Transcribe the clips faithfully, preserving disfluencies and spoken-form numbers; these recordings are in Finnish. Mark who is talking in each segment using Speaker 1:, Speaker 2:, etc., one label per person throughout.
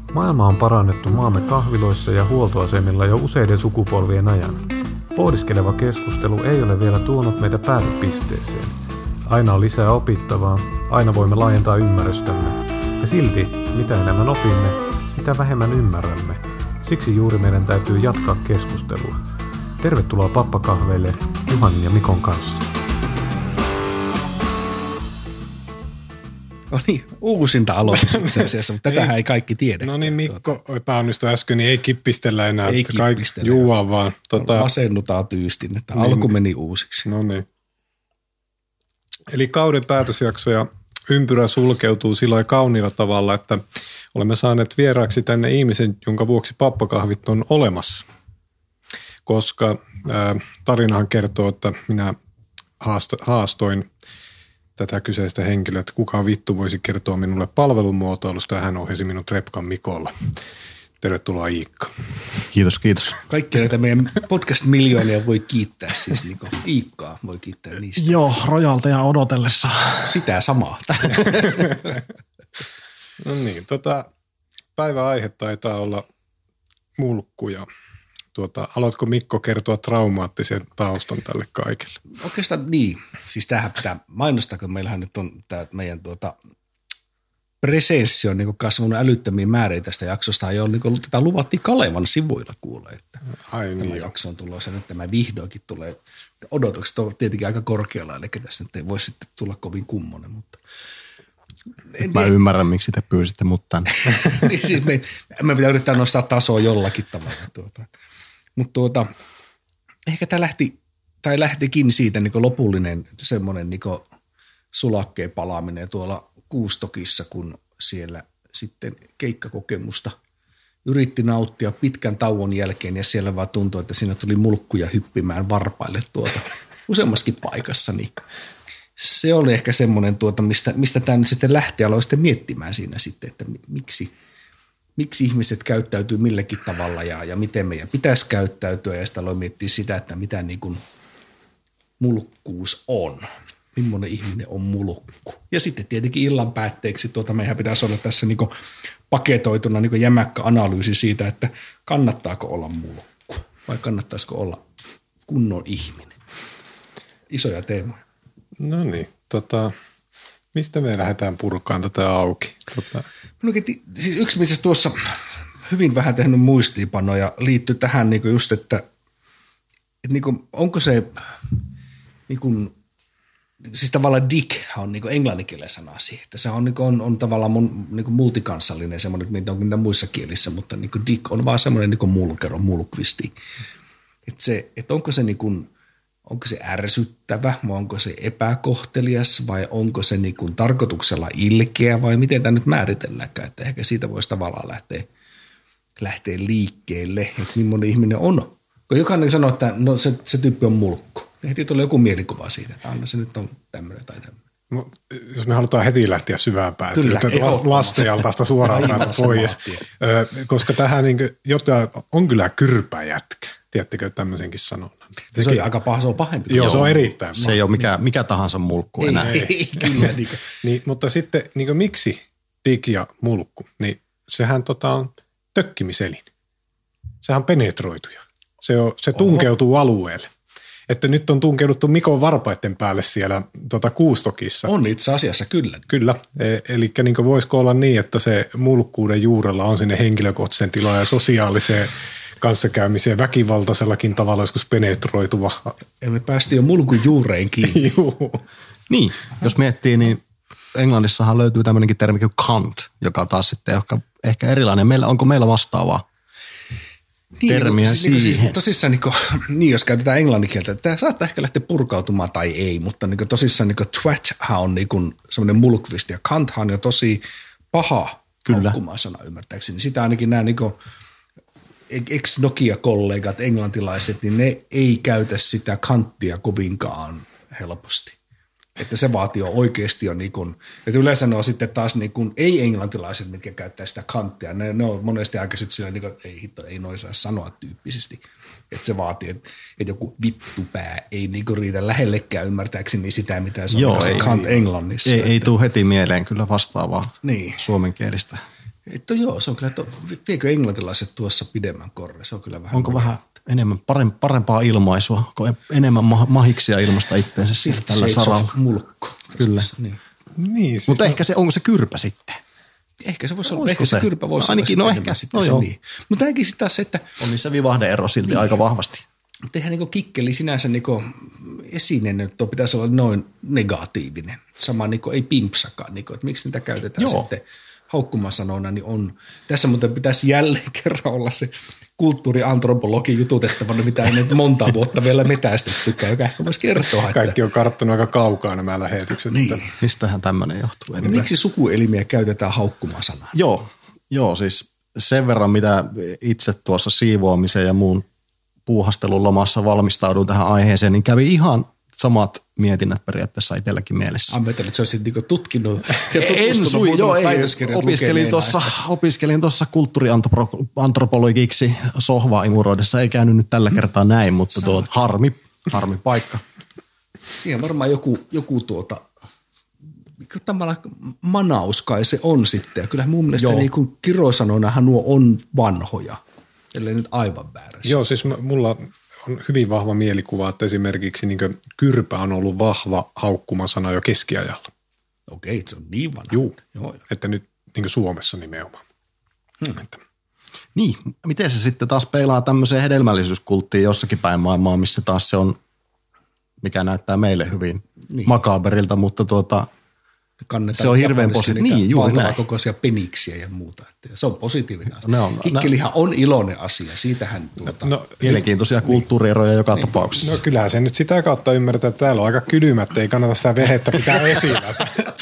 Speaker 1: Maailma on parannettu maamme kahviloissa ja huoltoasemilla jo useiden sukupolvien ajan. Pohdiskeleva keskustelu ei ole vielä tuonut meitä päätepisteeseen. Aina on lisää opittavaa, aina voimme laajentaa ymmärrystämme. Ja silti, mitä enemmän opimme, sitä vähemmän ymmärrämme. Siksi juuri meidän täytyy jatkaa keskustelua. Tervetuloa pappakahveille Juhan ja Mikon kanssa.
Speaker 2: No niin, uusinta aloitus itse asiassa, mutta tätähän ei kaikki tiedä.
Speaker 3: No niin, Mikko epäonnistui äsken, niin ei kippistellä enää.
Speaker 2: Ei
Speaker 3: että kaikki
Speaker 2: kippistellä.
Speaker 3: juua vaan. Tota,
Speaker 2: Asennutaan tyystin, että
Speaker 3: niin,
Speaker 2: alku meni uusiksi.
Speaker 3: No niin. Eli kauden päätösjakso ja ympyrä sulkeutuu sillä kauniilla tavalla, että olemme saaneet vieraaksi tänne ihmisen, jonka vuoksi pappakahvit on olemassa. Koska ää, tarinahan kertoo, että minä haasta, haastoin tätä kyseistä henkilöä, että kuka vittu voisi kertoa minulle palvelumuotoilusta, ja hän ohjasi minut Repkan Mikolla. Tervetuloa Iikka.
Speaker 4: Kiitos, kiitos.
Speaker 2: Kaikkia näitä meidän podcast-miljoonia voi kiittää siis, niin kuin Iikkaa voi kiittää niistä.
Speaker 4: Joo, rojalteja odotellessa.
Speaker 2: Sitä samaa.
Speaker 3: No niin, tota, päivän aihe taitaa olla mulkkuja. Tuota, aloitko Mikko kertoa traumaattisen taustan tälle kaikille?
Speaker 2: Oikeastaan niin. Siis tämähän pitää mainostaa, kun meillähän nyt on tämä meidän tuota presenssi on niin kasvanut älyttömiin määriin tästä jaksosta. Ja on niin ollut, tätä luvattiin Kalevan sivuilla kuulee, että
Speaker 3: Ai niin
Speaker 2: tämä
Speaker 3: jo.
Speaker 2: jakso on tulossa. Nyt tämä vihdoinkin tulee. Odotukset ovat tietenkin aika korkealla, eli tässä nyt ei voi sitten tulla kovin kummonen, mutta en
Speaker 4: Mä ymmärrän, miksi te pyysitte mut tänne.
Speaker 2: niin siis me, me pitää yrittää nostaa tasoa jollakin tavalla. Tuota. Mutta tuota, ehkä tämä lähti, tai lähtikin siitä niin lopullinen semmoinen niin sulakkeen palaaminen tuolla Kuustokissa, kun siellä sitten keikkakokemusta yritti nauttia pitkän tauon jälkeen ja siellä vaan tuntui, että siinä tuli mulkkuja hyppimään varpaille tuota useammaskin paikassa, niin se oli ehkä semmoinen, tuota, mistä, mistä tämä nyt sitten lähti, aloin sitten miettimään siinä sitten, että miksi, miksi ihmiset käyttäytyy milläkin tavalla ja, ja miten meidän pitäisi käyttäytyä. Ja sitten aloin miettiä sitä, että mitä niin kuin mulkkuus on, millainen ihminen on mulkku. Ja sitten tietenkin illan päätteeksi tuota, meidän pitäisi olla tässä niin kuin paketoituna niin kuin jämäkkä analyysi siitä, että kannattaako olla mulkku vai kannattaisiko olla kunnon ihminen. Isoja teemoja.
Speaker 3: No niin, tota, mistä me lähdetään purkaan tätä auki? Tota.
Speaker 2: No, siis yksi, missä tuossa hyvin vähän tehnyt muistiinpanoja liittyy tähän niin just, että, että niin kuin, onko se, niin kuin, siis tavallaan dick on niin englanninkielinen sana siihen, että se on, niin kuin, on, on tavallaan mun, niin multikansallinen semmoinen, mitä on mitä muissa kielissä, mutta niin kuin dick on vaan semmoinen niin mulkero, mulkvisti. Että, se, että onko se niin kuin, onko se ärsyttävä vai onko se epäkohtelias vai onko se niin kuin tarkoituksella ilkeä vai miten tämä nyt määritelläänkään, että ehkä siitä voisi tavallaan lähteä, lähteä liikkeelle, että millainen ihminen on. Kun jokainen sanoo, että no se, se tyyppi on mulkku, niin heti tulee joku mielikuva siitä, että anna se nyt on tämmöinen tai tämmöinen.
Speaker 3: No, jos me halutaan heti lähteä syvään päätyyn, että lastenjaltaista suoraan päältä pois, ö, koska tähän niin kuin, jotain on kyllä kyrpäjätkä. Tiedättekö tämmöisenkin sanonnan?
Speaker 2: Se, se on aika paha, se on pahempi.
Speaker 3: Joo, se on erittäin
Speaker 4: Se ei ole mikä, mikä tahansa mulkku
Speaker 2: ei,
Speaker 4: enää.
Speaker 2: Ei, ei kyllä. Niin,
Speaker 3: niin, mutta sitten niin miksi dick ja mulkku? Niin sehän tota, on tökkimiselin. Sehän on penetroituja. Se, on, se tunkeutuu Oho. alueelle. Että nyt on tunkeuduttu Mikon varpaiden päälle siellä tota, Kuustokissa.
Speaker 2: On itse asiassa, kyllä.
Speaker 3: Kyllä. E- eli niin voisiko olla niin, että se mulkkuuden juurella on sinne henkilökohtaisen tilaan ja sosiaaliseen kanssakäymiseen väkivaltaisellakin tavalla joskus penetroituva.
Speaker 2: Ja me päästiin jo mulkun juureen kiinni.
Speaker 3: Joo.
Speaker 4: Niin, jos miettii, niin Englannissahan löytyy tämmöinenkin termi kuin cunt, joka taas sitten ehkä, ehkä erilainen. Meillä, onko meillä vastaavaa
Speaker 2: niin,
Speaker 4: termiä
Speaker 2: niin,
Speaker 4: siihen?
Speaker 2: Niin, siis tosissaan, niin, kuin, niin jos käytetään englanninkieltä, tämä saattaa ehkä lähteä purkautumaan tai ei, mutta niin tosissaan niin twathan on niin semmoinen mulkvisti ja cunthan on jo tosi paha haukkumaan-sana ymmärtääkseni. Sitä ainakin nämä niin kuin ex-Nokia-kollegat, englantilaiset, niin ne ei käytä sitä kanttia kovinkaan helposti. Että se vaatii jo oikeasti jo niin kuin, että yleensä ne on sitten taas niin kuin ei-englantilaiset, mitkä käyttää sitä kanttia. Ne, ne on monesti aika sitten sillä niin kuin, ei hitto, ei noin saa sanoa tyyppisesti. Että se vaatii, että, että joku vittupää ei niin kuin riitä lähellekään ymmärtääkseni sitä, mitä se on
Speaker 4: Joo,
Speaker 2: se
Speaker 4: ei,
Speaker 2: kant englannissa.
Speaker 4: Ei,
Speaker 2: että,
Speaker 4: ei tule heti mieleen kyllä vastaavaa
Speaker 2: niin.
Speaker 4: suomenkielistä.
Speaker 2: Että joo, se on kyllä, to, viekö englantilaiset tuossa pidemmän korre? Se on kyllä vähän.
Speaker 4: Onko vähän enemmän, parempaa ilmaisua? Onko enemmän mahiksia ilmasta itteensä siis tällä saralla?
Speaker 2: Mulkko.
Speaker 4: Kyllä.
Speaker 2: Niin.
Speaker 3: Niin, siis
Speaker 4: Mutta
Speaker 3: no,
Speaker 4: ehkä se, onko se kyrpä sitten?
Speaker 2: Ehkä se voisi olla,
Speaker 4: Olisiko
Speaker 2: ehkä se,
Speaker 4: se?
Speaker 2: kyrpä voisi
Speaker 4: No ainakin,
Speaker 2: olla
Speaker 4: no ehkä.
Speaker 2: sitten
Speaker 4: No
Speaker 2: se
Speaker 4: joo.
Speaker 2: niin. Mutta näinkin sitten taas se, että
Speaker 4: On niissä vivahdeero silti niin. aika vahvasti.
Speaker 2: tehdään niin kikkeli sinänsä niin esinen, että pitäisi olla noin negatiivinen. Sama niin ei pimpsakaan, niin kuin, että miksi niitä käytetään
Speaker 4: Joo.
Speaker 2: sitten haukkumasanona, niin on. Tässä muuten pitäisi jälleen kerran olla se kulttuuriantropologi jututettavana, mitä ei nyt monta vuotta vielä metästettykään, joka ehkä voisi kertoa. Että
Speaker 3: kaikki on karttunut aika kaukaa nämä lähetykset.
Speaker 2: niin.
Speaker 4: Mistähän tämmöinen johtuu? En
Speaker 2: Miksi sukuelimiä käytetään haukkumasanaa?
Speaker 4: Joo, joo, siis sen verran, mitä itse tuossa siivoamisen ja muun puuhastelun lomassa valmistaudun tähän aiheeseen, niin kävi ihan samat mietinnät periaatteessa itselläkin mielessä.
Speaker 2: Ammetellut, että se olisi niinku tutkinut ja
Speaker 4: En
Speaker 2: tutustunut
Speaker 4: sui, joo,
Speaker 2: muutamat
Speaker 4: ei.
Speaker 2: väitöskirjat
Speaker 4: Opiskelin
Speaker 2: lukeneena,
Speaker 4: tuossa,
Speaker 2: että-
Speaker 4: opiskelin tuossa kulttuuriantropologiksi sohvaa imuroidessa. Ei käynyt nyt tällä kertaa näin, mutta tuo harmi, harmi paikka.
Speaker 2: Siihen varmaan joku, joku tuota, tavallaan manaus kai se on sitten. Ja kyllähän mun mielestä
Speaker 4: Joo.
Speaker 2: niin kuin kirosanoinahan nuo on vanhoja, ellei nyt aivan väärässä.
Speaker 3: Joo, siis mä, mulla on hyvin vahva mielikuva, että esimerkiksi niin kyrpä on ollut vahva haukkumasana jo keskiajalla.
Speaker 2: Okei, se on niin vanha.
Speaker 3: Juu,
Speaker 2: Joo, joo.
Speaker 3: että nyt niin Suomessa nimenomaan. Hmm. Että,
Speaker 4: Niin, miten se sitten taas peilaa tämmöiseen hedelmällisyyskulttiin jossakin päin maailmaa, missä taas se on, mikä näyttää meille hyvin
Speaker 2: Niin.
Speaker 4: niin. makaberilta, mutta tuota,
Speaker 2: Kannetaan
Speaker 4: Se on hirveän
Speaker 2: Japanissa
Speaker 4: posi-
Speaker 2: niitä
Speaker 4: niin, juuri
Speaker 2: valtavan
Speaker 4: näin.
Speaker 2: kokoisia peniksiä ja muuta. Että se on positiivinen asia.
Speaker 4: Ne on-
Speaker 2: Kikkelihan on iloinen asia. Siitähän tuota,
Speaker 3: no,
Speaker 4: mielenkiintoisia kulttuurieroja joka tapauksessa.
Speaker 3: no kyllähän se nyt sitä kautta ymmärtää, että täällä on aika kylmät, ei kannata sitä vehettä pitää esillä.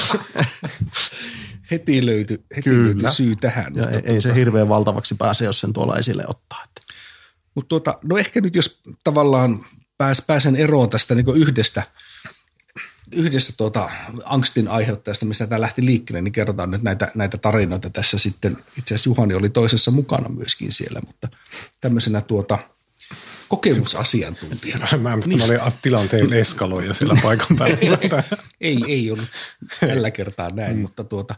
Speaker 2: heti löytyi heti
Speaker 4: Kyllä.
Speaker 2: löytyi syy tähän.
Speaker 4: Ja
Speaker 2: mutta
Speaker 4: ei, ei se hirveän valtavaksi pääse, jos sen tuolla esille ottaa. Että.
Speaker 2: Mutta tuota, no ehkä nyt jos tavallaan pääs, pääsen eroon tästä niin yhdestä, yhdestä tuota angstin aiheuttajasta, missä tämä lähti liikkeelle, niin kerrotaan nyt näitä, näitä tarinoita tässä sitten. Itse asiassa Juhani oli toisessa mukana myöskin siellä, mutta tämmöisenä tuota kokemusasiantuntijana.
Speaker 3: Mä, mä olin tilanteen eskaloija siellä paikan päällä.
Speaker 2: ei, ei ollut tällä kertaa näin, mm. mutta tuota,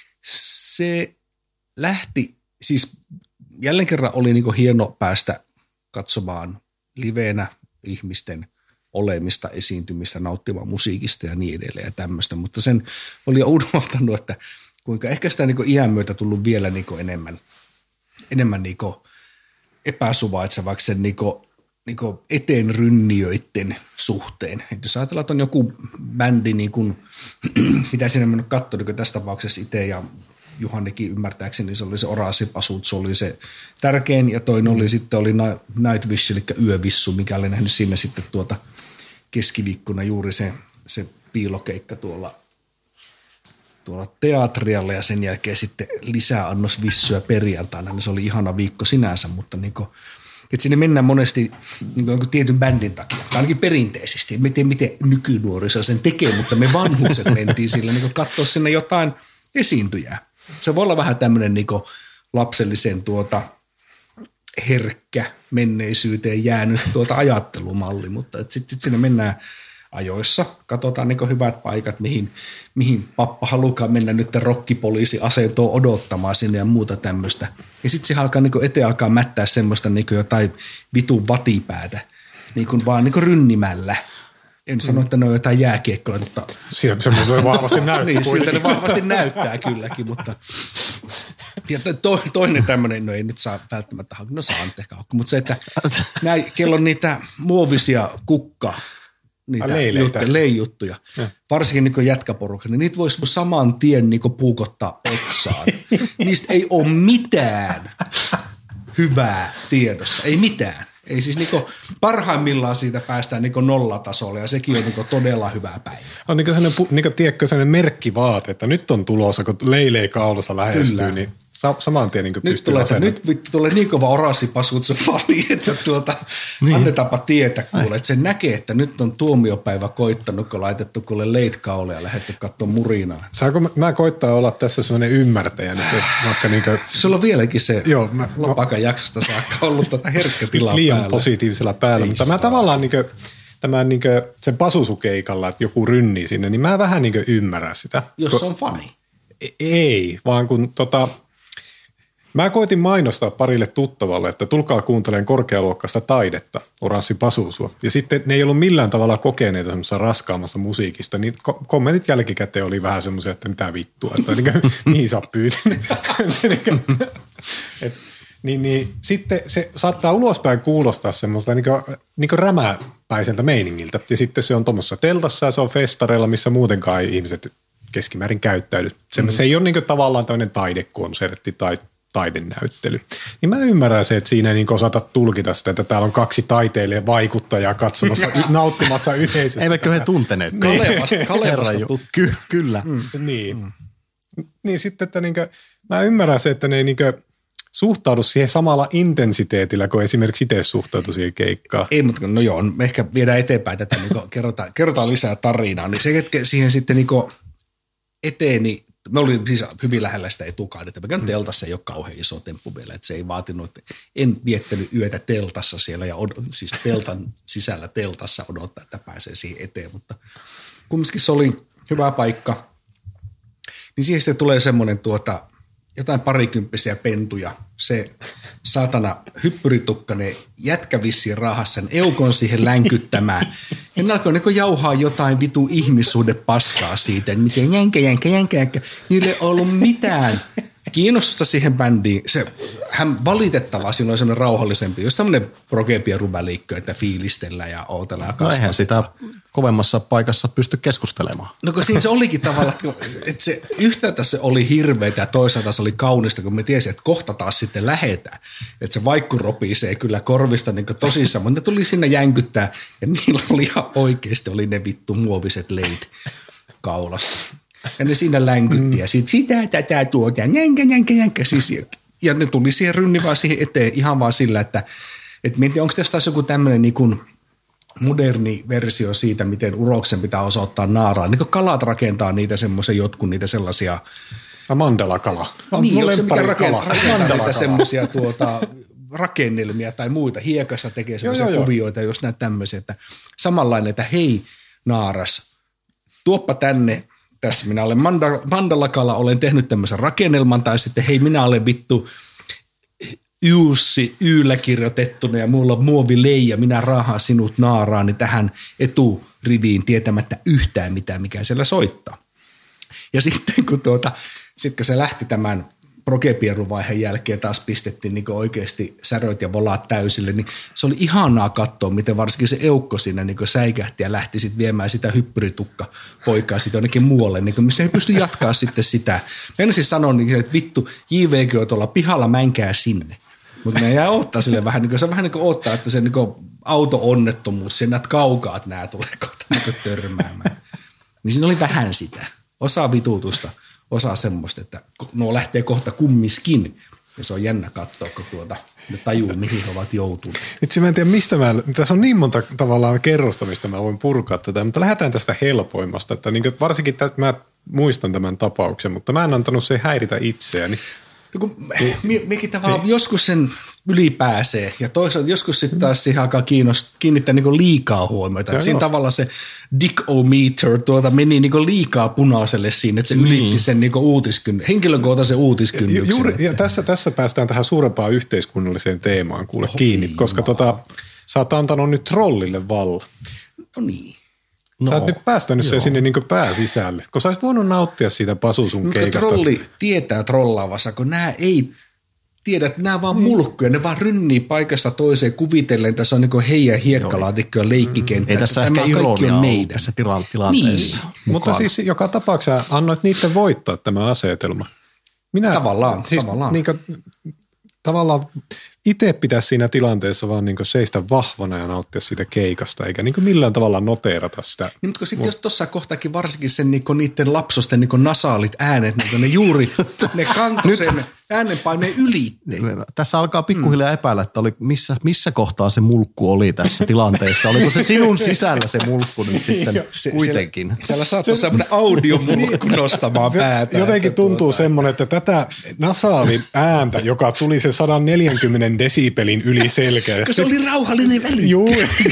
Speaker 2: se lähti, siis jälleen kerran oli niin hieno päästä katsomaan liveenä ihmisten olemista, esiintymistä, nauttimaan musiikista ja niin edelleen ja tämmöistä, mutta sen oli jo unohtanut, että kuinka ehkä sitä niin iän myötä tullut vielä niin enemmän, enemmän niin epäsuvaitsevaksi sen niin niin eteenrynnijöiden suhteen. Et jos ajatellaan, että on joku bändi, niin kuin, mitä siinä mennyt katsoa, niin tässä tapauksessa itse ja Juhannekin ymmärtääkseni, se oli se Oransipasut, se oli se tärkein, ja toinen oli sitten oli Nightwish, eli Yövissu, mikä oli nähnyt siinä sitten tuota keskiviikkona juuri se, se piilokeikka tuolla, tuolla teatrialla, ja sen jälkeen sitten lisää annos vissyä perjantaina, niin se oli ihana viikko sinänsä, mutta niin kuin, että sinne mennään monesti niin kuin tietyn bändin takia, tai ainakin perinteisesti. En tiedä, miten nykynuoriso sen tekee, mutta me vanhukset mentiin sille niin katsoa sinne jotain esiintyjää. Se voi olla vähän tämmöinen niin lapsellisen tuota herkkä menneisyyteen jäänyt tuota ajattelumalli, mutta sitten sit sinne mennään ajoissa, katsotaan niin hyvät paikat, mihin, mihin pappa halukaan mennä nyt rokkipoliisiasentoon odottamaan sinne ja muuta tämmöistä. Ja sitten se alkaa niin eteen alkaa mättää semmoista niin jotain vitun vatipäätä, niin kuin vaan niin rynnimällä. En sano, että ne on jotain jääkiekkoja, mutta
Speaker 3: Sieltä semmoista vahvasti näyttää.
Speaker 2: niin, siltä ne vahvasti näyttää kylläkin, mutta ja to, toinen tämmöinen, no ei nyt saa välttämättä haukku, no saa nyt ehkä haukku, mutta se, että näin, kello on niitä muovisia kukka, niitä juttuja, leijuttuja, varsinkin niin jätkäporukka, niin niitä voisi saman tien niin puukottaa otsaan. Niistä ei ole mitään hyvää tiedossa, ei mitään. Ei siis niinku parhaimmillaan siitä päästään niinku nollatasolle ja sekin on niinku todella hyvää päivää.
Speaker 3: On niinku sellainen, niinku, tiedätkö, sellainen merkkivaate, että nyt on tulossa, kun leilee kaulassa lähestyy, Kyllä. niin sa- saman tien niinku
Speaker 2: nyt
Speaker 3: pystyy
Speaker 2: tulee,
Speaker 3: asennet.
Speaker 2: Nyt vittu tulee niin kova Oransipasutsu fani, että tuota, niin. annetaanpa tietä kuule, että se näkee, että nyt on tuomiopäivä koittanut, kun laitettu kuule leitkaule ja lähdetty katsomaan murinaa.
Speaker 3: Saanko mä, mä koittaa olla tässä sellainen ymmärtäjä nyt, vaikka niinku...
Speaker 2: Sulla on vieläkin se
Speaker 3: Joo, mä,
Speaker 2: lopakan jaksosta saakka ollut tuota herkkä tilaa
Speaker 3: liian
Speaker 2: päällä.
Speaker 3: positiivisella päällä,
Speaker 2: Ei
Speaker 3: mutta
Speaker 2: saa.
Speaker 3: mä tavallaan niinku, tämän niinku, sen pasusukeikalla, että joku rynnii sinne, niin mä vähän niinku ymmärrän sitä.
Speaker 2: Jos
Speaker 3: Ko-
Speaker 2: on fani.
Speaker 3: Ei, vaan kun tota, Mä koitin mainostaa parille tuttavalle, että tulkaa kuuntelemaan korkealuokkaista taidetta, Oranssi Pasuusua. Ja sitten ne ei ollut millään tavalla kokeneita semmoisessa raskaammassa musiikista, niin ko- kommentit jälkikäteen oli vähän semmoisia, että mitä vittua, että niin kuin, mihin sä oot pyytänyt. Niin, niin, sitten se saattaa ulospäin kuulostaa semmoista niin kuin, niin kuin rämäpäiseltä meiningiltä. Ja sitten se on tuommoisessa teltassa ja se on festareilla, missä muutenkaan ei ihmiset keskimäärin käyttäydy. Se, mm. se ei ole niin kuin tavallaan tämmöinen taidekonsertti tai taidenäyttely. Niin mä ymmärrän se, että siinä ei niin osata tulkita sitä, että täällä on kaksi taiteilijaa vaikuttajaa katsomassa, nauttimassa yleisöstä.
Speaker 4: Eivätkö he tunteneet?
Speaker 2: Kalevasta, Kalevasta
Speaker 4: Ky- Kyllä.
Speaker 3: Mm. Niin. Mm. Niin sitten, että niin kuin, mä ymmärrän se, että ne ei niin kuin suhtaudu siihen samalla intensiteetillä, kun esimerkiksi itse suhtautu siihen keikkaan.
Speaker 2: Ei, mutta no joo, me ehkä viedään eteenpäin tätä, niin kerrotaan, kerrotaan lisää tarinaa. Niin se, ketkä siihen sitten niin eteeni, me oli siis hyvin lähellä sitä etukaudetta. Meidän teltassa ei ole kauhean iso temppu vielä, että se ei vaatinut, että en viettänyt yötä teltassa siellä ja od- siis teltan sisällä teltassa odottaa, että pääsee siihen eteen, mutta kumminkin se oli hyvä paikka. Niin siihen sitten tulee semmoinen tuota, jotain parikymppisiä pentuja, se saatana hyppyritukkainen jätkä vissiin raahasi sen eukon siihen länkyttämään. Ja ne alkoi niin jauhaa jotain vitu ihmissuhde paskaa siitä, että miten jänkä, jänkä, jänkä, jänkä. Niille ei ollut mitään kiinnostusta siihen bändiin. Se, hän valitettavaa, siinä on semmoinen rauhallisempi, jos tämmöinen progepia-ruväliikkö, että fiilistellään ja ootellaan ja kasvatetaan.
Speaker 4: No eihän sitä kovemmassa paikassa pysty keskustelemaan.
Speaker 2: No kun siinä se olikin tavallaan, että se yhtäältä se oli hirveätä ja toisaalta se oli kaunista, kun me tiesin, että kohta taas sitten lähetään. Että se vaikku ropisee kyllä korvista niin tosissaan, mutta ne tuli sinne jänkyttää ja niillä oli ihan oikeasti oli ne vittu muoviset leit kaulassa. Ja ne siinä länkytti ja sitten sitä, tätä, tuota, jänkä, jänkä, jänkä. Siis, ja ne tuli siihen rynni vaan siihen eteen ihan vaan sillä, että et mietin, onko tässä taas joku tämmöinen niin kuin moderni versio siitä, miten uroksen pitää osoittaa naaraa. Niin kuin kalat rakentaa niitä semmoisen jotkut, niitä sellaisia.
Speaker 3: Mandalakala.
Speaker 2: Niin, onko se mikä rakentaa, rakentaa niitä semmoisia tuota, rakennelmia tai muita. Hiekassa tekee semmoisia joo, kuvioita, jos näet tämmöisiä. Että samanlainen, että hei naaras, tuoppa tänne. Tässä minä olen Mandalakala, olen tehnyt tämmöisen rakennelman, tai sitten hei minä olen vittu Jussi Yllä kirjoitettuna ja mulla on muovileija, minä raahaan sinut naaraani tähän eturiviin tietämättä yhtään mitään, mikä siellä soittaa. Ja sitten kun, tuota, sitten kun se lähti tämän progepieruvaiheen jälkeen taas pistettiin niin oikeasti säröt ja volaat täysille, niin se oli ihanaa katsoa, miten varsinkin se eukko siinä niin säikähti ja lähti sitten viemään sitä hyppyritukka poikaa sitten jonnekin muualle, niin missä ei pysty jatkaa sitten sitä. Mä en siis sanoa, niin, että vittu, J V G on tuolla pihalla, mänkää sinne. Mutta ne jää odottaa sille vähän, niin kuin, se vähän niin kuin odottaa, että se niin auto-onnettomuus, sen näet kaukaa, että nämä tulee kohta niin törmäämään. Niin siinä oli vähän sitä, osa vitutusta. Osa semmoista, että nuo lähtee kohta kummiskin. Ja se on jännä katsoa, kun tuota, ne tajuu, mihin he ovat joutuneet.
Speaker 3: Itse mä en tiedä, mistä mä, tässä on niin monta tavallaan kerrosta, mistä mä voin purkaa tätä, mutta lähdetään tästä helpoimmasta. Että niin varsinkin, että mä muistan tämän tapauksen, mutta mä en antanut se häiritä itseäni.
Speaker 2: No kun mekin tavallaan niin. Joskus sen ylipääsee ja toisaalta joskus sitten taas siihen alkaa kiinnittää niinku liikaa huomiota. Että siinä tavallaan se dick-o-meter tuota meni niinku liikaa punaiselle siinä, että se ylitti niin. sen niinku uutiskynnyksen, henkilökohtaisen uutiskynnyksen.
Speaker 3: Juuri, ja tässä, tässä päästään tähän suurempaan yhteiskunnalliseen teemaan kuule Ohi kiinni, koska tota, sä oot antanut nyt trollille valla.
Speaker 2: No niin.
Speaker 3: No, sä oot nyt päästänyt joo. sen sinne niin pääsisälle, kun sä olisit voinut nauttia siitä Pasuusun
Speaker 2: Mutta
Speaker 3: keikasta.
Speaker 2: Trolli tietää trollaavassa, kun nämä ei tiedä, että nämä vaan mulkkuja, ne vaan rynnii paikasta toiseen kuvitellen, tässä on niin heidän hiekkalaatikko ja leikkikenttä.
Speaker 4: Ei tässä ehkä ironia ollut tässä tilanteessa.
Speaker 2: Niin.
Speaker 3: Mutta siis joka tapauksessa annoit niiden voittaa tämä asetelma. Minä,
Speaker 2: tavallaan,
Speaker 3: siis
Speaker 2: tavallaan.
Speaker 3: Niin kuin, tavallaan itse pitäisi siinä tilanteessa vaan niin seistä vahvana ja nauttia siitä keikasta, eikä niin millään tavalla noteerata sitä.
Speaker 2: Niin, mutta sitten jos tuossa kohtakin varsinkin sen niin niiden lapsosten niin nasaalit äänet, niin ne juuri, ne kantoi sen äänenpaineen ylitte.
Speaker 4: Tässä alkaa pikkuhiljaa epäillä, että oli, missä, missä kohtaa se mulkku oli tässä tilanteessa. Oliko se sinun sisällä se mulkku nyt sitten se, kuitenkin?
Speaker 2: Siellä, siellä saattoi semmoinen audiomulkku nostamaan päätä.
Speaker 3: Jotenkin tuntuu tuota. semmoinen, että tätä nasaalin ääntä, joka tuli se sata neljäkymmentä desibelin yli selkeä.
Speaker 2: Se oli rauhallinen väli.
Speaker 3: Juu,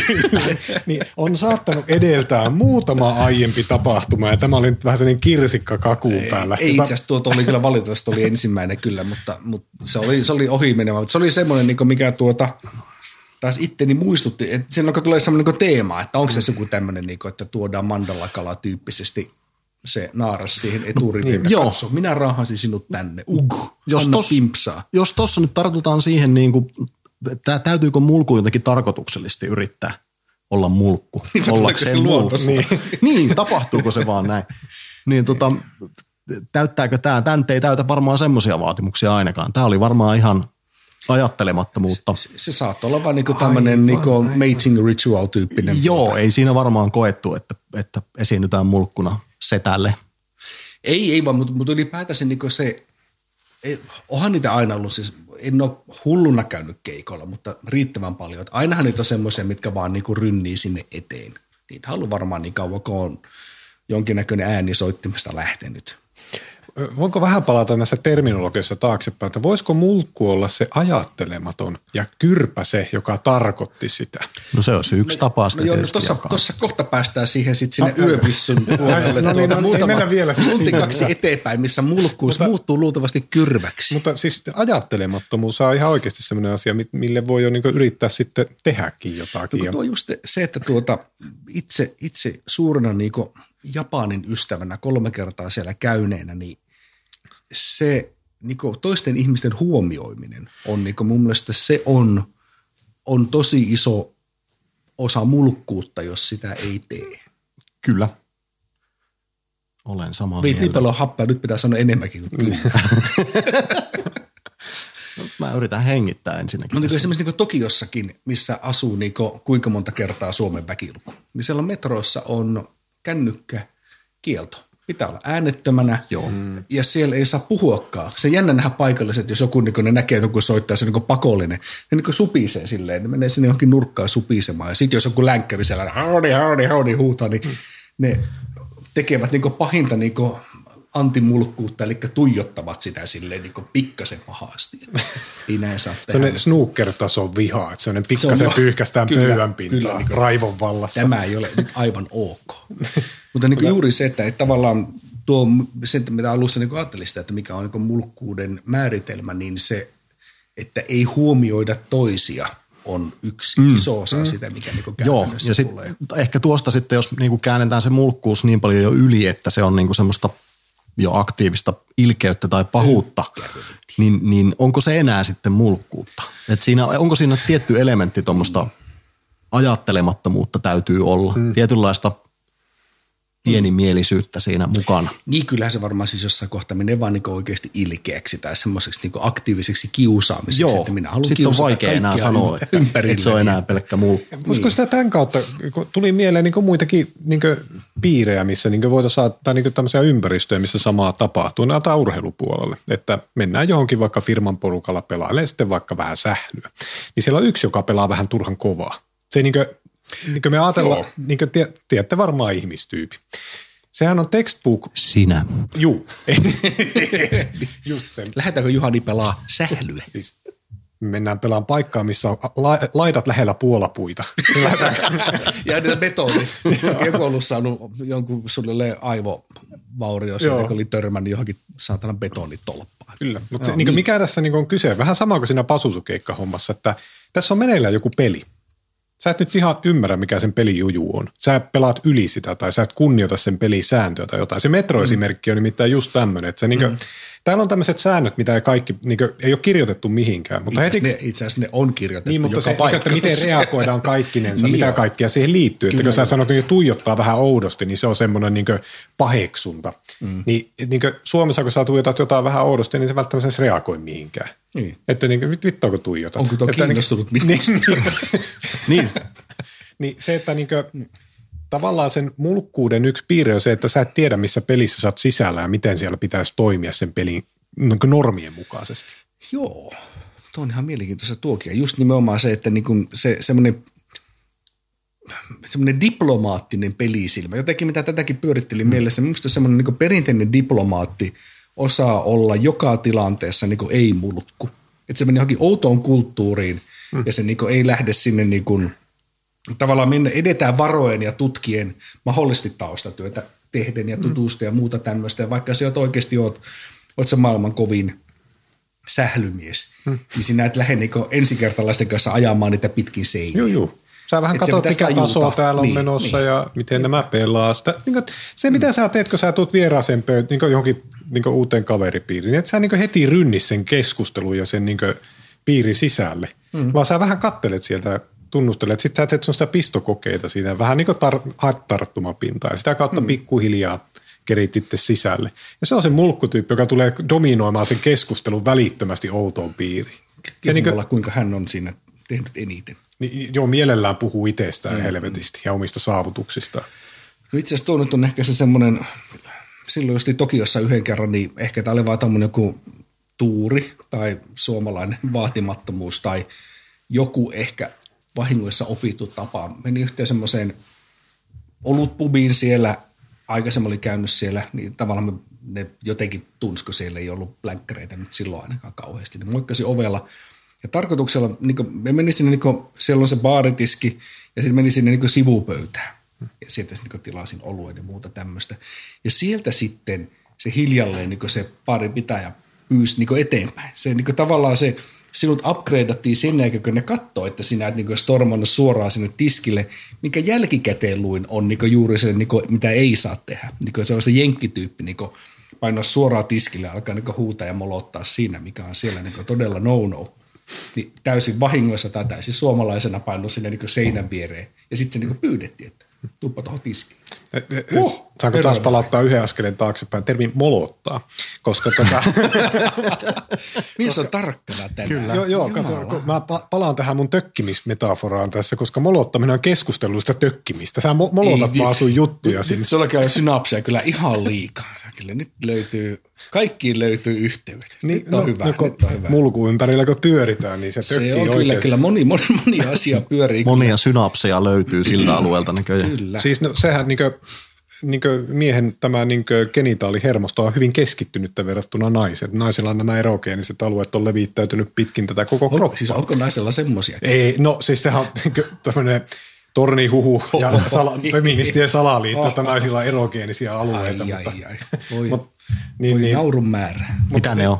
Speaker 3: niin on saattanut edeltää muutama aiempi tapahtuma, ja tämä oli nyt vähän sellainen kirsikka kakuun päällä.
Speaker 2: Ei, ei itse asiassa tuota oli kyllä valitettavasti oli ensimmäinen kyllä. mutta, mutta se, oli, se oli ohimenevä. Se oli semmoinen, niin mikä tuota, taas itteni muistutti, että siinä tulee semmoinen niin teema, että onko se joku tämmöinen, niin kuin, että tuodaan mandalakala tyyppisesti se naaras siihen eturiviin.
Speaker 4: Niin,
Speaker 2: katso, minä raahasin sinut tänne. Ugh,
Speaker 4: jos
Speaker 2: anna
Speaker 4: tos,
Speaker 2: pimpsaa.
Speaker 4: Jos tuossa nyt tartutaan siihen, niin kuin, täytyykö mulkku jotenkin tarkoituksellisesti yrittää olla mulkku?
Speaker 2: Ollakseen mulkku.
Speaker 4: Niin. niin, tapahtuuko se vaan näin? Niin tota, täyttääkö tämä? Tämä ei täytä varmaan semmoisia vaatimuksia ainakaan. Tämä oli varmaan ihan ajattelemattomuutta.
Speaker 2: Se, se saattoi olla vaan niinku tämmöinen niinku mating ritual-tyyppinen.
Speaker 4: Joo, puolta. Ei siinä varmaan koettu, että, että esiinnytään mulkkuna setälle.
Speaker 2: Ei, ei vaan, mutta, mutta ylipäätänsä niinku se, ei, onhan niitä aina ollut, siis en ole hulluna käynyt keikolla, mutta riittävän paljon. Että ainahan niitä on semmoisia, mitkä vaan niinku rynnii sinne eteen. Niitä on ollut varmaan niin kauan, kun on jonkinnäköinen ääni soittimesta lähtenyt.
Speaker 3: Voinko vähän palata näissä terminologiassa taaksepäin, että voisiko mulkku olla se ajattelematon ja kyrpä se, joka tarkoitti sitä?
Speaker 4: No se olisi yksi tapa sitä
Speaker 2: no joo, no tossa, tossa kohta päästään siihen sit sinne no, yövissun puolelle.
Speaker 3: No niin, no, muutama, ei mennä vielä
Speaker 2: tunti kaksi eteenpäin, missä mulkkuus mutta, muuttuu luultavasti kyrväksi.
Speaker 3: Mutta siis ajattelemattomuus on ihan oikeasti sellainen asia, mille voi jo niinku yrittää sitten tehdäkin jotakin.
Speaker 2: No, tuo just se, että tuota, itse, itse suurena niinku Japanin ystävänä kolme kertaa siellä käyneenä, niin se niin kuin toisten ihmisten huomioiminen on niin kuin mun mielestä se on, on tosi iso osa mulkkuutta, jos sitä ei tee.
Speaker 4: Kyllä. Olen samaa
Speaker 2: Veit
Speaker 4: mieltä.
Speaker 2: niin paljon happea, nyt pitää sanoa enemmänkin kuin kyllä.
Speaker 4: No, mä yritän hengittää ensinnäkin.
Speaker 2: Mutta niin esimerkiksi niin Tokiossakin, missä asuu niin kuin kuinka monta kertaa Suomen väkiluku, niin siellä metroissa on kännykkäkielto. Pitää olla äänettömänä.
Speaker 4: Joo.
Speaker 2: Ja siellä ei saa puhuakaan. Se jännä nähdä paikalliset, jos joku niin ne näkee, että joku soittaa, se on niin pakollinen. Ne niin supisee silleen, ne menee sinne johonkin nurkkaan supisemaan. Ja sitten jos joku länkkäri siellä, howdy, howdy, howdy, huutaa, niin mm. ne tekevät niin pahinta niin antimulkkuutta, eli tuijottavat sitä silleen niin pikkasen pahasti. Ei näin saa tehdä.
Speaker 3: Sellainen snooker-tason viha, että sellainen pikkasen pyyhkästään pöydän pintaan niin raivon vallassa.
Speaker 2: Tämä ei ole nyt aivan ok. Mutta niin juuri se, että, että tavallaan tuo, se, mitä alussa niin ajattelin sitä, että mikä on niin mulkkuuden määritelmä, niin se, että ei huomioida toisia, on yksi mm. iso osa mm. sitä, mikä niin käytännössä
Speaker 4: Joo, ja
Speaker 2: tulee.
Speaker 4: Sit, ehkä tuosta sitten, jos niin käännetään se mulkkuus niin paljon jo yli, että se on niin semmoista jo aktiivista ilkeyttä tai pahuutta, niin, niin onko se enää sitten mulkkuutta? Et siinä, onko siinä tietty elementti tuommoista mm. ajattelemattomuutta täytyy olla, mm. tietynlaista pienimielisyyttä siinä mukana.
Speaker 2: Niin kyllähän se varmaan siis jossain kohtaa menee vaan niin oikeasti ilkeäksi tai semmoiseksi niin aktiiviseksi kiusaamiseksi,
Speaker 4: Joo,
Speaker 2: että minä haluan
Speaker 4: sitten
Speaker 2: kiusata
Speaker 4: on vaikea enää sanoa, että, että se on enää pelkkä mulkku.
Speaker 3: Voisiko sitä tämän kautta, kun tuli mieleen niin muitakin niin piirejä, missä niin voitaisiin saada niin tämmöisiä ympäristöjä, missä samaa tapahtuu, näitä urheilupuolelle, että mennään johonkin vaikka firman porukalla pelailemaan sitten vaikka vähän sählyä, niin siellä on yksi, joka pelaa vähän turhan kovaa. Se niin kuin Niin kuin me ajatellaan, niin kuin tie, tiedätte varmaan ihmistyypi. Sehän on textbook.
Speaker 4: Sinä.
Speaker 3: Juu. Just sen.
Speaker 2: Lähdetäänkö Juhani pelaa sählyä?
Speaker 3: Siis mennään pelaan paikkaan, missä on la, laidat lähellä puolapuita.
Speaker 2: Ja niitä betoni. Joku on ollut saanut jonkun sulle aivovaurio, kun oli törmännyt johonkin saatana betonitolppaan.
Speaker 3: Kyllä, mutta se, niin niin. mikä tässä niin on kyse? Vähän sama kuin siinä Pasusukeikka-hommassa, että tässä on meneillään joku peli. Sä et nyt ihan ymmärrä, mikä sen pelijuju on. Sä pelaat yli sitä tai sä et kunnioita sen pelin sääntöä tai jotain. Se Metro-esimerkki on nimittäin just tämmöinen, että se niinku, mm. täällä on tämmöiset säännöt, mitä ei kaikki, niinku, ei ole kirjoitettu mihinkään. Mutta
Speaker 2: itse, asiassa heti, ne, itse asiassa ne on kirjoitettu
Speaker 3: niin, mutta
Speaker 2: joka
Speaker 3: se,
Speaker 2: paikka.
Speaker 3: Että miten reagoidaan kaikkinensa, niin mitä joo. kaikkea siihen liittyy. Että
Speaker 2: Kyllä,
Speaker 3: kun sä sanot, että tuijottaa vähän oudosti, niin se on semmoinen niinku paheksunta. Mm. Niin niinku Suomessa, kun sä tuijotat jotain vähän oudosti, niin se välttämättä se reagoi mihinkään. Niin. Että niinku, vittu onko tuijotat.
Speaker 2: Onko tuo kiinnostunut minusta?
Speaker 3: Niin. Niin se, että niinku, tavallaan sen mulkkuuden yksi piirre on se, että sä et tiedä, missä pelissä sä oot sisällä ja miten siellä pitäisi toimia sen pelin niinku normien mukaisesti.
Speaker 2: Joo, tuo on ihan mielenkiintoista tuokin. Ja just nimenomaan se, että niinku se semmoinen semmoinen diplomaattinen pelisilmä. Jotenkin mitä tätäkin pyörittelin mm. mielessä, minusta semmoinen niinku perinteinen diplomaatti osaa olla joka tilanteessa niinku ei-mulkku. Että se menee johonkin outoon kulttuuriin mm. ja se niinku ei lähde sinne niinku tavallaan minne edetään varoen ja tutkien mahdollisesti taustatyötä tehden ja tutusta ja muuta tämmöistä. Ja vaikka sä oot oikeasti oot, oot se maailman kovin sählymies, hmm. niin sinä et lähde niin ensikertalaisten kanssa ajamaan niitä pitkin seiniä.
Speaker 3: Joo, joo. Sä vähän katsot, mikä taso täällä on niin, menossa niin. ja miten nämä pelaa. Sitä, niin kuin, se, mitä mm. sä teet, kun sä tulet vieraaseen pöytään, niin johonkin niin uuteen kaveripiiriin, niin et sä niin heti rynnis sen keskustelun ja sen niin piirin sisälle, mm. vaan sä vähän kattelet sieltä, tunnustelet. Sitten sä teet sellaista pistokokeita siinä, vähän niin kuin tar- haet tarttumapintaa ja sitä kautta mm. pikkuhiljaa kerit itse sisälle. Ja se on se mulkkutyyppi, joka tulee dominoimaan sen keskustelun välittömästi outoon piiriin.
Speaker 2: Se niin kuin, kuinka hän on siinä tehnyt eniten.
Speaker 3: Niin, joo, mielellään puhuu itsestään mm. helvetisti ja omista saavutuksistaan.
Speaker 2: No itse asiassa tuo nyt on ehkä se semmoinen, silloin just Tokiossa yhden kerran, niin ehkä tämä oli vaan tommoinen joku tuuri tai suomalainen vaatimattomuus tai joku ehkä vahingoissa opittu tapa. Meni yhteen semmoiseen olutpubiin siellä, aikaisemmin oli käynyt siellä, niin tavallaan me, ne jotenkin tunsko siellä ei ollut blänkkäreitä nyt silloin ainakaan kauheasti. Ne moikkasi ovella. Ja tarkoituksella, niin kuin, me meni sinne, niin kuin, siellä on se baaritiski, ja sitten meni sinne niin sivupöytään. Ja sieltä niin tilasin oluen ja muuta tämmöistä. Ja sieltä sitten se hiljalleen niin se baaripitäjä pyysi niin eteenpäin. Se niin tavallaan se, sinut upgradeattiin sen jälkeen, kun ne katsoo, että sinä et niin stormannut suoraan sinne tiskille, minkä jälkikäteen luin on niin juuri se, niin kuin, mitä ei saa tehdä. Niin se on se jenkkityyppi, niin painaa suoraan tiskille, alkaa niin huutaa ja molottaa siinä, mikä on siellä niin todella no-no. Niin täysin vahingoissa tai täysin suomalaisena painoi sinne niin seinän viereen. Ja sitten se niin pyydettiin, että tuppa tuohon tiskiin.
Speaker 3: Oh, Saanko taas palauttaa yhden askeleen taaksepäin? Termi molottaa, koska tota...
Speaker 2: Mies on tarkkana tänään.
Speaker 3: Kyllä. Joo, joo kato, mä palaan tähän mun tökkimismetaforaan tässä, koska molottaminen on keskustelusta tökkimistä. Sä mo- molotat ei, vaan sun juttuja
Speaker 2: nyt,
Speaker 3: sinne.
Speaker 2: Nyt sulla käy synapseja kyllä ihan liikaa. Kyllä nyt löytyy, kaikkiin löytyy yhteydet. Niin, nyt on no, hyvä. No, nyt on hyvä.
Speaker 3: Mulku ympärillä kun pyöritään, niin se tökkii
Speaker 2: oikein. Se on kyllä, kyllä moni, moni, moni asia pyörii.
Speaker 4: Monia synapseja löytyy siltä alueelta näköjään.
Speaker 2: Kyllä.
Speaker 3: Siis no, sehän niin kuin, niin kuin miehen tämä niin kuin genitaalihermosto on hyvin keskittynyttä verrattuna naisen. Naisilla nämä erogeeniset alueet on levittäytynyt pitkin tätä koko
Speaker 2: on,
Speaker 3: kroppaa.
Speaker 2: Siis onko naisella semmoisia?
Speaker 3: Ei, no siis sehän on niin tämmöinen tornihuhu ja oh, sala, feministien salaliitto, oh, että naisilla on erogeenisia alueita.
Speaker 2: Ai,
Speaker 3: mutta,
Speaker 2: ai, ai. Voi,
Speaker 3: mut, niin,
Speaker 2: voi
Speaker 3: niin,
Speaker 2: naurun määrä.
Speaker 4: Mitä mutta, ne on?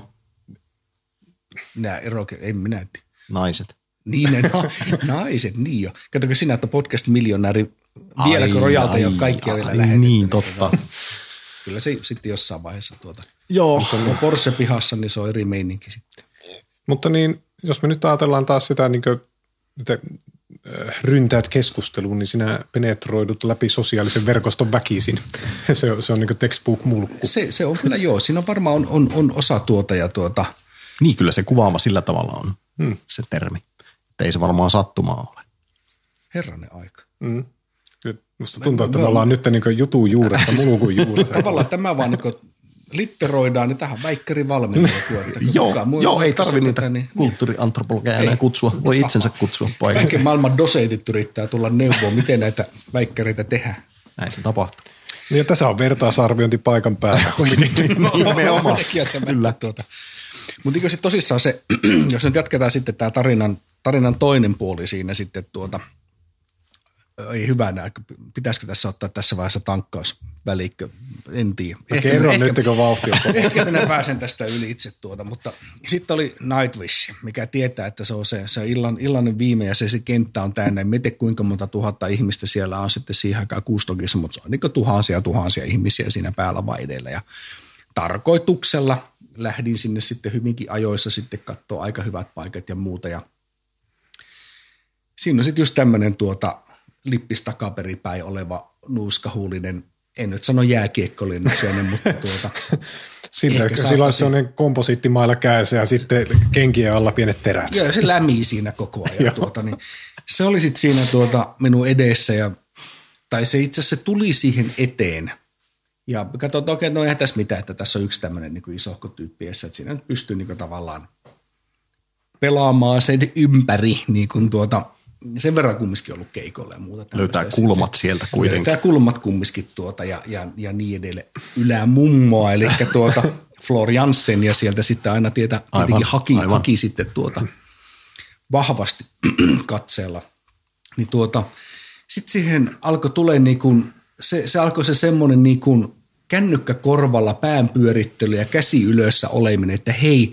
Speaker 2: Nämä erogeenit, en minä tiedä.
Speaker 4: Naiset.
Speaker 2: Niin ne na, naiset, niin jo. Katsoko sinä, että podcast-miljonääri vieläkö rojalta jo kaikkia vielä lähetetty.
Speaker 4: Niin, totta.
Speaker 2: Kyllä se sitten jossain vaiheessa tuota.
Speaker 4: Joo.
Speaker 2: Kun on Porsche pihassa, niin se on eri meininki sitten.
Speaker 3: Mutta niin, jos me nyt ajatellaan taas sitä, niin kuin, että ryntäät keskusteluun, niin sinä penetroidut läpi sosiaalisen verkoston väkisin. Se on, se on niin kuin textbook-mulkku.
Speaker 2: Se, se on kyllä joo. Siinä on varmaan on, on, on osa tuota ja tuota.
Speaker 4: Niin, kyllä se kuvaama sillä tavalla on hmm. se termi. Ei se varmaan sattumaa ole.
Speaker 2: Herranen aika.
Speaker 3: Mm. Kyllä musta tuntuu, että me, me ollaan nyt niin jutun juuresta, mulkun juuresta.
Speaker 2: Tavallaan tämä vaan niin litteroidaan, niin tähän väikkäri valmiina.
Speaker 4: Joo, joo ei tarvitse niitä niin, kulttuuriantropologeja enää kutsua. Voi itsensä kutsua paikalle.
Speaker 2: Kaiken maailman doseitit yrittää tulla neuvoon, miten näitä väikkäreitä tehdään.
Speaker 4: Näin se tapahtuu.
Speaker 3: Niin ja tässä on vertaisarviointi paikan päällä.
Speaker 4: Nimenomaan. Kyllä.
Speaker 2: Tuota. Mutta sitten tosissaan se, jos nyt jatketaan sitten tämä tarinan, tarinan toinen puoli siinä sitten tuota, ei hyvänä, pitäisikö tässä ottaa tässä vaiheessa tankkausvälikkö, en tiedä.
Speaker 3: Ehkä, kerro ehkä, nyt, kun vauhti on.
Speaker 2: Ehkä minä pääsen tästä yli itse tuota, mutta sitten oli Nightwish, mikä tietää, että se on se, se illan, illainen viime ja se, se kenttä on täynnä. En tiedä kuinka monta tuhatta ihmistä siellä on sitten siihen aikaan Kuustokissa, mutta se on niin kuin tuhansia tuhansia ihmisiä siinä päällä vaideilla ja tarkoituksella lähdin sinne sitten hyvinkin ajoissa sitten katsoa aika hyvät paikat ja muuta ja siinä on sitten just tämmöinen tuota lippis takaperipäin oleva nuuskahuulinen, en nyt sano jääkiekkollinen näköinen, mutta tuota.
Speaker 3: Siltä, sillä olisi sellainen komposiittimailla kädessä ja sitten kenkien alla pienet terät.
Speaker 2: Joo, se lämii siinä koko ajan. tuota, niin se oli sitten siinä tuota minun edessä ja, tai se itse asiassa tuli siihen eteen. Ja katsoin, että okei, no eihän tässä mitään, että tässä on yksi tämmöinen niin kuin isohko tyyppi, että siinä nyt pystyy niin kuin tavallaan pelaamaan sen ympäri, niin kuin tuota, sen verran kumminkin ollut keikolla ja muuta.
Speaker 4: Löytää kulmat se, sieltä kuitenkin.
Speaker 2: Löytää kulmat kumminkin tuota ja, ja, ja niin edelleen. Ylämummoa, eli tuota Flor Jansen ja sieltä sitten aina tietä, tietenkin haki, haki sitten tuota vahvasti katseella. Niin tuota, sitten siihen alkoi tulee niin kuin, se, se alkoi se semmoinen niin kuin kännykkä korvalla päänpyörittely ja käsi ylössä oleminen, että hei,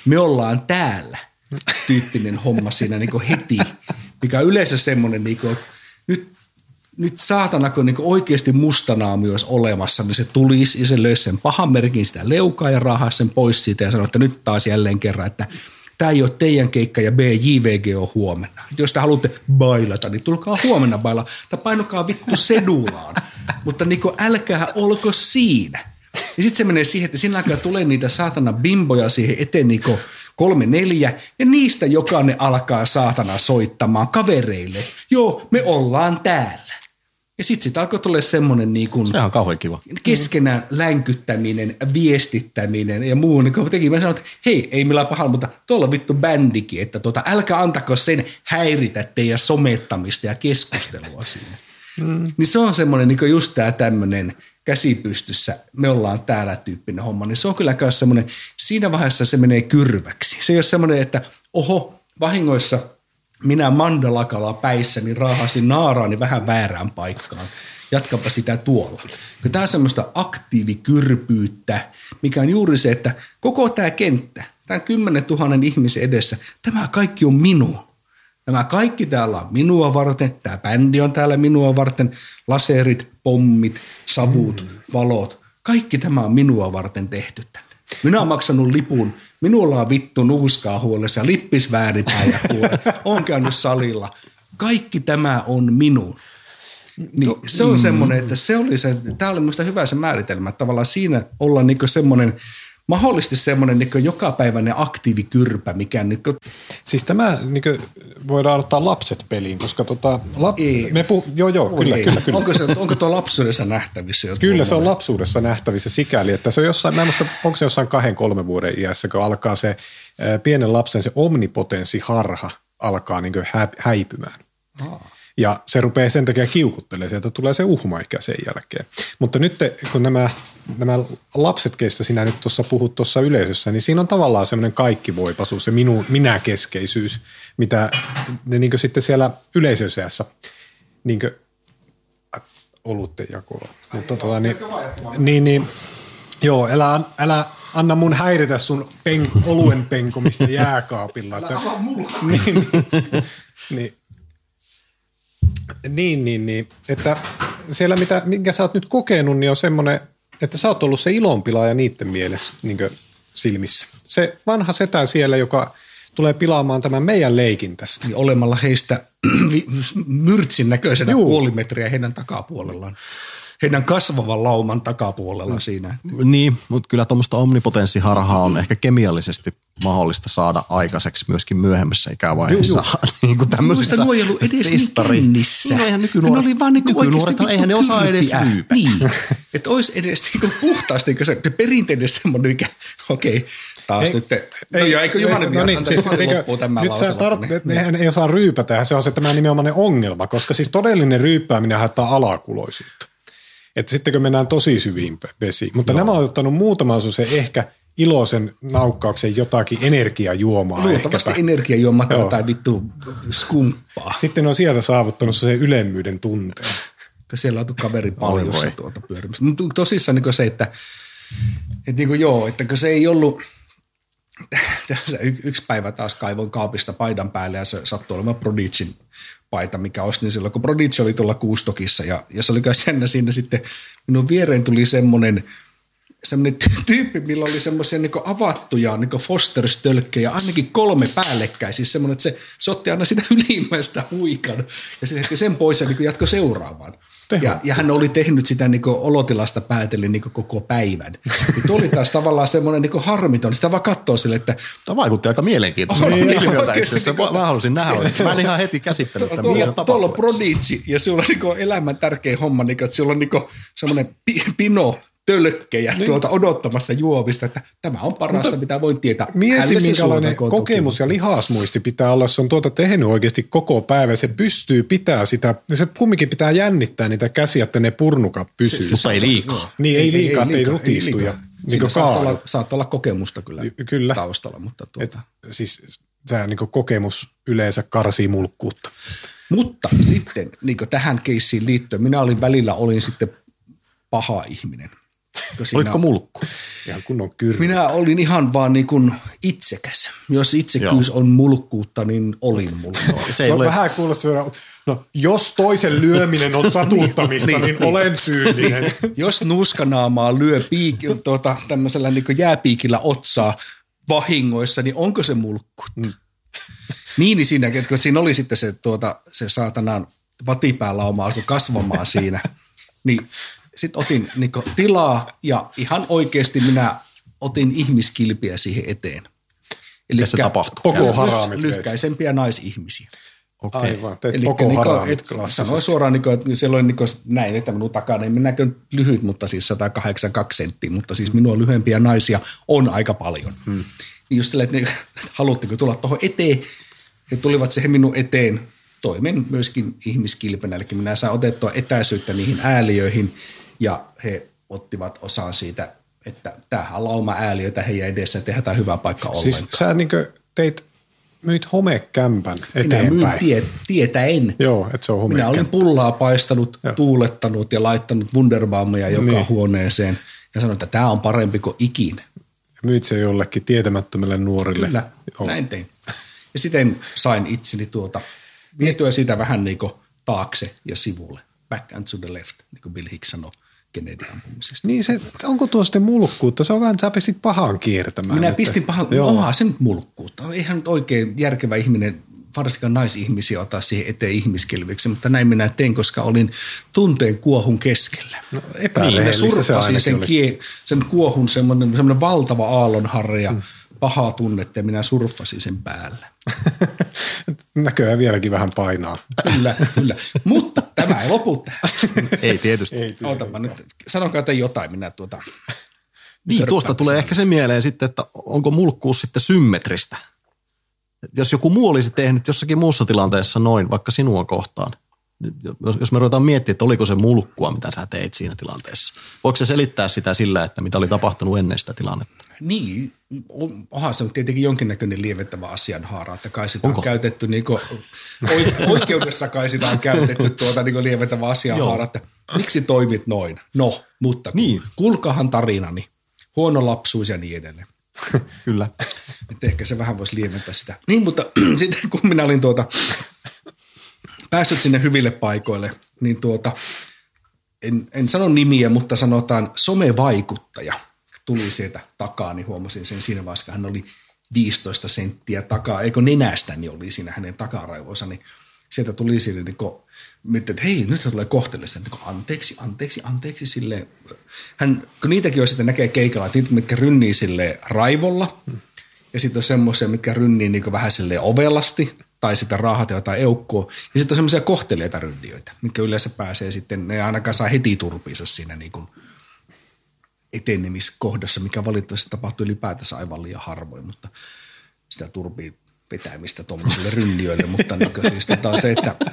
Speaker 2: me ollaan täällä tyyppinen homma siinä niin kuin heti, mikä on yleensä semmoinen, niin kuin, nyt, nyt saatana, kun niin kuin oikeasti mustanaami olisi olemassa, niin se tulisi ja se löysi sen pahan merkin sitä leukaa ja rahaa sen pois siitä ja sanoi, että nyt taas jälleen kerran, että tämä ei ole teidän keikka ja B J V G on huomenna. Jos te haluatte bailata, niin tulkaa huomenna bailaa tai painokaa vittu sedulaan, mutta niin kuin, älkää olko siinä. Ja sitten se menee siihen, että siinä alkaa tulee niitä saatana bimboja siihen eteen niin kuin kolme neljä, ja niistä jokainen alkaa saatana soittamaan kavereille. Joo, me ollaan täällä. Ja sitten sit alkoi tulla semmoinen niin kuin
Speaker 4: sehän on kauhean kiva.
Speaker 2: Keskenään länkyttäminen, viestittäminen ja muu. Niin teki, mä sanoin, että hei, ei millään pahalla, mutta tuolla on vittu bändikin, että tuota, älkää antako sen häiritä teidän somettamista ja keskustelua siinä. Mm. Niin se on semmoinen niin just tämä tämmöinen käsipystyssä, me ollaan täällä tyyppinen homma, niin se on kyllä myös semmoinen, siinä vaiheessa se menee kyrväksi. Se ei ole semmoinen, että oho, vahingoissa minä mandalakala päissäni raahasin naaraani vähän väärään paikkaan. Jatkapa sitä tuolla. Tämä on semmoista aktiivikyrpyyttä, mikä on juuri se, että koko tämä kenttä, tämä kymmenen tuhannen ihmisen edessä, tämä kaikki on minua. Nämä kaikki täällä on minua varten, tämä bändi on täällä minua varten, laserit, pommit, savut, valot, kaikki tämä on minua varten tehty tänne. Minä olen maksanut lipun, minulla on vittu nuuskaa huolessa ja lippis väärinpäin ja kuule, olen käynyt salilla. Kaikki tämä on minun. Niin se on semmoinen, että se oli se, tämä oli minusta hyvä se määritelmä, että tavallaan siinä ollaan niin semmoinen, mahdollisesti semmoinen niin jokapäiväinen aktiivikyrpä, mikä niin kuin
Speaker 3: siis tämä niin voidaan ottaa lapset peliin, koska tota, lap, me puh, joo joo, kyllä, kyllä, kyllä.
Speaker 2: Onko, se, onko tuo lapsuudessa nähtävissä?
Speaker 3: Kyllä se on lapsuudessa nähtävissä sikäli, että se on jossain, mä en muista, onko se jossain kahden, kolmen vuoden iässä, kun alkaa se ää, pienen lapsen se omnipotenssiharha alkaa niin hä, häipymään. Aa. Ja se rupeaa sen takia kiukuttelemaan, sieltä tulee se uhmaikä sen jälkeen. Mutta nyt kun nämä, nämä lapset, keistä sinä nyt tuossa puhut tuossa yleisössä, niin siinä on tavallaan semmoinen kaikkivoipaisuus, se minu, minäkeskeisyys, mitä ne niin sitten siellä yleisössä niin olutte jakoa. Mutta tota, niin, niin, niin, joo, älä, älä anna mun häiritä sun pen, oluen penkomista jääkaapilla. Että, niin, niin, niin. Niin, niin, niin. Että siellä, mitä, minkä sä oot nyt kokenut, niin on semmoinen, että sä oot ollut se ilonpilaaja niiden mielessä niin silmissä. Se vanha setä siellä, joka tulee pilaamaan tämän meidän leikin tästä.
Speaker 2: Niin olemalla heistä myrtsin näköisenä Juu. puoli metriä heidän takapuolellaan. Heidän kasvavan lauman takapuolella siinä.
Speaker 4: Niin, mutta kyllä tuommoista omnipotenssiharhaa on ehkä kemiallisesti mahdollista saada aikaiseksi myöskin myöhemmässä ikävaiheessa. Niin kuin tämmöisissä
Speaker 2: nuo ei ollut edes niin kennissä.
Speaker 4: No eihän nykynuoret,
Speaker 2: ne oli vaan niin
Speaker 4: nykynuoret eihän ne osaa edes ryypätä.
Speaker 2: Niin, että olisi edes niin puhtaasti se perinteinen semmoinen, mikä okei, okay, taas ei, nyt. Te, ei, no joo, eikö Juhani no, no niin, siis, loppuu tämän
Speaker 3: nyt sä tart, että nehän ei osaa ryypätä, se on se tämä nimenomainen ongelma, koska siis todellinen ryyppääminen haittaa alakuloisuutta. Että sitten kun mennään tosi syviin vesiin. Mutta no. nämä on ottanut muutaman se ehkä iloisen naukkauksen jotakin energiajuomaa.
Speaker 2: Luultavasti energiajuomaa tai vittu skumppaa.
Speaker 3: Sitten on sieltä saavuttanut se ylemmyyden tunteen.
Speaker 2: Siellä on kaveri paljossa tuota pyörimässä. Mutta tosissaan niin se, että, että niin kuin joo, että kun se ei ollut, yksi päivä taas kaivoin kaapista paidan päälle ja se sattui olemaan Prodigyn paita, mikä ostin silloin, kun Prodigy oli tuolla Kuustokissa ja, ja se oli myös jännä siinä sitten, minun viereen tuli semmoinen, semmoinen tyyppi, millä oli semmoisia niin avattuja niin Foster-stölkkejä, ainakin kolme päällekkäin, siis semmoinen, että se, se otti aina sitä ylimmäistä huikan ja sitten sen pois ja niin jatkoi seuraavaan. Ja, ja hän oli tehnyt sitä niin olotilasta päätellen niin koko päivän. Ja tuo oli taas tavallaan semmoinen niin harmiton. Sitä vaan katsoo sille, että
Speaker 4: tämä vaikutti aika mielenkiintoiselta ilmiöltä itse asiassa. Mä halusin nähdä, että mä en ihan heti käsittänyt, että mitä tapahtuu.
Speaker 2: Tuolla on Prodigy ja sulla on niin elämän tärkeä homma, niin että sulla on niin semmoinen pino tölkkejä niin. tuota odottamassa juomista, että tämä on parasta, mitä voin tietää.
Speaker 3: Mieti, minkälainen kokemus ja lihasmuisti pitää olla, se on tuota tehnyt oikeasti koko päivä, se pystyy pitää sitä, se kumminkin pitää jännittää niitä käsiä, että ne purnukat pysyy.
Speaker 4: Se, mutta ei liikaa.
Speaker 3: Niin, ei, ei liikaa, ei, ei, ei rutistu. Ei
Speaker 2: niin saattaa olla, saat olla kokemusta kyllä,
Speaker 3: kyllä.
Speaker 2: taustalla. Mutta tuota.
Speaker 3: Et, siis tämä niin kokemus yleensä karsii mulkkuutta.
Speaker 2: Mutta sitten niin tähän keissiin liittyen, minä olin välillä olin sitten paha ihminen.
Speaker 4: Olitko mulkku?
Speaker 3: Ihan kunnon kyrry.
Speaker 2: Minä olin ihan vaan niin kuin itsekäs. Jos itsekkyys Joo. on mulkkuutta, niin olin mulkku.
Speaker 3: Se ei ole vähän kuulostaa, no jos toisen lyöminen on satuuttamista, niin, niin, niin olen syyllinen.
Speaker 2: Jos nuskanaamaa lyö piiki, tuota, tämmöisellä niin kuin jääpiikillä otsaa vahingoissa, niin onko se mulkku? Mm. Niin, niin siinä, että siinä oli sitten se, tuota, se saatanan vatipäälauma alkoi kasvamaan siinä, niin sitten otin niin kuin tilaa ja ihan oikeasti minä otin ihmiskilpiä siihen eteen. Eli
Speaker 4: se tapahtui?
Speaker 3: Koko haraamit
Speaker 2: lyhkäisempiä naisihmisiä.
Speaker 3: Okay. Aivan, teet
Speaker 2: eli
Speaker 3: koko haraamit
Speaker 2: sanoin suoraan, että siellä oli näin, että minun takana, en minäkö lyhyt, mutta siis sata kahdeksankymmentäkaksi senttiä, mutta siis minua lyhyempiä naisia on aika paljon. Hmm. Niin just sillä, että ne, haluatteko tulla tuohon eteen, he tulivat siihen minun eteen, toimen myöskin ihmiskilpenä, eli minä sain otettua etäisyyttä niihin ääliöihin, ja he ottivat osaan siitä, että tämähän on lauma ääliöitä heidän edessä, että eihän tämä hyvä paikka ollenkaan.
Speaker 3: Siis sä niin teit, myit homekämpän eteenpäin.
Speaker 2: Minä myin tie, tietäen.
Speaker 3: Joo, että se on homekämpä.
Speaker 2: Minä olin pullaa paistanut, Joo. tuulettanut ja laittanut wunderbaumeja joka niin. huoneeseen, ja sanoin, että tämä on parempi kuin ikinä.
Speaker 3: Myit se jollekin tietämättömälle nuorille.
Speaker 2: Kyllä, Joo. näin tein. Ja sitten sain itseni tuota, vietyä siitä vähän niin kuin taakse ja sivulle. Back and to the left, niin kuin Bill Hicks sanoi Kennedy ampumisesta.
Speaker 3: Niin se, onko tuo sitten mulkkuutta? Se on vähän, sä pistit pahaan kiertämään.
Speaker 2: Minä
Speaker 3: nyt.
Speaker 2: pistin pahaan, onhan se nyt mulkkuutta. Eihän nyt oikein järkevä ihminen, varsinkaan naisihmisiä, ottaa siihen eteen ihmiskilviksi, mutta näin minä tein, koska olin tunteen kuohun keskellä. No,
Speaker 3: epärehellistä
Speaker 2: niin, surffasin sen, kie, sen kuohun, semmoinen, semmoinen valtava aallonharja, hmm. pahaa tunnetta, ja minä surffasin sen päällä.
Speaker 3: Näköjään vieläkin vähän painaa.
Speaker 2: Kyllä, kyllä. Mutta tämä ei lopu tähän.
Speaker 4: Ei tietysti.
Speaker 2: Ei, Ootapa nyt, sanokaa te jotain, minä tuota...
Speaker 4: Niin, tuosta tulee ehkä se mieleen sitten, että onko mulkkuus sitten symmetristä. Jos joku muu olisi tehnyt jossakin muussa tilanteessa noin, vaikka sinua kohtaan, jos me ruvetaan miettimään, että oliko se mulkkua, mitä sä teit siinä tilanteessa. Voiko se selittää sitä sillä, että mitä oli tapahtunut ennen sitä tilannetta?
Speaker 2: Niin, onhan se on tietenkin jonkinnäköinen lieventävä asianhaara, että kai sitä Onko? on käytetty, niin kuin, oikeudessa kai sitä on käytetty tuota niin lieventävä asianhaara, että miksi toimit noin? No, mutta niin. Kuulkahan tarinani, huono lapsuus ja niin edelleen.
Speaker 4: Kyllä.
Speaker 2: Että ehkä se vähän voisi lieventää sitä. Niin, mutta sitten kun minä olin tuota, päässyt sinne hyville paikoille, niin tuota, en, en sano nimiä, mutta sanotaan somevaikuttaja tuli sieltä takaa, niin huomasin sen siinä vaiheessa, hän oli viisitoista senttiä takaa, eikö nenästäni oli siinä hänen takaraivoissa, niin sieltä tuli sille niin kuin, että hei, nyt hän tulee kohtelemaan sitä, niin anteeksi, anteeksi, anteeksi, silleen. Hän, kun niitäkin on sitten näkee keikalla, että niitä, mitkä rynnii silleen raivolla, hmm. ja sitten on semmoisia, mitkä rynnii niin vähän silleen ovelasti, tai sitten raahata jotain eukkoa, ja sitten on semmoisia kohteleita rynnijöitä, mitkä yleensä pääsee sitten, ne ainakaan saa heti turpiinsa siinä niin kuin etenemiskohdassa, mikä valitettavasti tapahtui ylipäätänsä aivan liian harvoin, mutta sitä turpii vetämistä tuommoiselle rynnijöille, mutta niin siis tota se, että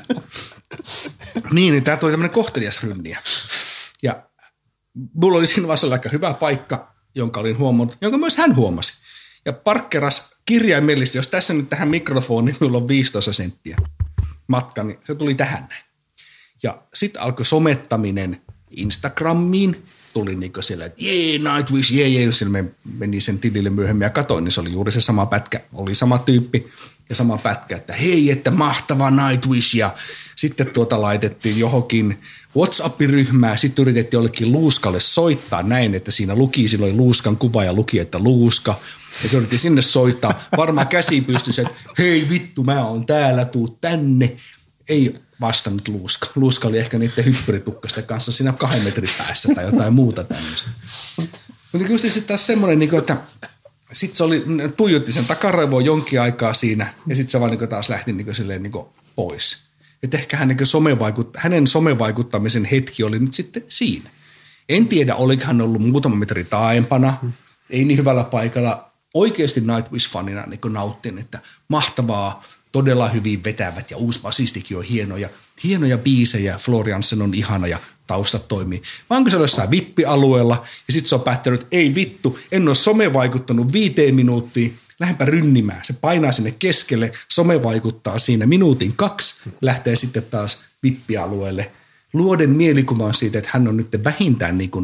Speaker 2: niin, niin tämä tuli tämmöinen kohtelias rynniä. Ja mulla oli siinä vaiheessa aika hyvä paikka, jonka olin huomannut, jonka myös hän huomasi. Ja parkkeras kirjaimellisesti, jos tässä nyt tähän mikrofoniin, minulla on viisitoista senttiä matka, niin se tuli tähän näin. Ja sitten alkoi somettaminen Instagramiin, tuli niin kuin siellä, että jee, Nightwish, jee, jee, jos meni sen tilille myöhemmin ja katoin, niin se oli juuri se sama pätkä, oli sama tyyppi ja sama pätkä, että hei, että mahtava Nightwish, ja sitten tuota laitettiin johonkin WhatsApp-ryhmään, sitten yritettiin jollekin Luuskalle soittaa näin, että siinä luki, silloin Luuskan kuva ja luki, että Luuska, ja se yritettiin sinne soittaa, varmaan käsi pystyisi, että hei vittu, mä oon täällä, tuu tänne, ei vastannut Luuska. Luuska oli ehkä niiden hyppyritukkasten kanssa siinä kahden metrin päässä tai jotain muuta tämmöistä. Mutta just sitten taas semmoinen, että sitten se oli, tuijotti sen takaraivoon jonkin aikaa siinä ja sitten se vaan niin taas lähti niin silleen niin pois. Että ehkä hän, niin somevaikut, hänen somevaikuttamisen hetki oli nyt sitten siinä. En tiedä, oliko hän ollut muutama metri taaempana, ei niin hyvällä paikalla. Oikeasti Nightwish-fanina niin nauttin, että mahtavaa, todella hyvin vetävät ja uusi basistikin on hienoja. Hienoja biisejä, Floriansen on ihana ja taustat toimii. Vaan kun se on jossain vippialueella ja sitten se on päättänyt, että ei vittu, en ole some vaikuttanut viiteen minuuttiin, lähdepä rynnimään. Se painaa sinne keskelle, some vaikuttaa siinä minuutin kaksi, lähtee sitten taas vippialueelle. Luoden mielikuvan siitä, että hän on nyt vähintään niin kuin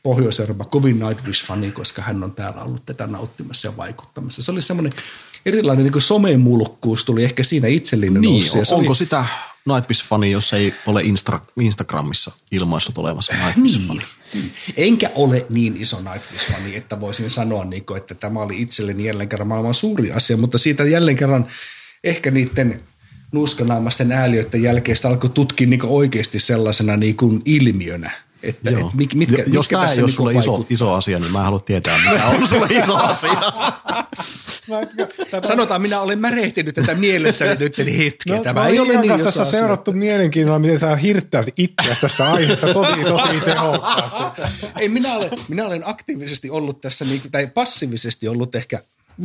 Speaker 2: Pohjois-Euroopan kovin Nightwish-fani, koska hän on täällä ollut tätä nauttimassa ja vaikuttamassa. Se oli semmoinen erilainen niin somemulkkuus tuli ehkä siinä itsellinen
Speaker 4: niin,
Speaker 2: nousi.
Speaker 4: on, onko
Speaker 2: oli...
Speaker 4: sitä Nightwish-fani, jos ei ole Insta- Instagramissa ilmaissut olevansa Nightwish-fani?
Speaker 2: Niin. Enkä ole niin iso Nightwish-fani, että voisin sanoa, että tämä oli itselleni jälleen kerran maailman suuri asia, mutta siitä jälleen kerran ehkä niiden nuuskanaamaisten ääliöiden jälkeen sitä alkoi tutkia niin oikeasti sellaisena niin kuin ilmiönä. Että, et mitkä, mitkä,
Speaker 4: jos
Speaker 2: mitkä
Speaker 4: tämä ei ole sulle iso, iso asia, niin mä haluan tietää, mikä on sulle iso asia.
Speaker 2: Sanotaan, minä olen märehtinyt tätä mielessäni nyt hetken.
Speaker 3: No,
Speaker 2: tämä ei ole niin iso
Speaker 3: tässä
Speaker 2: asia.
Speaker 3: Seurattu mielenkiinnolla, miten sä hirttäät itseäsi tässä aiheessa tosi, tosi tehokkaasti.
Speaker 2: Ei, minä olen, minä olen aktiivisesti ollut tässä, tai passiivisesti ollut ehkä,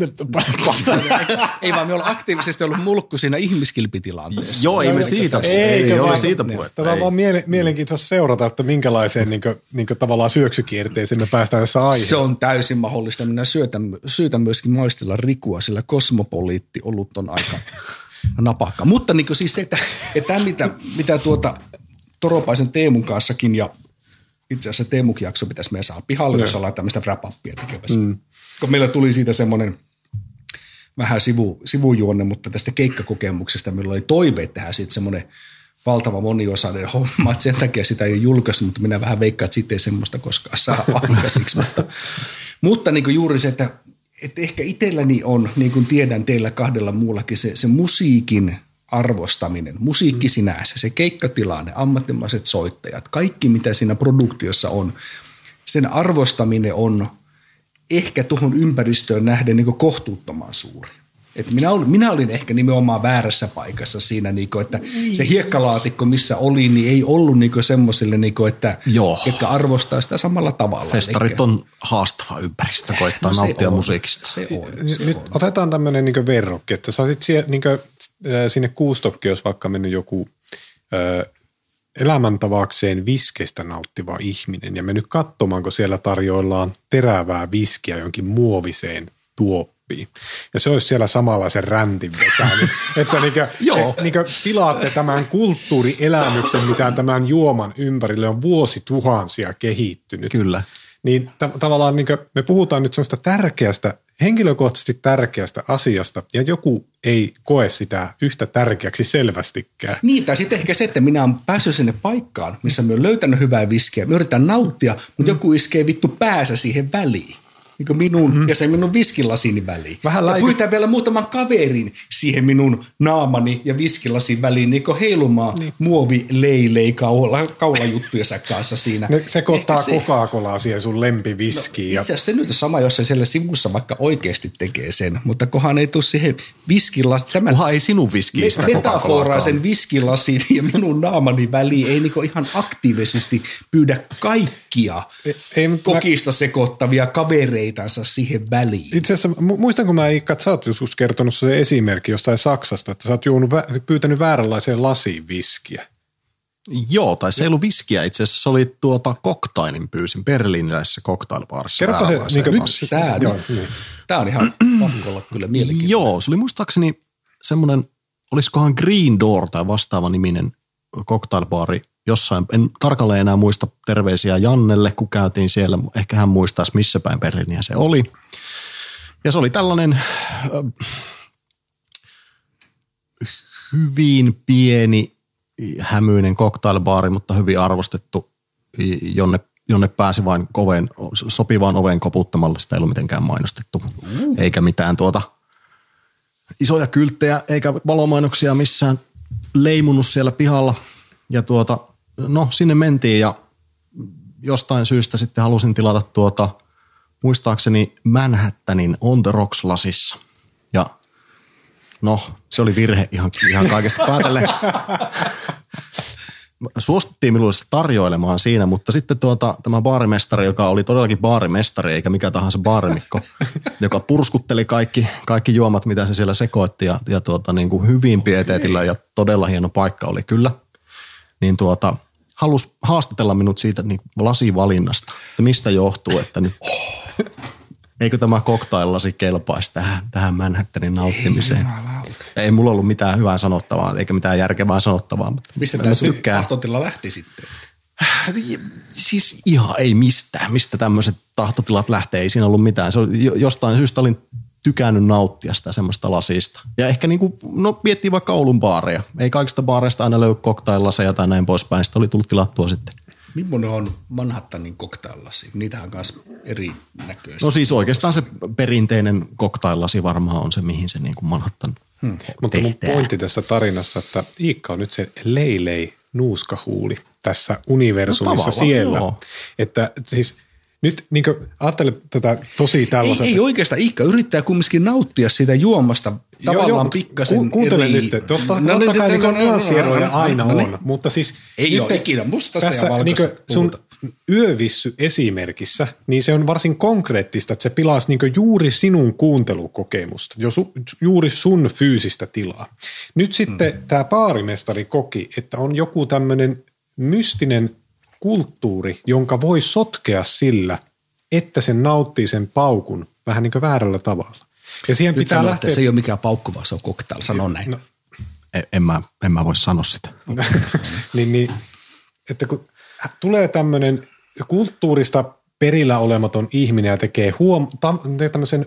Speaker 2: ei vaan me ollaan aktiivisesti ollut mulkku siinä ihmiskilpitilanteessa.
Speaker 4: Joo, ei me siitä, ei, ei ole siitä puhetta.
Speaker 3: Tätä on vaan miele- mielenkiintoista seurata, että minkälaiseen niin kuin, niin kuin tavallaan syöksykierteeseen me päästään tässä aiheessa.
Speaker 2: Se on täysin mahdollista. Minä syötän, syytän myöskin maistella rikua, sillä kosmopoliitti olut on aika napakka. Mutta niin kuin siis se, että, että mitä, mitä tuota Toropaisen Teemun kanssakin ja itse asiassa Teemukin jakso pitäisi meidän saada pihalle, jos ollaan tämmöistä wrap-upia tekemässä. Mm. Kun meillä tuli siitä semmoinen vähän sivu, sivujuonne, mutta tästä keikkakokemuksesta meillä oli toive tehdä siitä semmoinen valtava moniosainen homma, että sen takia sitä ei ole julkaistu, mutta minä vähän veikkaan, että siitä ei semmoista koskaan saa aikaisiksi. mutta mutta niin kuin juuri se, että, että ehkä itselläni on, niin kuin tiedän teillä kahdella muullakin, se, se musiikin arvostaminen, musiikki sinänsä, se keikkatilanne, ammattimaiset soittajat, kaikki mitä siinä produktiossa on, sen arvostaminen on ehkä tuohon ympäristöön nähden niin kuin kohtuuttoman suuri. Et minä, olin, minä olin ehkä nimenomaan väärässä paikassa siinä, niin kuin, että se hiekkalaatikko, missä oli, niin ei ollut niin semmoisille, niin että ketkä arvostaa sitä samalla tavalla.
Speaker 4: Festarit on haastava ympäristö, koittaa no nauttia
Speaker 2: on,
Speaker 4: musiikista.
Speaker 2: Se on, se
Speaker 3: Nyt
Speaker 2: on.
Speaker 3: otetaan tämmöinen niin verrokki, että sä olisit siellä, niin kuin, sinne Kuustokki, jos vaikka mennyt joku ö, elämäntavakseen viskeistä nauttiva ihminen ja mennyt katsomaan, kun siellä tarjoillaan terävää viskiä jonkin muoviseen tuoppiin. Ja se olisi siellä samalla sen räntin vetänyt, että niinkö, et, niinkö pilaatte tämän kulttuurielämyksen, mitä tämän juoman ympärille on vuosituhansia kehittynyt.
Speaker 4: Kyllä.
Speaker 3: Niin ta- tavallaan niinkö, me puhutaan nyt semmoista tärkeästä, henkilökohtaisesti tärkeästä asiasta, ja joku ei koe sitä yhtä tärkeäksi selvästikään.
Speaker 2: Niin, tai sitten ehkä se, että minä olen päässyt sinne paikkaan, missä minä olen löytänyt hyvää viskiä, minä yritän nauttia, mutta mm. joku iskee vittu päänsä siihen väliin. Niin minun mm. ja se minun viskilasini väliin. Vähän ja pyytää vielä muutaman kaverin siihen minun naamani ja viskilasin väliin, niin heilumaan niin. muovi leilei kaula, kaulajuttujensa kanssa siinä.
Speaker 3: Ne sekoittaa se, Coca-Colaa siihen sun lempiviskiin.
Speaker 2: No, itse asiassa se nyt on sama, jos se siellä sivussa vaikka oikeasti tekee sen, mutta kohan ei tule siihen viskilasin. Tämän
Speaker 4: kohan ei sinun viskiin sitä
Speaker 2: metaforaisen viskilasin ja minun naamani väliin ei niin ihan aktiivisesti pyydä kaikkia ei, ei, kokista mä... sekoittavia kavereita siihen väliin.
Speaker 3: Itse asiassa muistanko mä, Iikka, että sä oot joskus kertonut se esimerkki jostain Saksasta, että sä oot juonut, pyytänyt vääränlaiseen lasiin viskiä.
Speaker 4: Joo, tai se ei ollut viskiä itse asiassa, se oli tuota koktailin pyysin Berliiniläisessä cocktailbaarissa.
Speaker 3: Kerropa se, niin
Speaker 2: nyt tämä, joo, niin. Tämä on ihan pakko olla kyllä mielenkiintoinen.
Speaker 4: Joo, se oli muistaakseni semmoinen, olisikohan Green Door tai vastaava niminen cocktailbaari jossain, en tarkalleen enää muista, terveisiä Jannelle, kun käytiin siellä, ehkä hän muistaisi missä päin Berliiniä se oli. Ja se oli tällainen äh, hyvin pieni, hämyinen cocktailbaari, mutta hyvin arvostettu, jonne, jonne pääsi vain koven, sopivaan oven koputtamalla, sitä ei ollut mitenkään mainostettu, mm. eikä mitään tuota isoja kylttejä, eikä valomainoksia missään leimunut siellä pihalla. Ja tuota, no sinne mentiin ja jostain syystä sitten halusin tilata tuota, muistaakseni Manhattanin On the Rocks -lasissa. Ja no, se oli virhe ihan, ihan kaikesta päätellen. Suostuttiin minulle tarjoilemaan siinä, mutta sitten tuota, tämä baarimestari, joka oli todellakin baarimestari eikä mikä tahansa baarimikko, joka purskutteli kaikki, kaikki juomat, mitä se siellä sekoitti ja, ja tuota, niin kuin hyvin pieteetillä ja todella hieno paikka oli kyllä. Niin tuota, halusi haastatella minut siitä niin lasivalinnasta, että mistä johtuu, että nyt eikö tämä cocktail-lasi kelpaisi tähän, tähän Manhattanin nauttimiseen. Ei, ei mulla ollut mitään hyvää sanottavaa, eikä mitään järkevää sanottavaa. Mutta
Speaker 2: mistä tämä sun tahtotila lähti sitten?
Speaker 4: Siis ihan ei mistään. Mistä tämmöiset tahtotilat lähtee? Ei siinä ollut mitään. Se oli, jostain syystä olin tykännyt nauttia sitä semmoista lasista. Ja ehkä niin kuin, no miettii vaikka Oulun baareja. Ei kaikista baareista aina löydy cocktail-laseja tai näin poispäin. Sitä oli tullut tilattua sitten.
Speaker 2: Millainen on Manhattanin cocktail-lasi? Niitähän on myös eri näköisiä.
Speaker 4: No siis oikeastaan se perinteinen cocktail-lasi varmaan on se, mihin se niin kuin Manhattan hmm.
Speaker 3: Mutta mun pointti tässä tarinassa, että Iikka on nyt se leilei nuuskahuuli tässä universumissa no, siellä. Joo. Että siis nyt niin ajattele tätä tosi tällaiset.
Speaker 2: Ei, ei oikeastaan. Iikka yrittää kumminkin nauttia siitä juomasta tavallaan joo, joo, pikkasen
Speaker 3: ku, kuuntele eri. Nyt. Totta, totta no, kai no, niin no, nyanssieroja no, no, aina no, on, no, mutta siis
Speaker 2: ei nyt ole ikinä mustasta tässä, ja valkoista niin
Speaker 3: sun yövissy esimerkissä, niin se on varsin konkreettista, että se pilaa niin juuri sinun kuuntelukokemusta, jo su, juuri sun fyysistä tilaa. Nyt sitten hmm. tämä baarimestari koki, että on joku tämmöinen mystinen kulttuuri, jonka voi sotkea sillä, että se nauttii sen paukun vähän niin kuin väärällä tavalla. Ja siihen
Speaker 2: nyt
Speaker 3: pitää
Speaker 2: sanoo,
Speaker 3: lähteä.
Speaker 2: Se ei ole mikään paukku, vaan se on cocktail, sano näin. No.
Speaker 4: En, en, mä, en mä voi sanoa sitä.
Speaker 3: niin, niin, että kun tulee tämmöinen kulttuurista perillä olematon ihminen ja tekee huom, tam, tämmöisen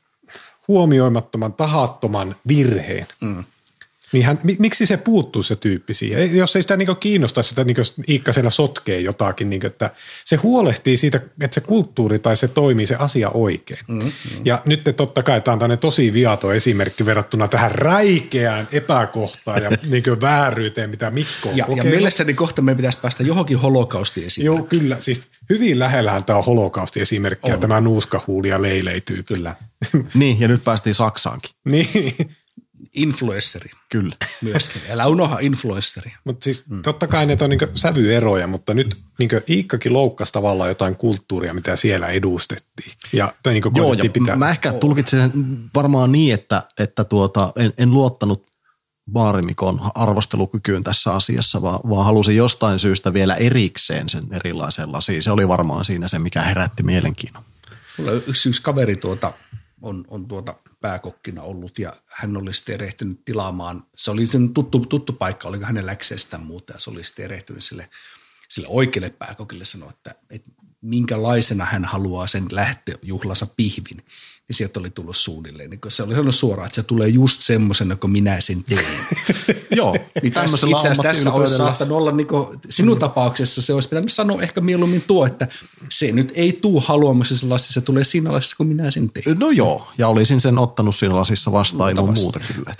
Speaker 3: huomioimattoman, tahattoman virheen, mm. niin hän, miksi se puuttuu se tyyppi siihen? Jos ei sitä niin kiinnosta sitä niin Iikka siellä sotkee jotakin, niin että se huolehtii siitä, että se kulttuuri tai se toimii se asia oikein. Mm-hmm. Ja nyt totta kai tämä on tämmöinen tosi viaton esimerkki verrattuna tähän räikeään epäkohtaan ja niin vääryyteen, mitä Mikko on
Speaker 2: ja, ja mielestäni kohta meidän pitäisi päästä johonkin holokaustiesimerkkiin.
Speaker 3: Joo, kyllä. Siis hyvin lähellähän tämä on holokaustiesimerkki ja tämä nuuskahuuli ja leilei-tyyppi.
Speaker 2: Kyllä.
Speaker 4: Niin, ja nyt päästiin Saksaankin.
Speaker 3: Niin.
Speaker 2: Influenssari.
Speaker 4: Kyllä.
Speaker 2: Myöskin. Älä unoha influenssari.
Speaker 3: Mutta siis mm. totta kai ne on niinku sävyeroja, mutta nyt niinku Iikkakin loukkasi tavallaan jotain kulttuuria, mitä siellä edustettiin. Ja, niinku
Speaker 4: joo, ja pitää. Mä ehkä tulkitsen varmaan niin, että, että tuota, en, en luottanut Baarimikon arvostelukykyyn tässä asiassa, vaan, vaan halusin jostain syystä vielä erikseen sen erilaisen lasiin. Se oli varmaan siinä se, mikä herätti mielenkiinnon.
Speaker 2: Mulla yksi, yksi kaveri tuota, on, on tuota pääkokkina ollut ja hän oli sitten erehtynyt tilaamaan, se oli sen tuttu, tuttu paikka, oliko hänen läkseestä muuta ja se oli sitten erehtynyt sille, sille oikealle pääkokille sanoa, että, että minkälaisena hän haluaa sen lähtöjuhlansa pihvin, niin sieltä oli tullut suunnilleen. Niin se oli sanonut suoraan, että se tulee just semmoisena, kun minä sen tein.
Speaker 4: Joo,
Speaker 2: niin tämmöisellä itse asiassa tässä olisi saattanut olla, niin kuin, sinun tapauksessa se olisi pitänyt sanoa ehkä mieluummin tuo, että se nyt ei tuu haluamassa se lasissa, se tulee siinä lasissa, kun minä sen tein.
Speaker 4: No joo, ja olisin sen ottanut siinä lasissa vastaan ilman muuta kyllä.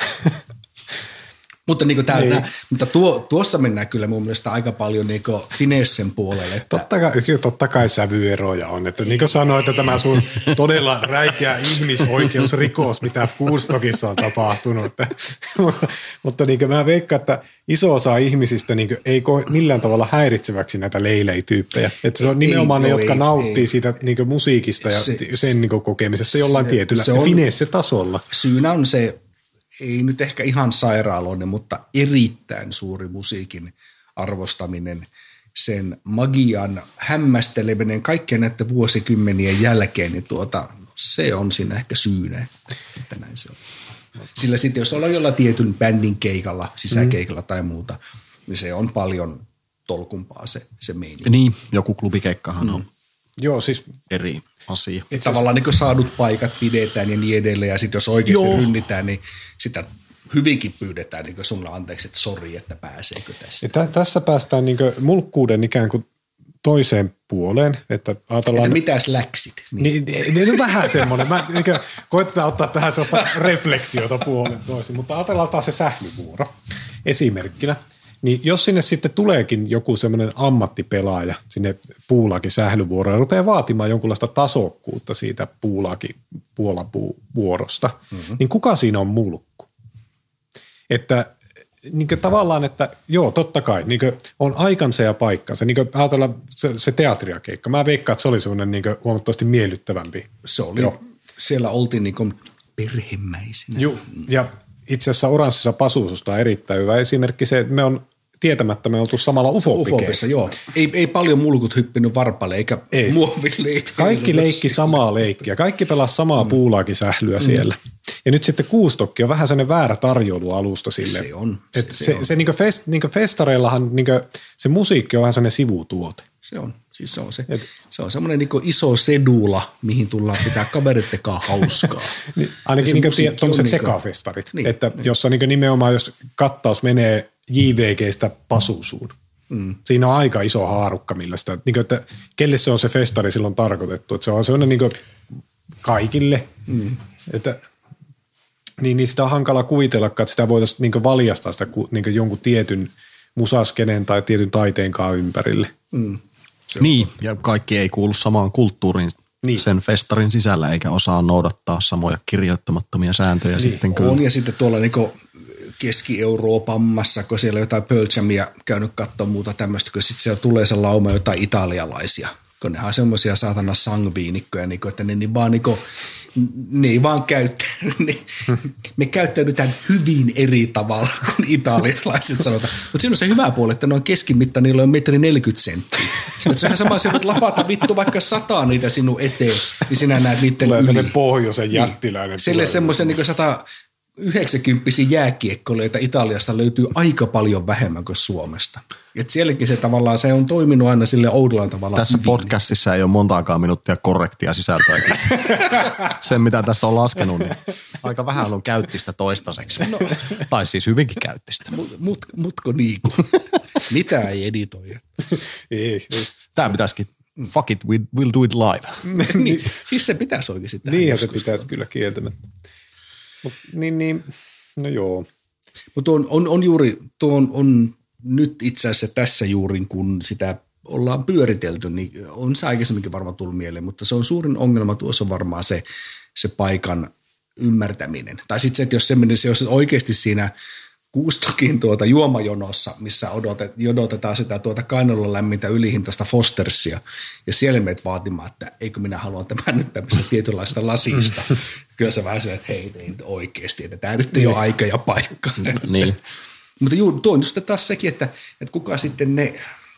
Speaker 2: Mutta, niin tää, niin. Tää, mutta tuo, tuossa mennään kyllä mun mielestä aika paljon niin finessen puolelle. Että
Speaker 3: totta, kai, totta kai sävyeroja on. Että niin kuin sanoit, että tämä sun todella räikeä ihmisoikeusrikos, mitä Woodstockissa on tapahtunut. Että, mutta niin mä veikkaan, että iso osa ihmisistä niin ei koe millään tavalla häiritseväksi näitä leilei-tyyppejä. Että se on nimenomaan ei, ne, jotka ei, nauttii ei. siitä niin musiikista ja se, sen niin kokemisesta jollain se, tietyllä se finesse-tasolla.
Speaker 2: Syynä on se, ei nyt ehkä ihan sairaaloinen, mutta erittäin suuri musiikin arvostaminen, sen magian hämmästeleminen kaikkien näiden vuosikymmenien jälkeen, niin tuota, se on siinä ehkä syynä, että näin se on. Sillä sitten jos ollaan jollain tietyn bändin keikalla, sisäkeikalla mm. tai muuta, niin se on paljon tolkumpaa se, se meininki.
Speaker 4: Niin, joku klubikeikkahan mm. on.
Speaker 3: Joo, siis
Speaker 4: eri asia.
Speaker 2: Että tavallaan niin saadut paikat pidetään ja niin edelleen, ja sitten jos oikeasti Joo. rynnitään, niin sitä hyvinkin pyydetään niin sulle anteeksi, että sori, että pääseekö tästä.
Speaker 3: Tä, tässä päästään niin mulkkuuden ikään kuin toiseen puoleen. Että, ajatellaan,
Speaker 2: että mitäs läksit?
Speaker 3: Niin, niin, niin vähän semmoinen. Mä niin kuin, koitetaan ottaa tähän sellaista reflektiota puolen toisin, mutta ajatellaan taas se sählyvuoro esimerkkinä. Niin jos sinne sitten tuleekin joku semmoinen ammattipelaaja sinne puulaakin sählyvuoroon ja rupeaa vaatimaan jonkunlaista tasokkuutta siitä puulaakin puolapuuvuorosta, mm-hmm. niin kuka siinä on mulkku? Että niin tavallaan, että joo, totta kai, niin on aikansa ja paikkansa. Niin ajatellaan se, se teatriakeikka. Mä veikkaan, että se oli semmoinen niin huomattavasti miellyttävämpi.
Speaker 2: Se oli, joo. Siellä oltiin niin kuin perhemäisinä.
Speaker 3: Joo, ja itse asiassa Oranssissa Pasuususta on erittäin hyvä esimerkki se, että me on tietämättä me oltu samalla ufopikeissa.
Speaker 2: Joo. Ei, ei paljon mulkut hyppinyt varpalle eikä
Speaker 3: ei.
Speaker 2: muovileikkiä.
Speaker 3: Kaikki leikki samaa leikkiä. Kaikki pelasi samaa mm. puulaakisählyä mm. siellä. Ja nyt sitten kuustokki on vähän sellainen väärä tarjoulualusta sille.
Speaker 2: Se on.
Speaker 3: Se, se, se, se niin fest, niin festareillahan niin se musiikki on vähän sellainen sivutuote.
Speaker 2: Se on. Siis se on se. Et, se on semmoinen niin iso sedula, mihin tullaan pitää kaverittekaan hauskaa. niin,
Speaker 3: ainakin niin tuollaiset sekafestarit, niin, että niin. jossa niin nimenomaan, jos kattaus menee J V G:stä Pasusuun, mm. siinä on aika iso haarukka, millä sitä, niin kuin, että kelle se on se festari silloin tarkoitettu, että se on sellainen niin kaikille, mm. että niin, niin sitä on hankala kuvitella, että sitä voitaisiin niin valjastaa sitä niin jonkun tietyn musaskeneen tai tietyn taiteenkaan ympärille.
Speaker 2: Mm.
Speaker 4: Niin, ja kaikki ei kuulu samaan kulttuuriin niin. sen festarin sisällä, eikä osaa noudattaa samoja kirjoittamattomia sääntöjä niin. sitten kyllä.
Speaker 2: On, ja sitten tuolla niinku Keski-Euroopassa, kun siellä on jotain Pearl Jamia käynyt katsoa muuta tämmöistä, kun sitten siellä tulee se lauma jotain italialaisia, kun ne on semmoisia saatana sangviinikkoja, niinku, että ne, ne vaan niinku, ne ei vaan käyttää, ne, me käyttäydytään hyvin eri tavalla kuin italialaiset sanotaan. Mutta siinä on se hyvä puoli, että noin keskimitta niillä on metri neljäkymmentä senttiä. Mutta sehän sama, että voit lapata vittu vaikka sataa niitä sinun eteen, niin sinä näet niiden
Speaker 3: tulee
Speaker 2: yli.
Speaker 3: Tulee pohjoisen jättiläinen.
Speaker 2: Sille semmoisen niin sata yhdeksänkymppisiä jääkiekkoilijoita Italiasta löytyy aika paljon vähemmän kuin Suomesta. Et sielläkin se tavallaan, se on toiminut aina sille oudolla tavalla.
Speaker 4: Tässä hyvin. Podcastissa ei ole montaakaan minuuttia korrektia sisältöä. Sen, mitä tässä on laskenut, niin aika vähän on käyttistä toistaiseksi. No. Tai siis hyvinkin käyttistä.
Speaker 2: Mut, mut, mutko niinku? Mitä ei editoida?
Speaker 3: ei, ei.
Speaker 4: Tämä pitäisikin, fuck it, we'll do it live.
Speaker 2: niin, siis se pitäisi oikeasti tähän.
Speaker 3: Niinhän se pitäisi kyllä kieltämättä. Mut, niin, niin, no joo.
Speaker 2: Mutta on, on, on juuri, tuo on, on nyt itse asiassa tässä juuri, kun sitä ollaan pyöritelty, niin on se aikaisemminkin varmaan tullut mieleen, mutta se on suurin ongelma tuossa on varmaan se, se paikan ymmärtäminen. Tai sitten se, että jos, se, jos oikeasti siinä Kuustokin tuota juomajonossa, missä odotet, odotetaan sitä tuota kainalolla lämmintä ylihintaista Fostersia, ja siellä meet vaatimaan, että eikö minä halua tämän nyt tämmöistä tietynlaista lasista. Kyllä se vähän se, että hei, ei nyt oikeasti, että tämä nyt ei ole aika ja paikka.
Speaker 4: Niin.
Speaker 2: Mutta juu, tuo on just taas sekin, että, että kuka sitten ne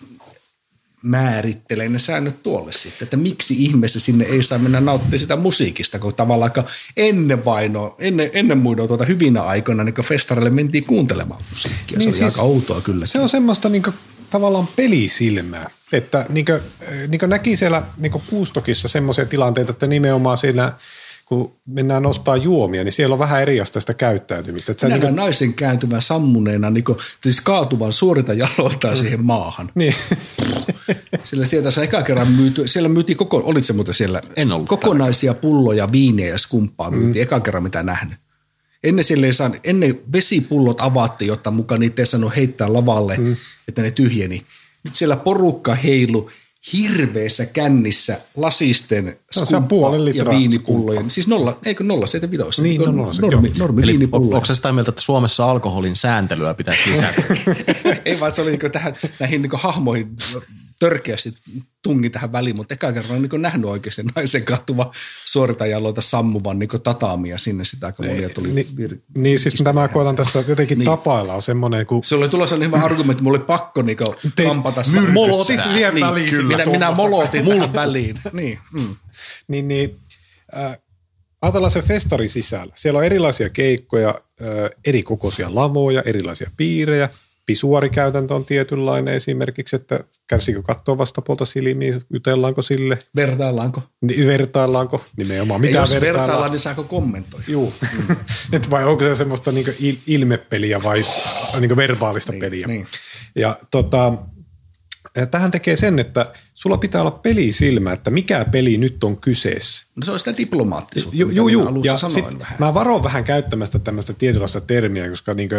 Speaker 2: määrittelee ne säännöt tuolle sitten, että miksi ihmeessä sinne ei saa mennä nauttia sitä musiikista, kun tavallaan ennen vainoa, ennen, ennen muinoa tuota hyvinä aikoina niin festareille mentiin kuuntelemaan musiikkia.
Speaker 3: Niin
Speaker 2: se
Speaker 3: siis,
Speaker 2: oli aika outoa kyllä.
Speaker 3: Se on semmoista niin kuin, tavallaan pelisilmää, että niin kuin, niin kuin näki siellä niin kuin Kuustokissa semmoisia tilanteita, että nimenomaan siinä kun mennään nostaa juomia, niin siellä on vähän eriastaista käyttäytymistä.
Speaker 2: Nähdään
Speaker 3: niin kuin
Speaker 2: naisen kääntyvän sammuneena, niin kuin, siis kaatuvan suorita jaloiltaan siihen maahan.
Speaker 3: Niin.
Speaker 2: Sillä sieltä se eka kerran myyty, siellä myytiin koko, olit se muuten siellä, kokonaisia pulloja, viiniä ja skumppaa myytiin, mm. eka kerran mitä nähnyt. Ennen, ei saa, ennen vesipullot avattiin, jotta mukaan niitä ei saanut heittää lavalle, mm. että ne tyhjeni. Nyt siellä porukka heilu hirveässä kännissä lasisten skumppa ja viinipullojen. Siis nolla, eikö nolla seitsemänkymmentäviisi?
Speaker 3: Niin, no, nolla,
Speaker 2: normi, normi
Speaker 4: Eli
Speaker 2: viinipulloja.
Speaker 4: onko se sitä mieltä, että Suomessa alkoholin sääntelyä pitäisi lisätä?
Speaker 2: Ei vaan, se oli niin tähän, näihin niin hahmoihin törkeästi tungi tähän väliin, mutta eka kerran on niin nähnyt oikeasti naisen kaatuva suoritajaloita sammuvan niin tataamia sinne, sitä aika monia tuli.
Speaker 3: Niin, vir- niin siis mitä mä koetan tässä jotenkin niin. tapailla on semmoinen, kun
Speaker 2: se oli tulossa niin hyvä argumentti, että mulla oli pakko niin kampata.
Speaker 3: Molotit siihen
Speaker 2: niin,
Speaker 3: väliin.
Speaker 2: Kyllä, minä, minä molotin tähän väliin. Niin, mm.
Speaker 3: niin, niin äh, ajatellaan se festarin sisällä. Siellä on erilaisia keikkoja, äh, eri kokoisia lavoja, erilaisia piirejä. Pisuarikäytäntö on tietynlainen esimerkiksi, että kärsikö katsoa vastapuolta silmiin, jutellaanko sille?
Speaker 2: Vertaillaanko?
Speaker 3: Ni, vertaillaanko? Nimenomaan. Mitä
Speaker 2: jos
Speaker 3: vertaillaan?
Speaker 2: vertaillaan, niin saako kommentoida?
Speaker 3: Juu. Mm. Et vai onko se semmoista niinku il, ilmepeliä vai niinku verbaalista
Speaker 2: niin,
Speaker 3: peliä?
Speaker 2: Niin.
Speaker 3: Ja tota, tähän tekee sen, että sulla pitää olla pelisilmä, että mikä peli nyt on kyseessä.
Speaker 2: No se on sitä diplomaattisuutta,
Speaker 3: Ju, ju, ju.
Speaker 2: alussa
Speaker 3: ja
Speaker 2: sanoin vähän.
Speaker 3: Mä varon vähän käyttämästä tämmöistä tietynlaista termiä, koska niinku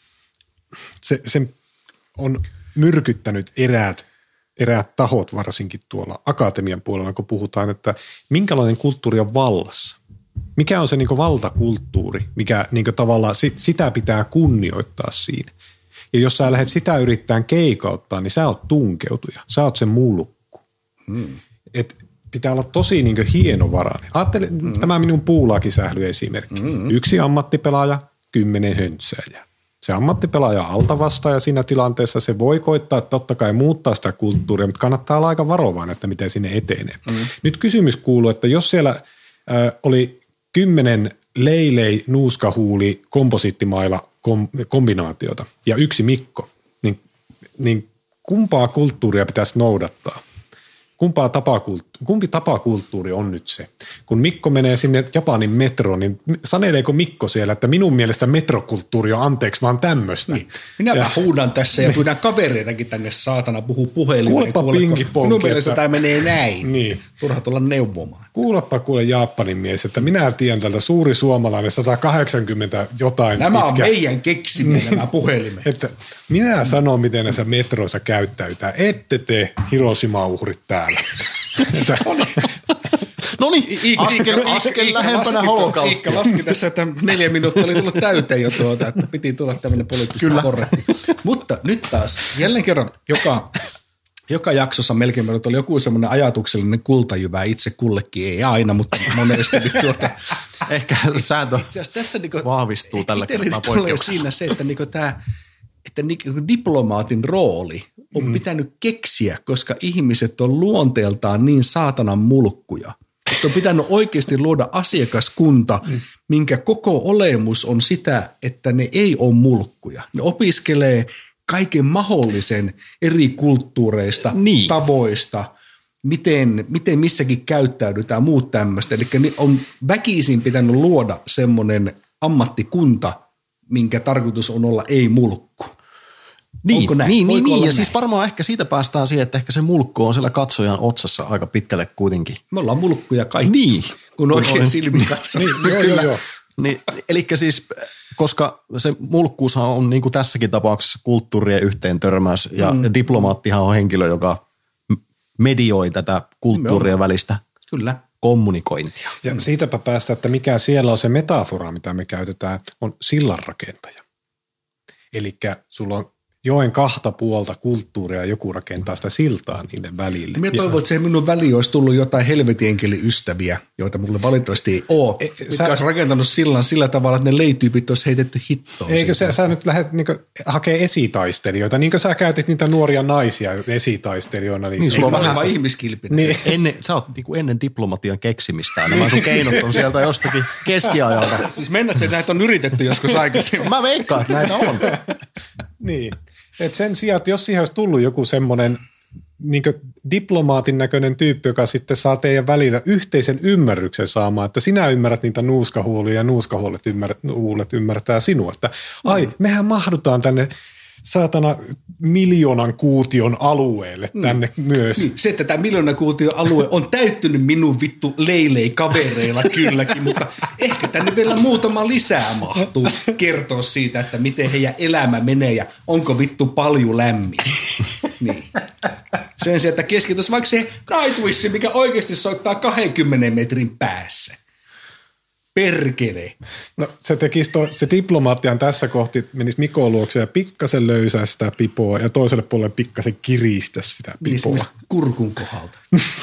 Speaker 3: Se, se on myrkyttänyt eräät, eräät tahot varsinkin tuolla akatemian puolella, kun puhutaan, että minkälainen kulttuuri on vallassa. Mikä on se niin kuin valtakulttuuri, mikä niin kuin tavallaan sitä pitää kunnioittaa siinä. Ja jos sä lähdet sitä yrittämään keikauttaa, niin sä oot tunkeutuja. Sä oot se mulkku. Hmm. Et pitää olla tosi niin kuin hienovarainen. Ajattele hmm. tämä minun puulaakisähly esimerkki. Hmm. Yksi ammattipelaaja, kymmenen höntsäjää. Se ammattipelaaja alta vastaan ja siinä tilanteessa se voi koittaa totta kai muuttaa sitä kulttuuria, mutta kannattaa olla aika varovainen, että miten sinne etenee. Mm. Nyt kysymys kuuluu, että jos siellä äh, oli kymmenen leilei, nuuskahuuli, komposiittimailla kom- kombinaatiota ja yksi Mikko, niin, niin kumpaa kulttuuria pitäisi noudattaa? Kumpaa tapakulttuuri, kumpi tapakulttuuri on nyt se? Kun Mikko menee sinne Japanin metroon, niin saneleeko Mikko siellä, että minun mielestä metrokulttuuri on anteeksi vaan tämmöistä? Niin.
Speaker 2: Minäpä ja huudan tässä ja pyydän kavereitakin tänne saatana puhuu puhelimeen.
Speaker 3: Kuulepa pinkiponki.
Speaker 2: Minun mielestä tämä menee näin.
Speaker 3: Niin.
Speaker 2: Turha tulla neuvomaan.
Speaker 3: Kuulepa kuule Japanin mies, että minä tiedän tältä suuri suomalainen sata kahdeksankymmentä jotain
Speaker 2: Nämä
Speaker 3: pitkä.
Speaker 2: on meidän keksimiä
Speaker 3: niin.
Speaker 2: nämä puhelimet.
Speaker 3: Että minä sanon, miten näissä metroissa käyttäytään. Ette te Hiroshima-uhrit täällä.
Speaker 4: No niin, askel, askel lähempänä holokaustia.
Speaker 2: Iikka laski tässä, että neljä minuuttia oli tullut täyteen jo tuota, että piti tulla tämmöinen poliittisesti korrekti. Mutta nyt taas, jälleen kerran, joka, joka jaksossa melkein meillä oli joku semmoinen ajatuksellinen kultajyvä itse kullekin, ei aina, mutta monesti nyt tuota.
Speaker 4: Ehkä sääntö
Speaker 2: tässä niinku,
Speaker 4: vahvistuu tällä kertaa poikkeuksella.
Speaker 2: Siinä se, että niinku tämä, että diplomaatin rooli on mm. pitänyt keksiä, koska ihmiset on luonteeltaan niin saatanan mulkkuja. Että on pitänyt oikeasti luoda asiakaskunta, mm. minkä koko olemus on sitä, että ne ei ole mulkkuja. Ne opiskelee kaiken mahdollisen eri kulttuureista, niin. tavoista, miten, miten missäkin käyttäydytään, muut tämmöistä. Eli on väkisin pitänyt luoda semmoinen ammattikunta, minkä tarkoitus on olla ei-mulkku.
Speaker 4: Niin,
Speaker 2: Onko näin?
Speaker 4: niin, niin, niin. ja
Speaker 2: näin?
Speaker 4: siis varmaan ehkä siitä päästään siihen, että ehkä se mulkku on siellä katsojan otsassa aika pitkälle kuitenkin.
Speaker 2: Me ollaan mulkkuja kaikki,
Speaker 4: niin.
Speaker 2: kun oikein silmin katsoo.
Speaker 3: niin, joo, joo, joo.
Speaker 4: Niin, eli siis, koska se mulkkuushan on niin kuin tässäkin tapauksessa kulttuurien yhteen törmäys, ja mm. diplomaattihan on henkilö, joka medioi tätä kulttuurien välistä
Speaker 2: Kyllä.
Speaker 4: kommunikointia.
Speaker 3: Ja siitäpä päästä, että mikä siellä on se metafora, mitä me käytetään, on sillanrakentaja. Elikkä sulla on joen kahta puolta kulttuuria ja joku rakentaa sitä siltaa niiden välille.
Speaker 2: Minä toivon, että se minun väliin olisi tullut jotain helvetin ystäviä, joita mulle valitettavasti ei ole, e, mitkä sä... olisi rakentanut sillan sillä tavalla, että ne leityypit olisi heitetty hittoon.
Speaker 3: Eikö sä, sä nyt lähdet niin hakemaan esitaistelijoita, niin kuin sä käytit niitä nuoria naisia esitaistelijoina. Niin,
Speaker 2: niin sulla on vähän ihmiskilpinen.
Speaker 4: Niin. Ennen, sä oot niin kuin ennen diplomatian keksimistä. Nämä sun keinot on sieltä jostakin keskiajalta.
Speaker 2: Siis mennät se, että näitä on yritetty joskus aikaisemmin.
Speaker 4: Mä veikkaan, että näitä on.
Speaker 3: Niin. Et sen sijaan, että jos siihen olisi tullut joku semmoinen niin diplomaatin näköinen tyyppi, joka sitten saa teidän välillä yhteisen ymmärryksen saamaan, että sinä ymmärrät niitä nuuskahuulia ja nuuskahuulet ymmärrät, ymmärtää sinua. Että ai, mehän mahdutaan tänne saatana miljoonan kuution alueelle tänne mm. myös.
Speaker 2: Niin, se, että tämä miljoonan kuution alue on täyttynyt minun vittu leilei kavereilla kylläkin, mutta ehkä tänne vielä muutama lisää mahtuu kertoa siitä, että miten heidän elämä menee ja onko vittu paljon lämmin. Niin. Sen sijaan, että keskityssä vaikka se Nightwish, mikä oikeasti soittaa kaksikymmentä metrin päässä. Perkele.
Speaker 3: No se tekisi, to, se diplomaattihan tässä kohti menisi Mikon luokse ja pikkasen löysää sitä pipoa ja toiselle puolelle pikkasen kiristä sitä pipoa.
Speaker 2: Niin kurkun kohdalta.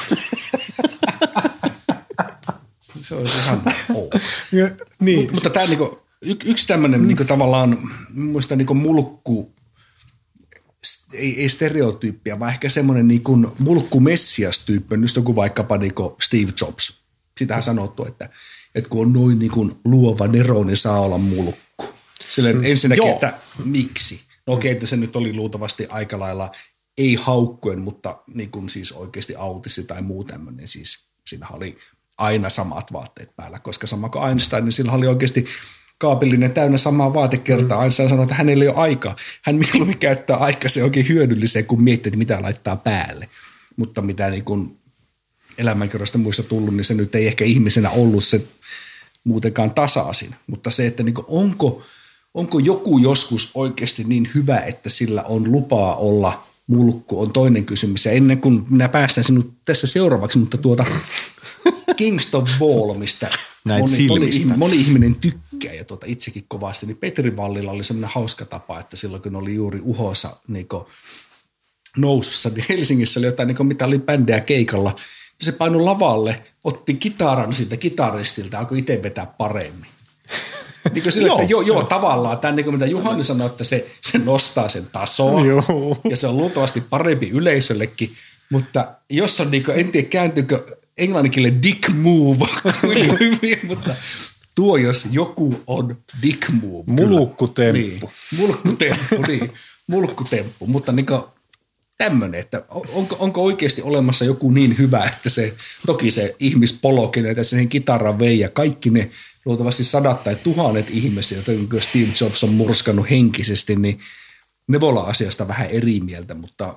Speaker 2: Se on ihan ok.
Speaker 3: Ja, niin.
Speaker 2: Mut, mutta tämä niinku, y, yksi tämmöinen mm. niinku, tavallaan muista niinku mulkku, ei, ei stereotyyppiä, vaan ehkä semmoinen niinku mulkku-messias-tyyppi, just joku vaikkapa niinku Steve Jobs. Sitähän sanottu, että että kun on noin niin kuin luova nero, niin saa olla mulkku. Silleen mm. ensinnäkin, Joo. että miksi? No okei, että se nyt oli luultavasti aika lailla, ei haukkuen, mutta niin kuin siis oikeasti autissi tai muu tämmöinen. Siis siinä oli aina samat vaatteet päällä, koska sama kuin Einstein, niin sillä oli oikeasti kaapillinen täynnä samaa vaatekertaa. Mm. Einstein sanoi, että hänellä ei ole aikaa. Hän mieluummin käyttää aikaa se oikein hyödylliseen, kun miettii, että mitä laittaa päälle. Mutta mitä niin kuin elämänkerroista muista tullut, niin se nyt ei ehkä ihmisenä ollut se muutenkaan tasaisin. Mutta se, että niin onko, onko joku joskus oikeasti niin hyvä, että sillä on lupaa olla mulkku, on toinen kysymys. Ja ennen kuin minä päästän sinut tässä seuraavaksi, mutta tuota Kingston Wall, mistä moni, moni, moni ihminen tykkää ja tuota itsekin kovasti, niin Petri Vallilla oli semmoinen hauska tapa, että silloin kun oli juuri uhossa niin nousussa, niin Helsingissä oli jotain, niin mitä oli bändejä keikalla, se painui lavalle, otti kitaran siitä kitaristilta, alkoi itse vetää paremmin. Niin kuin sille, että joo, joo, tavallaan tämä, niin kuin mitä Juhani sanoi, että se, se nostaa sen tasoa
Speaker 3: Joo.
Speaker 2: ja se on luultavasti parempi yleisöllekin, mutta jos on, niin kuin, en tiedä kääntyykö englanninkielinen dick move, kuinka hyvin, mutta tuo jos joku on dick move.
Speaker 3: Mulkkutemppu.
Speaker 2: Niin, mulkkutemppu, niin, mulkkutemppu, mutta niin kuin tämmöinen, että onko, onko oikeasti olemassa joku niin hyvä, että se, toki se ihmispolo, kenetä sen kitaran vei ja kaikki ne luultavasti sadat tai tuhannet ihmisiä, joita Steve Jobs on murskannut henkisesti, niin ne voi olla asiasta vähän eri mieltä, mutta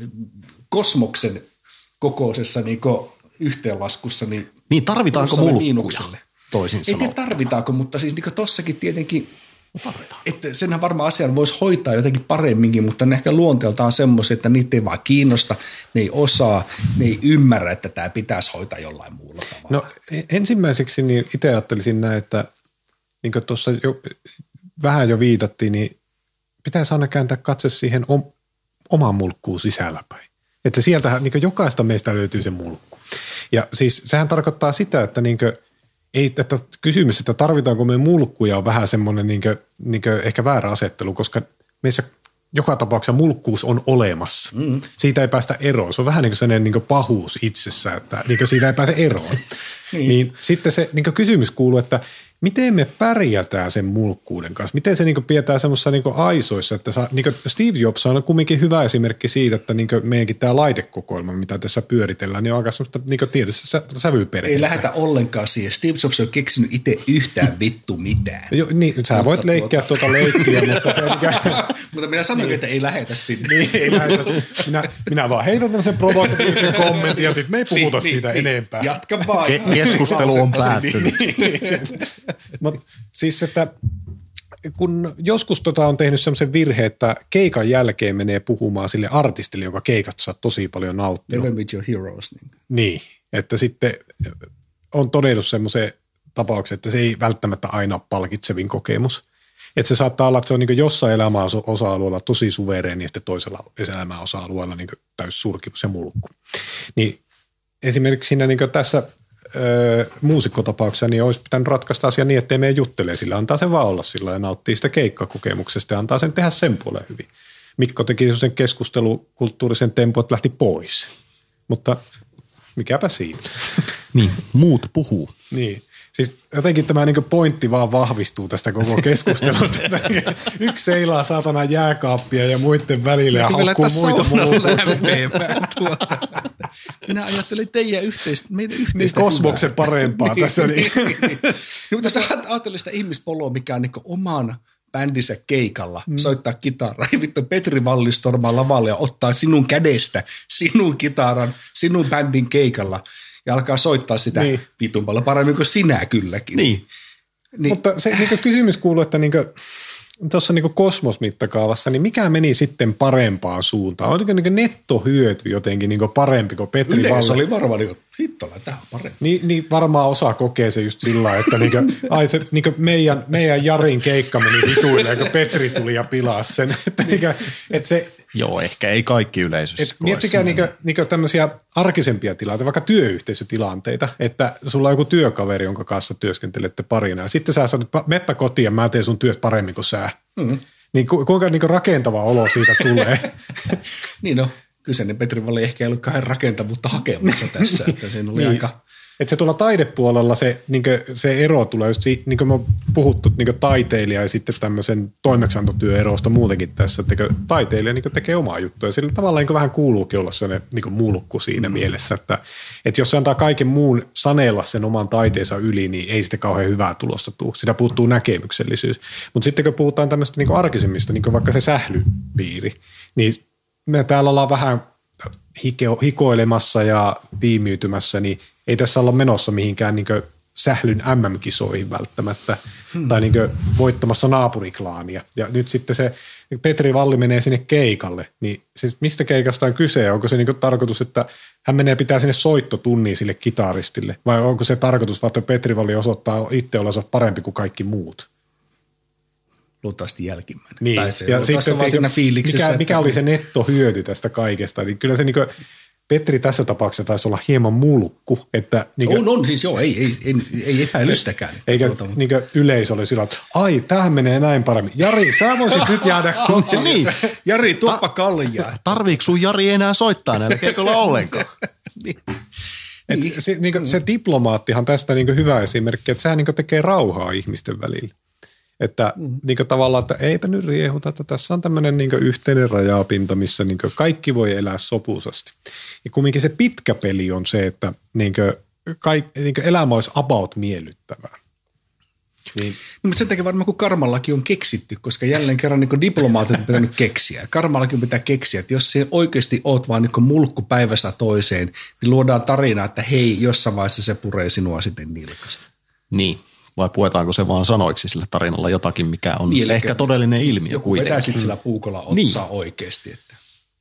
Speaker 2: kosmoksen kokoisessa niin yhteenlaskussa, niin,
Speaker 4: niin tarvitaanko mulkkuja toisin
Speaker 2: ei
Speaker 4: sanoen?
Speaker 2: tiedä tarvitaanko, mutta siis niin tossakin tietenkin, että senhän varmaan asian voisi hoitaa jotenkin paremminkin, mutta ne ehkä luonteeltaan semmoisia, että niitä ei vaan kiinnosta, ne ei osaa, ne ei ymmärrä, että tämä pitäisi hoitaa jollain muulla tavalla.
Speaker 3: No ensimmäiseksi niin itse ajattelisin näin, että niin kuin tuossa jo, vähän jo viitattiin, niin pitäisi aina kääntää katse siihen om, omaan mulkkuun sisälläpäin. Että sieltähän niin jokaista meistä löytyy se mulkku. Ja siis sehän tarkoittaa sitä, että niin kuin, ei, että kysymys, että tarvitaanko me mulkkuja on vähän semmoinen niin kuin, niin kuin ehkä väärä asettelu, koska meissä joka tapauksessa mulkkuus on olemassa. Mm. Siitä ei päästä eroon. Se on vähän niin kuin sellainen niin kuin pahuus itsessä, että niin kuin siitä ei pääse eroon. niin. niin sitten se niin kuin kysymys kuuluu, että miten me pärjätään sen mulkkuuden kanssa? Miten se niin kuin pidetään semmoisessa niin kuin aisoissa? Että saa, niin kuin Steve Jobs on kumminkin hyvä esimerkki siitä, että niin kuin meidänkin tämä laitekokoelma, mitä tässä pyöritellään, niin on aika semmoista niin kuin tietyssä sävyperheestä.
Speaker 2: Ei lähdetä ollenkaan siihen. Steve Jobs on keksinyt itse yhtään vittu mitään.
Speaker 3: Jo, niin, sä mutta voit leikkiä tuota, tuota leikkiä, mutta se mikä...
Speaker 2: mutta minä sanoin, niin. että ei lähetä sinne.
Speaker 3: niin, ei lähetä. Minä, minä vaan heitän tämmöisen provokatiivisen kommentin ja sitten me ei puhuta
Speaker 2: niin,
Speaker 3: siitä
Speaker 2: niin,
Speaker 3: enempää.
Speaker 2: Jatka vaan.
Speaker 4: Ke- keskustelu on päättynyt.
Speaker 3: Mutta siis, että kun joskus tota on tehnyt semmoisen virheen, että keikan jälkeen menee puhumaan sille artistille, joka keikasta saa tosi paljon nauttia.
Speaker 2: Never meet your heroes. Niin.
Speaker 3: niin, että sitten on todennut semmoisen tapauksen, että se ei välttämättä aina ole palkitsevin kokemus. Että se saattaa olla, että se on niin jossain elämän osa-alueella tosi suvereeni ja sitten toisella elämän osa-alueella niin täys surkimus ja mulkku. Niin esimerkiksi siinä niin tässä Öö, muusikkotapauksessa, niin olisi pitänyt ratkaista asia niin, ettei meidän juttele sillä. Antaa sen vaan olla sillä ja nauttii sitä keikkakokemuksesta ja antaa sen tehdä sen puolen hyvin. Mikko teki sen keskustelukulttuurisen tempun, että lähti pois. Mutta mikäpä siinä.
Speaker 4: Niin, muut puhuu.
Speaker 3: niin. Siis jotenkin tämä niin pointti vaan vahvistuu tästä koko keskustelusta. Yksi seilaa saatana jääkaappia ja muiden välillä ja haukkuu muita
Speaker 2: tuota. Minä ajattelen teidän yhteistä, meidän yhteistä
Speaker 3: niin, kosmoksen parempaa
Speaker 2: niin,
Speaker 3: tässä. Niin.
Speaker 2: Mutta sä ajattelet sitä ihmispoloa, mikä on niin oman bändinsä keikalla, mm. soittaa kitaraa. Ja vittu Petri Valli stormaa lavalle ja ottaa sinun kädestä sinun kitaran, sinun bändin keikalla. Ja alkaa soittaa sitä niin. vitun paljon paremmin kuin sinä kylläkin.
Speaker 4: Niin.
Speaker 3: niin. Mutta se niin kysymys kuuluu, että niin tuossa niin kosmosmittakaavassa, niin mikä meni sitten parempaan suuntaan? Oliko niin nettohyöty jotenkin niin parempi kuin Petri Valli?
Speaker 2: Yleensä oli varmaan, niin hittola, tämä on parempi.
Speaker 3: Niin, niin varmaan osa kokee se just sillä että niin kuin, ai se, niin meidän, meidän Jarin keikka meni vituille, kun Petri tuli ja pilasi sen. Että niin kuin, että se,
Speaker 4: joo, ehkä ei kaikki yleisössä.
Speaker 3: Miettikää niin niin tämmöisiä arkisempia tilanteita, vaikka työyhteisötilanteita, että sulla on joku työkaveri, jonka kanssa työskentelette parina, ja sitten sä sanot, meppä kotiin ja mä teen sun työt paremmin kuin sä. Mm. Niin ku, kuinka niin rakentava olo siitä tulee?
Speaker 2: niin no, kyseinen Petri Valli ehkä ei ollut kahden rakentavuutta hakemassa tässä, että siinä oli niin. aika...
Speaker 3: Että se tuolla taidepuolella se, niin se ero tulee just siitä, niin kuin me on puhuttu niin taiteilija ja sitten tämmöisen toimeksiantotyöerosta muutenkin tässä, että taiteilija niin tekee omaa juttua ja sillä tavalla niin vähän kuuluukin olla sellainen niin mulkku siinä mm. mielessä, että, että jos se antaa kaiken muun sanella sen oman taiteensa yli, niin ei sitä kauhean hyvää tulosta tule. Sitä puuttuu näkemyksellisyys. Mutta sitten kun puhutaan tämmöistä niin arkisemmista, niin vaikka se sählypiiri, niin me täällä ollaan vähän hikoilemassa ja tiimiytymässä, niin ei tässä olla menossa mihinkään niin sählyn äm äm-kisoihin välttämättä hmm. tai niin voittamassa naapuriklaania. Ja nyt sitten se Petri Valli menee sinne keikalle, niin siis mistä keikasta on kyse? Onko se niin tarkoitus, että hän menee pitää sinne soittotunnia sille kitaristille? Vai onko se tarkoitus, että Petri Valli osoittaa itse olensa parempi kuin kaikki muut?
Speaker 2: Luultavasti jälkimmäinen.
Speaker 3: Niin.
Speaker 2: Tai se
Speaker 3: ja sitten,
Speaker 2: vaan siinä fiiliksessä.
Speaker 3: Mikä, mikä oli se nettohyöty tästä kaikesta? Niin kyllä se niin kuin, Petri tässä tapauksessa taisi olla hieman mulkku. Että niin
Speaker 2: on, on, siis joo, ei, ei, ei, ei epäilystäkään.
Speaker 3: Eikä tuota, niin yleisö oli sillä, että ai, tämähän menee näin paremmin. Jari, sä voisit nyt jäädä kotiin.
Speaker 2: Niin. Jari, tuoppa kaljaa.
Speaker 4: Tarviiko sun Jari enää soittaa näillä keikolla ollenkaan?
Speaker 3: Niin. Et se, niin se diplomaattihan tästä niin hyvä esimerkki, että sehän niin tekee rauhaa ihmisten välillä. Että mm. niin tavallaan, että eipä nyt riehuta, että tässä on tämmöinen niin yhteinen rajapinta, missä niin kaikki voi elää sopuisasti. Ja kumminkin se pitkä peli on se, että niin kaik, niin elämä olisi about miellyttävää.
Speaker 2: Niin. No, mutta sen takia varmaan kun karmallakin on keksitty, koska jälleen kerran niin diplomaatit on pitänyt keksiä. Karmallakin pitää keksiä, että jos se oikeasti oot vaan niin mulkku päivästä toiseen, niin luodaan tarinaa, että hei, jossain vaiheessa se puree sinua sitten nilkasta.
Speaker 4: Niin. Vai puetaanko se vaan sanoiksi sillä tarinalla jotakin, mikä on niin, ehkä todellinen ilmiö
Speaker 2: joku
Speaker 4: kuitenkin.
Speaker 2: Joku vetää sillä puukolla otsaa niin. oikeasti. Että.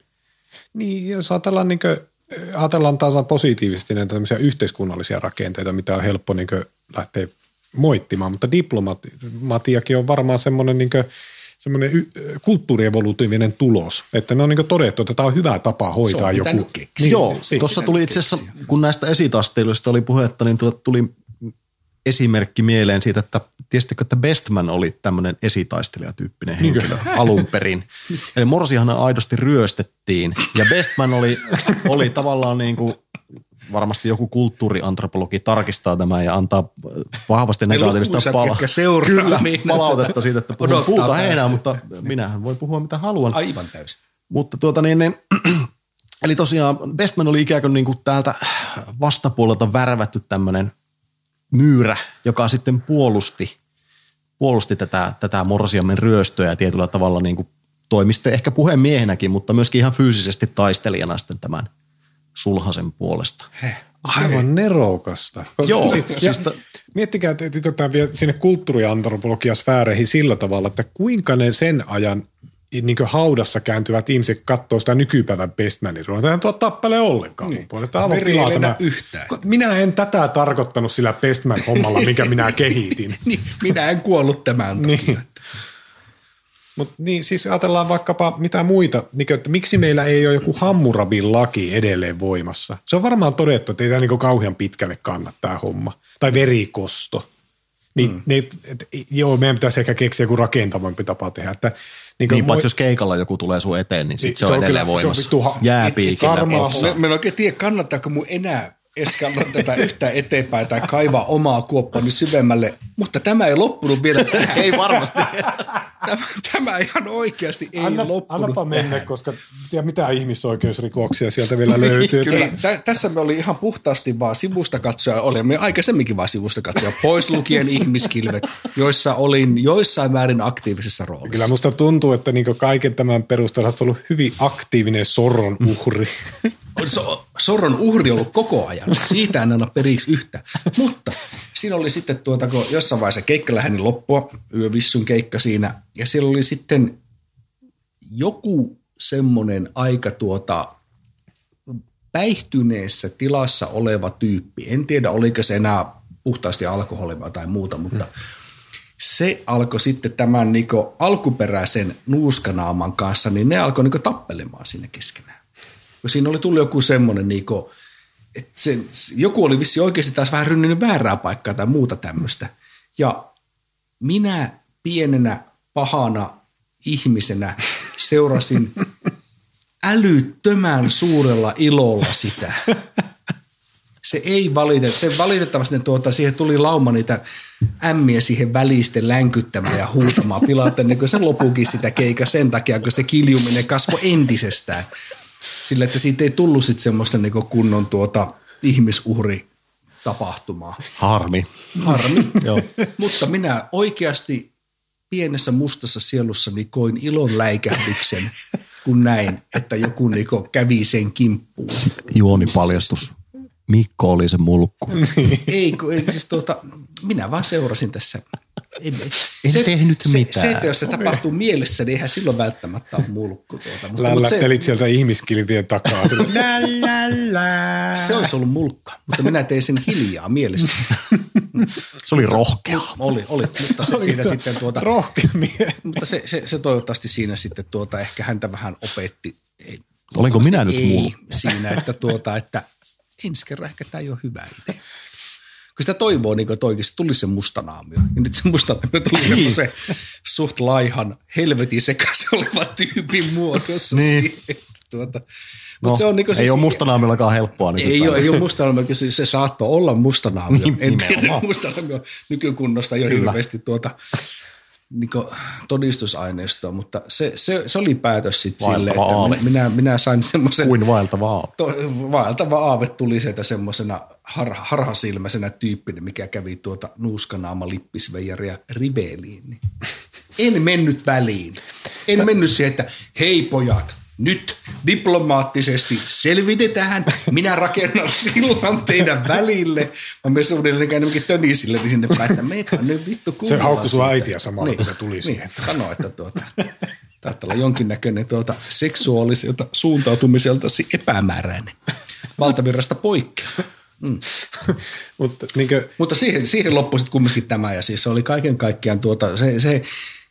Speaker 3: Niin, jos ajatellaan, niin kuin, ajatellaan taas positiivisesti näitä tämmöisiä yhteiskunnallisia rakenteita, mitä on helppo niin kuin, lähteä moittimaan, mutta diplomatiakin on varmaan semmoinen, niin kuin, semmoinen kulttuurievolutiivinen tulos, että ne on niin kuin todettu, että tämä on hyvä tapa hoitaa joku.
Speaker 4: Niin, joo, tuossa tuli itse asiassa, kun näistä esitasteiluista oli puhetta, niin tuli esimerkki mieleen siitä, että tiesittekö, että Bestman oli tämmöinen esitaistelijatyyppinen henkilö alun perin. Eli Morsiahan aidosti ryöstettiin ja Bestman oli, oli tavallaan niin kuin, varmasti joku kulttuuriantropologi tarkistaa tämän ja antaa vahvasti negatiivista pala- Kyllä, palautetta siitä, että puhun puuta heinää, mutta minähän voi puhua mitä haluan.
Speaker 2: Aivan täysin.
Speaker 4: Mutta tuota niin, niin eli tosiaan Bestman oli ikään kuin, niin kuin täältä vastapuolelta värvätty tämmöinen myyrä, joka sitten puolusti, puolusti tätä, tätä Morsiamen ryöstöä ja tietyllä tavalla niin kuin toimi sitten ehkä puhemiehenäkin, mutta myöskin ihan fyysisesti taistelijana sitten tämän sulhasen puolesta.
Speaker 3: Heh. Aivan nerokasta.
Speaker 4: Joo.
Speaker 3: Sitten, siis ta- miettikää, että tämä vie sinne kulttuuriantropologian sfääreihin sillä tavalla, että kuinka ne sen ajan niin haudassa kääntyvät ihmiset katsoo sitä nykypäivän Bestmanin ruokaa. Tämä ei tappele ollenkaan mun puolesta.
Speaker 2: Veri ei lennä yhtään.
Speaker 3: Minä en tätä tarkoittanut sillä Bestman-hommalla, minkä minä kehitin.
Speaker 2: Niin, minä en kuollut tämän takia.
Speaker 3: Niin. Mutta niin, siis ajatellaan vaikkapa mitä muita, niin, että miksi meillä ei ole joku Hammurabin laki edelleen voimassa. Se on varmaan todettu, että ei tämä niin kauhean pitkälle kannata tämä homma. Tai verikosto. Niin, mm. ne, et, joo, meidän pitäisi ehkä keksiä joku rakentavampi tapa tehdä. Että, niin,
Speaker 4: niin paitsi jos keikalla joku tulee sun eteen, niin, niin sit se, se on edelleen kyllä, voimassa.
Speaker 2: Jääpiikillä. Mä en oikein tiedä, kannattaako mun enää eskalla tätä yhtään eteenpäin tai kaivaa omaa kuoppani syvemmälle, mutta tämä ei loppunut vielä tähän.
Speaker 4: Ei varmasti.
Speaker 2: Tämä, tämä ihan oikeasti ei
Speaker 3: Anna,
Speaker 2: loppunut
Speaker 3: Annapa
Speaker 2: tähän.
Speaker 3: mennä, koska tiedä mitä ihmisoikeusrikoksia sieltä vielä löytyy.
Speaker 2: Kyllä, tä, tässä me oli ihan puhtaasti vaan sivusta katsoja, olimme aikaisemminkin vaan sivusta katsoja, pois lukien ihmiskilvet, joissa olin joissain määrin aktiivisessa roolissa.
Speaker 3: Kyllä musta tuntuu, että niinku kaiken tämän perusteella olet ollut hyvin aktiivinen Sorron uhri.
Speaker 2: So, Sorron uhri ollut koko ajan, siitä en anna periksi yhtä. Mutta siinä oli sitten tuota, kun jossain vaiheessa keikka lähti loppua, yövissun keikka siinä, ja siellä oli sitten joku semmoinen aika tuota päihtyneessä tilassa oleva tyyppi. En tiedä, oliko se enää puhtaasti alkoholia tai muuta, mutta se alkoi sitten tämän niinku alkuperäisen nuuskanaaman kanssa, niin ne alkoi niinku tappelemaan siinä keskenään. Siinä oli tullut joku semmoinen, niinku, että se, joku oli vissi oikeasti taas vähän rynninyt väärää paikkaa tai muuta tämmöistä. Ja minä pienenä pahana ihmisenä seurasin älyttömän suurella ilolla sitä. Se ei valite, se valitettavasti tuota, siihen tuli lauma niitä ämmiä siihen välisten länkyttämään ja huutamaan pilaten, niin kun se lopukin sitä keika sen takia, kun se kiljuminen kasvoi entisestään. Sillä, että siitä ei tullut sitten semmoista niin kunnon tuota ihmisuhri tapahtumaa.
Speaker 4: Harmi.
Speaker 2: Harmi, joo. Mutta minä oikeasti pienessä mustassa sielussani koin ilon läikähdyksen, kun näin, että joku niinku kävi sen kimppuun.
Speaker 4: Juonipaljastus. Mikko oli se mulkku.
Speaker 2: Ei, kun, ei siis tuota, minä vaan seurasin tässä. Ei,
Speaker 4: en
Speaker 2: se,
Speaker 4: tehnyt
Speaker 2: se,
Speaker 4: mitään.
Speaker 2: Se, että jos se tapahtuu mielessä, niin eihän silloin välttämättä ole mulkku. Tuota. Mutta,
Speaker 3: Lällättelit sieltä ihmiskilvien takaa.
Speaker 2: Se olisi ollut mulkka, mutta minä tein sen hiljaa mielessä.
Speaker 4: Se oli rohkea.
Speaker 2: Oli, oli, mutta se siinä sitten tuota.
Speaker 3: Rohkea
Speaker 2: Mutta se, se, se toivottavasti siinä sitten tuota ehkä häntä vähän opetti. Ei,
Speaker 4: Olenko minä nyt
Speaker 2: ei
Speaker 4: muu?
Speaker 2: siinä, että, tuota, että ensi kerran ehkä tämä ei ole hyvä idea. Kun sitä toivoo, niin että oikeasti tulisi se mustanaamio. Ja nyt se mustanaamio tuli semmoisen suht laihan helvetin sekaisin oleva tyypin muodossa.
Speaker 4: Niin.
Speaker 2: Tuota,
Speaker 4: no,
Speaker 2: se on niin
Speaker 4: ei
Speaker 2: siis,
Speaker 4: ole mustanaamiollakaan helppoa.
Speaker 2: Ei ole, ei ole mustanaamio, se, se saattoi olla mustanaamio.
Speaker 4: Niin,
Speaker 2: en tiedä mustanaamio nykykunnosta jo Kyllä. hirveästi tuota, niin todistusaineistoa, mutta se, se, se oli päätös sitten silleen, että minä, minä sain semmoisen...
Speaker 4: Kuin vaeltava aave.
Speaker 2: To, vaeltava aave tuli sieltä semmoisena har, harhasilmäisenä tyyppinen, mikä kävi tuota nuuskanaama lippisveijaria Riveliin. Niin. En mennyt väliin. En mennyt siihen, että hei pojat, nyt diplomaattisesti selvitetään, minä rakennan sillan teidän välille. Mä menen suunnilleen ainakin tönisille, niin sinne päin, että meidän nyt vittu kuunnellaan.
Speaker 3: Se haukkui sun äitiä samalla, niin, kun se tuli
Speaker 2: niin,
Speaker 3: siihen.
Speaker 2: Sano, että tuota, taitaa olla jonkinnäköinen tuota, seksuaaliselta suuntautumiseltasi epämääräinen. Valtavirrasta poikkeava. Mm.
Speaker 3: Mutta, niin kuin...
Speaker 2: Mutta siihen, siihen loppui sitten kumminkin tämä, ja siis se oli kaiken kaikkiaan tuota, se, se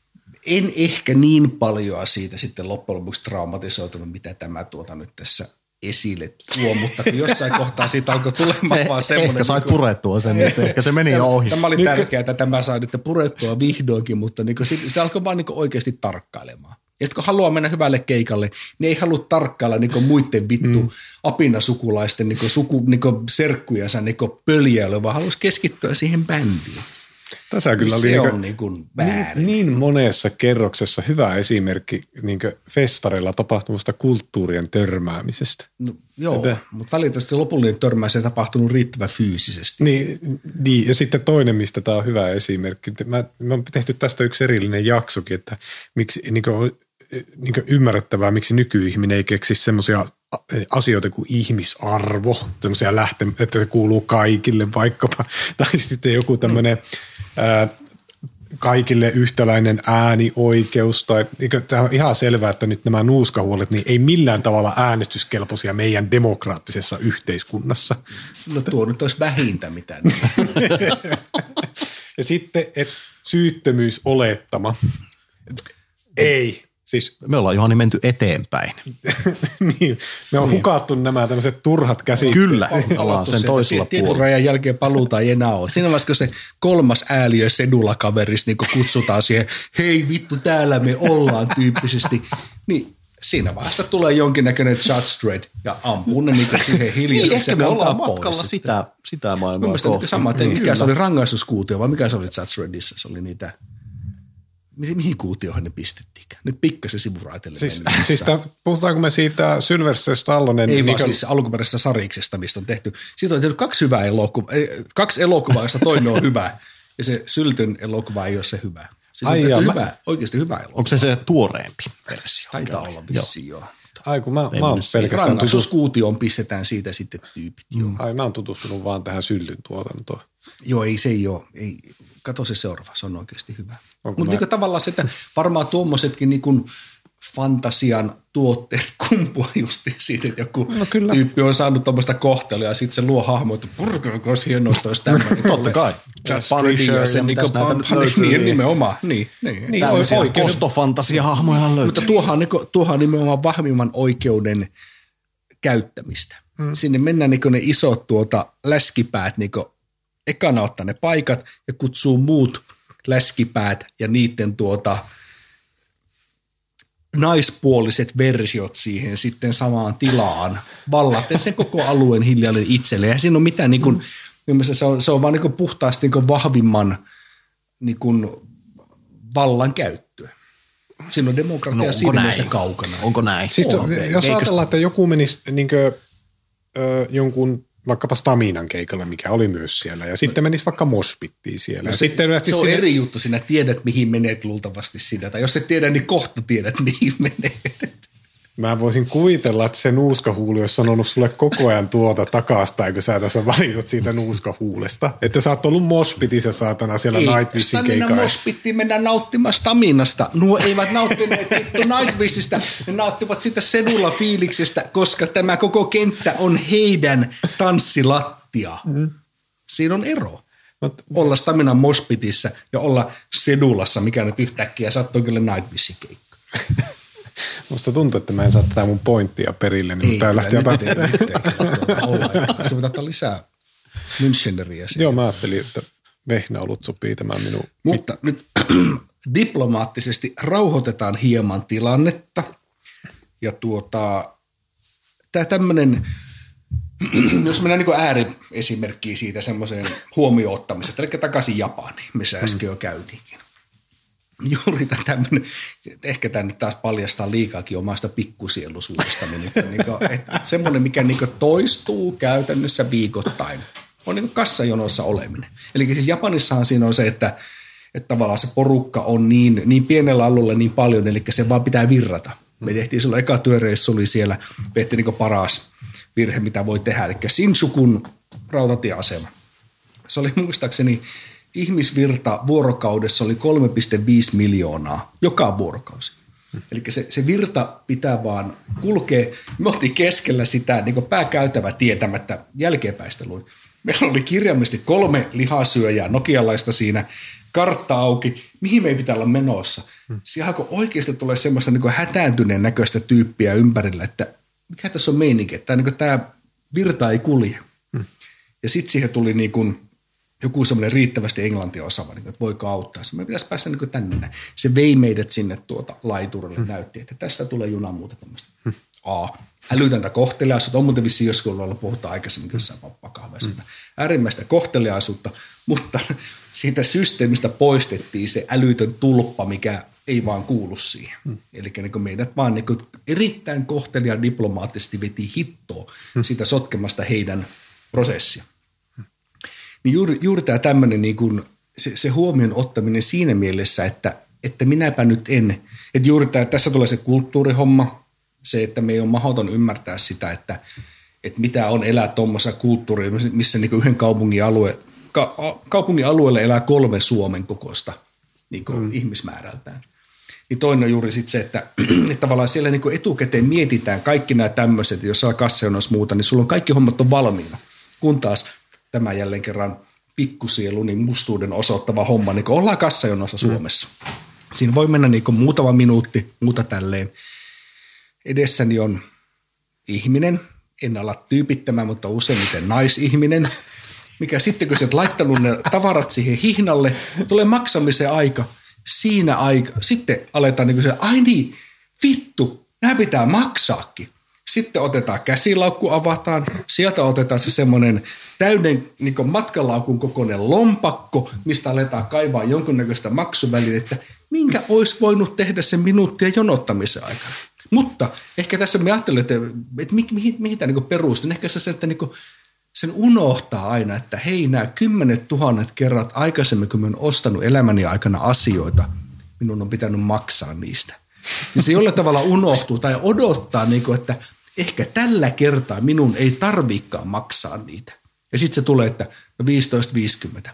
Speaker 2: en ehkä niin paljon siitä sitten loppujen lopuksi traumatisoitunut, mitä tämä tuota nyt tässä esille tuo, mutta jossain kohtaa siitä alkoi tulemaan vaan semmoinen.
Speaker 4: Ehkä sait purettua sen, että ehkä se meni
Speaker 2: tämä,
Speaker 4: jo ohi.
Speaker 2: Tämä oli tärkeää, että tämä sai nyt purettua vihdoinkin, mutta niin sitä alkoi vaan niin oikeasti tarkkailemaan. Ja sitten kun haluaa mennä hyvälle keikalle, niin ei halua tarkkailla niin muiden vittu mm. apinasukulaisten niin suku, niin serkkujansa niin pöljäilyä, vaan haluaisi keskittyä siihen bändiin.
Speaker 3: Tässä kyllä oli
Speaker 2: se
Speaker 3: niin,
Speaker 2: on niin,
Speaker 3: niin, niin monessa kerroksessa hyvä esimerkki niin festareilla tapahtuvasta kulttuurien törmäämisestä.
Speaker 2: No, joo, että, mutta valitettavasti se lopullinen törmäys ei tapahtunut riittävän fyysisesti.
Speaker 3: Niin, niin, ja sitten toinen, mistä tämä on hyvä esimerkki. Mä, mä oon tehty tästä yksi erillinen jaksokin, että miksi niin kuin, niin kuin ymmärrettävää, miksi nykyihminen ei keksi semmoisia asioita kuin ihmisarvo, semmoisia lähte, että se kuuluu kaikille vaikkapa, tai sitten joku tämmöinen ää, kaikille yhtäläinen äänioikeus, tai tämä on ihan selvää, että nyt nämä nuuskahuolet niin ei millään tavalla äänestyskelpoisia meidän demokraattisessa yhteiskunnassa.
Speaker 2: No tuo nyt olisi vähintä mitään.
Speaker 3: Ja sitten, että syyttömyysolettama. Ei. Siis,
Speaker 4: me ollaan Juhani menty eteenpäin.
Speaker 3: niin, me on niin. hukattu nämä tämmöiset turhat käsitteet.
Speaker 4: Kyllä, ollaan sen toisella puolella.
Speaker 2: Tietyn rajan jälkeen paluuta ei enää ole. Siinä vaiheessa, kun se kolmas ääliö sedulakaveris niin kutsutaan siihen, hei vittu täällä me ollaan tyyppisesti, niin siinä vaiheessa tulee jonkinnäköinen Judge Dredd ja ampuu ne niin siihen hiljaiseksi.
Speaker 4: Niin, ehkä me ollaan matkalla sitä, sitä maailmaa.
Speaker 2: Mielestäni sama, että mikä se oli rangaistuskuutio vai mikä se oli Judge Dreddissa, se oli niitä... Mihin kuutiohan ne pistettiinkään? Nyt pikkasen sivuraitelle.
Speaker 3: Siis, siis tämän, puhutaanko me siitä Sylvester Stallonen?
Speaker 2: Ei vaan
Speaker 3: niin
Speaker 2: siis alkuperäisestä Sariksesta, mistä on tehty. Siitä on tehty kaksi hyvää elokuvaa, kaksi elokuvaa, josta toinen on hyvä. Ja se Syltyn elokuva ei ole se hyvä. Siitä on tehty hyvä, oikeasti hyvä elokuva.
Speaker 4: Onko se se tuoreempi versio?
Speaker 2: Taitaa olla vissiin joo.
Speaker 3: Ai kun mä, mä oon pelkästään
Speaker 2: rangaistuskuutioon pistetään siitä sitten tyypit. Mm.
Speaker 3: Ai mä oon tutustunut vaan tähän Syltyn tuotantoon.
Speaker 2: Joo, ei se ei ole. Ei. Kato se seuraava, se on oikeasti hyvä. Mutta mä... niin tavallaan se, että varmaan tuommoisetkin niin fantasian tuotteet kumpua just siitä, että joku no tyyppi on saanut tuommoista kohtelua ja sitten se luo hahmo, että purkako olisi hienoa, että olisi tämmöinen.
Speaker 4: Totta kai.
Speaker 2: Punisher ja sen niin niin, nimenomaan. Niin, niin.
Speaker 4: niin tämmöisiä kostofantasia-hahmoja löytyy.
Speaker 2: Mutta tuohan, tuohan nimenomaan vahvimman oikeuden käyttämistä. Hmm. Sinne mennään niin ne isot tuota, läskipäät niin ekana ottaa ne paikat ja kutsuu muut läskipäät ja niiden tuota naispuoliset versiot siihen sitten samaan tilaan, vallaten sen koko alueen hiljalleen itselleen. Ja siinä on mitään, niin kuin, se on, se on vaan niin puhtaasti niin vahvimman niin kuin vallan käyttöä. Siinä on demokratia no, siinä mielessä kaukana.
Speaker 4: Onko näin?
Speaker 3: Siis on, jos Eikö ajatellaan, että joku menisi niin kuin, ö, jonkun vaikkapa Staminan keikalle, mikä oli myös siellä, ja sitten menisi vaikka moshpittiin siellä.
Speaker 2: No
Speaker 3: ja
Speaker 2: se,
Speaker 3: sitten
Speaker 2: se on
Speaker 3: sinne...
Speaker 2: eri juttu, sinä tiedät, mihin menet luultavasti sinä, tai jos et tiedä, niin kohta tiedät, mihin menet.
Speaker 3: Mä voisin kuvitella, että se nuuskahuuli olisi sanonut sulle koko ajan tuota takaspäin, kun sä tässä valitat siitä nuuskahuulesta. Että sä oot ollut moshpitissä saatana siellä Nightwishin keikalla. Ei,
Speaker 2: moshpittiin mennään nauttimaan Staminasta. Nuo eivät nauttineet vittu Nightwishista, ne nauttivat sitä sedulla fiiliksestä, koska tämä koko kenttä on heidän tanssilattia. Mm. Siinä on ero. Not, olla Staminan moshpitissä ja olla sedulassa, mikä nyt yhtäkkiä sattuu kyllä Nightwishin keikka.
Speaker 3: Musta tuntuu, että mä en saa tätä mun pointtia perille, niin
Speaker 2: ei,
Speaker 3: tää lähti jotain.
Speaker 2: Se voit ottaa lisää Müncheneriä.
Speaker 3: Joo, mä ajattelin, että vehnäolut sopii tämän minun.
Speaker 2: Mutta nyt diplomaattisesti rauhoitetaan hieman tilannetta. Ja tuota, tää tämmönen, jos mennään niin ääriesimerkkiä siitä semmoiseen huomioon ottamisesta, eli takaisin Japaniin, missä äsken jo käytiinkin. Juuri tämmöinen, ehkä tämä nyt taas paljastaa liikaakin omasta pikkusieluisuudestani, mutta niin kuin, että semmoinen, mikä niin kuin toistuu käytännössä viikoittain, on niin kuin kassajonossa oleminen. Eli siis Japanissahan siinä on se, että, että tavallaan se porukka on niin, niin pienellä alueella niin paljon, eli se vaan pitää virrata. Me tehtiin silloin eka työreissu, oli siellä, tehtiin niin kuin paras virhe, mitä voi tehdä, eli Shinjukun rautatieasema. Se oli muistaakseni ihmisvirta vuorokaudessa oli kolme pilkku viisi miljoonaa joka vuorokausi. Hmm. Eli se, se virta pitää vaan kulkea. Me oltiin keskellä sitä niin kuin pääkäytävä tietämättä jälkeenpäisteluun. Meillä oli kirjaimellisesti kolme lihasyöjää nokialaista siinä, kartta auki, mihin me ei pitää olla menossa. Hmm. Siellä alkoi oikeasti tulee semmoista niin kuin hätääntyneen näköistä tyyppiä ympärillä, että mikä tässä on meininki, että niin kuin tämä virta ei kulje. Hmm. Ja sitten siihen tuli niin kuin joku semmoinen riittävästi englantia osaava, niin että voiko auttaa. Me pitäisi päästä niin tänne. Se vei meidät sinne tuota laiturille, hmm. näytti, että tästä tulee junan muuta tämmöistä. Hmm. A. Älytöntä kohteliaisuutta. On muuten vissiin joskus puhutaan aikaisemmin jossain vappakahveessa. Hmm. Äärimmäistä kohteliaisuutta, mutta siitä systeemistä poistettiin se älytön tulppa, mikä ei vaan kuulu siihen. Hmm. Eli niin meidät vaan niin erittäin kohteliaan diplomaattisesti veti hittoa hmm. sitä sotkemasta heidän prosessia. Niin juuri, juuri tämä tämmöinen niin kuin se, se huomion ottaminen siinä mielessä, että, että minäpä nyt en, että juuri tämä, tässä tulee se kulttuurihomma, se, että me ei ole mahdoton ymmärtää sitä, että, että mitä on elää tuommoisessa kulttuurissa, missä niin kuin yhden kaupungin, alue, ka, kaupungin alueella elää kolme Suomen kokoista niin kuin mm. ihmismäärältään. Niin toinen on juuri sitten se, että, että tavallaan siellä niin kuin etukäteen mietitään kaikki nämä tämmöiset, jos saa kassajonossa muuta, niin sulla on kaikki hommat on valmiina, kun taas tämä jälleen kerran pikkusielu, niin mustuuden osoittava homma, niin kuin ollaan kassajonossa Suomessa. Mm. Siinä voi mennä niin kuin muutama minuutti, muuta tälleen. Edessäni on ihminen, en ala tyypittämään, mutta useimmiten naisihminen, mikä sitten kun sä oot laittanut ne tavarat siihen hihnalle, tulee maksamisen aika, siinä aika, sitten aletaan niin kuin se, ai niin, vittu, nämä pitää maksaakin. Sitten otetaan käsilaukku, avataan, sieltä otetaan se semmoinen täyden niin kuin matkalaukun kokoinen lompakko, mistä aletaan kaivaa jonkunnäköistä maksuvälinettä, minkä olisi voinut tehdä sen minuuttien jonottamisen aikana. Mutta ehkä tässä me ajattelen, että, että mihin, mihin, mihin tämä niin perustuu. Ehkä se, että niin sen unohtaa aina, että hei, nämä kymmenet tuhannet kerrat aikaisemmin, kun mä olen ostanut elämäni aikana asioita, minun on pitänyt maksaa niistä. Niin se jollain tavalla unohtuu tai odottaa, niin kuin, että ehkä tällä kertaa minun ei tarviikaan maksaa niitä. Ja sitten se tulee, että no viisitoista viisikymmentä.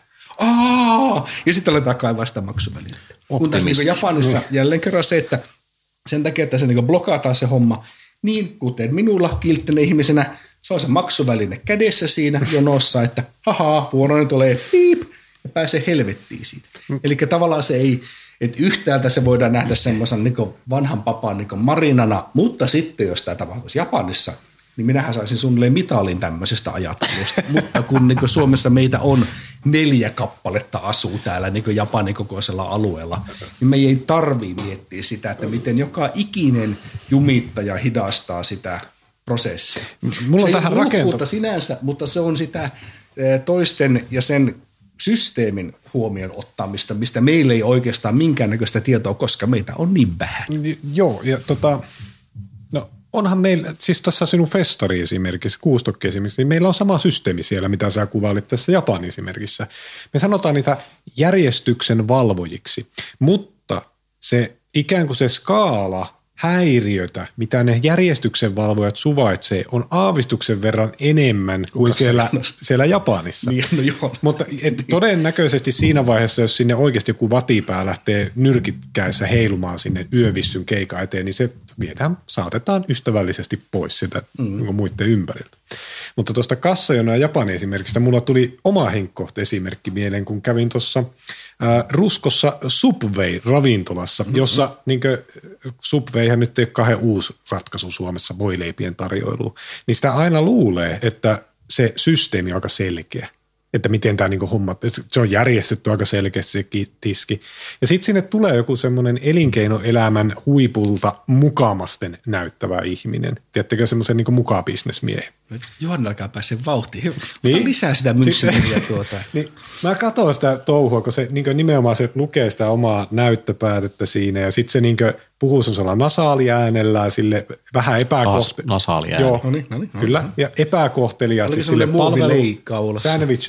Speaker 2: Aa! Ja sitten aletaan kaivaa sitä maksuvälinettä. Kun tässä niin Japanissa jälleen kerran se, että sen takia, että se niin blokataan se homma, niin kuten minulla kilttinen ihmisenä, se on se maksuväline kädessä siinä jonossa, että haha, vuoroni tulee piip, ja pääsee helvettiin siitä. Mm. Eli tavallaan se ei, että yhtäältä se voidaan nähdä semmoisen niin vanhan papan niin marinana, mutta sitten jos tämä tapahtuisi Japanissa, niin minähän saisin suunnilleen mitalin tämmöisestä ajattelusta. Mutta kun niin Suomessa meitä on neljä kappaletta asuu täällä niin Japanin kokoisella alueella, niin me ei tarvitse miettiä sitä, että miten joka ikinen jumittaja hidastaa sitä prosessia.
Speaker 3: Mulla on
Speaker 2: se
Speaker 3: tähän
Speaker 2: ei ole
Speaker 3: rakenta-
Speaker 2: sinänsä, mutta se on sitä toisten ja sen systeemin huomioon ottamista, mistä meillä ei oikeastaan minkäännäköistä tietoa, koska meitä on niin vähän.
Speaker 3: Joo, ja tota, no onhan meillä, siis tässä sinun festari esimerkiksi, kuustokki esimerkiksi, niin meillä on sama systeemi siellä, mitä sä kuvailit tässä Japanin esimerkissä. Me sanotaan niitä järjestyksen valvojiksi, mutta se ikään kuin se skaala häiriötä, mitä ne järjestyksen valvojat suvaitsee, on aavistuksen verran enemmän kuin siellä, siellä Japanissa.
Speaker 2: Niin, no joo.
Speaker 3: Mutta et todennäköisesti siinä vaiheessa, jos sinne oikeasti joku vatipää lähtee nyrkikkäissä heilumaan sinne yövissyn keikan eteen, niin se viedään, saatetaan ystävällisesti pois sitä mm. muiden ympäriltä. Mutta tuosta kassajono ja Japani esimerkiksi, mulla tuli oma henkkohta-esimerkki mieleen, kun kävin tuossa ää, Ruskossa Subway-ravintolassa, mm-hmm. jossa niin kuin, Subwayhän nyt ei ole kahden uusi ratkaisu Suomessa voileipien tarjoiluun, niin sitä aina luulee, että se systeemi on aika selkeä. Että miten tämä niinku homma, se on järjestetty aika selkeästi se tiski. Ja sitten sinne tulee joku semmoinen elinkeinoelämän huipulta mukamasten näyttävä ihminen. Tiedättekö semmoisen niinku mukabisnesmiehen?
Speaker 2: Johanna alkaa päästä vauhtiin. Ota
Speaker 3: Niin.
Speaker 2: lisää sitä mynssyriä tuota.
Speaker 3: Niin, mä katson sitä touhua, kun se niin nimenomaan se lukee sitä omaa näyttöpäätettä siinä ja sitten se niin puhuu semmoisella nasaaliäänellä sille vähän epäkohteliaasti.
Speaker 4: Taas nasaaliääni.
Speaker 3: Joo,
Speaker 2: No niin, no niin, no
Speaker 3: kyllä.
Speaker 2: niin.
Speaker 3: Ja epäkohteliaasti
Speaker 2: Oliko
Speaker 3: sille
Speaker 2: semmoinen
Speaker 3: palvelu
Speaker 2: muovileikkaulassa?
Speaker 3: sandwich.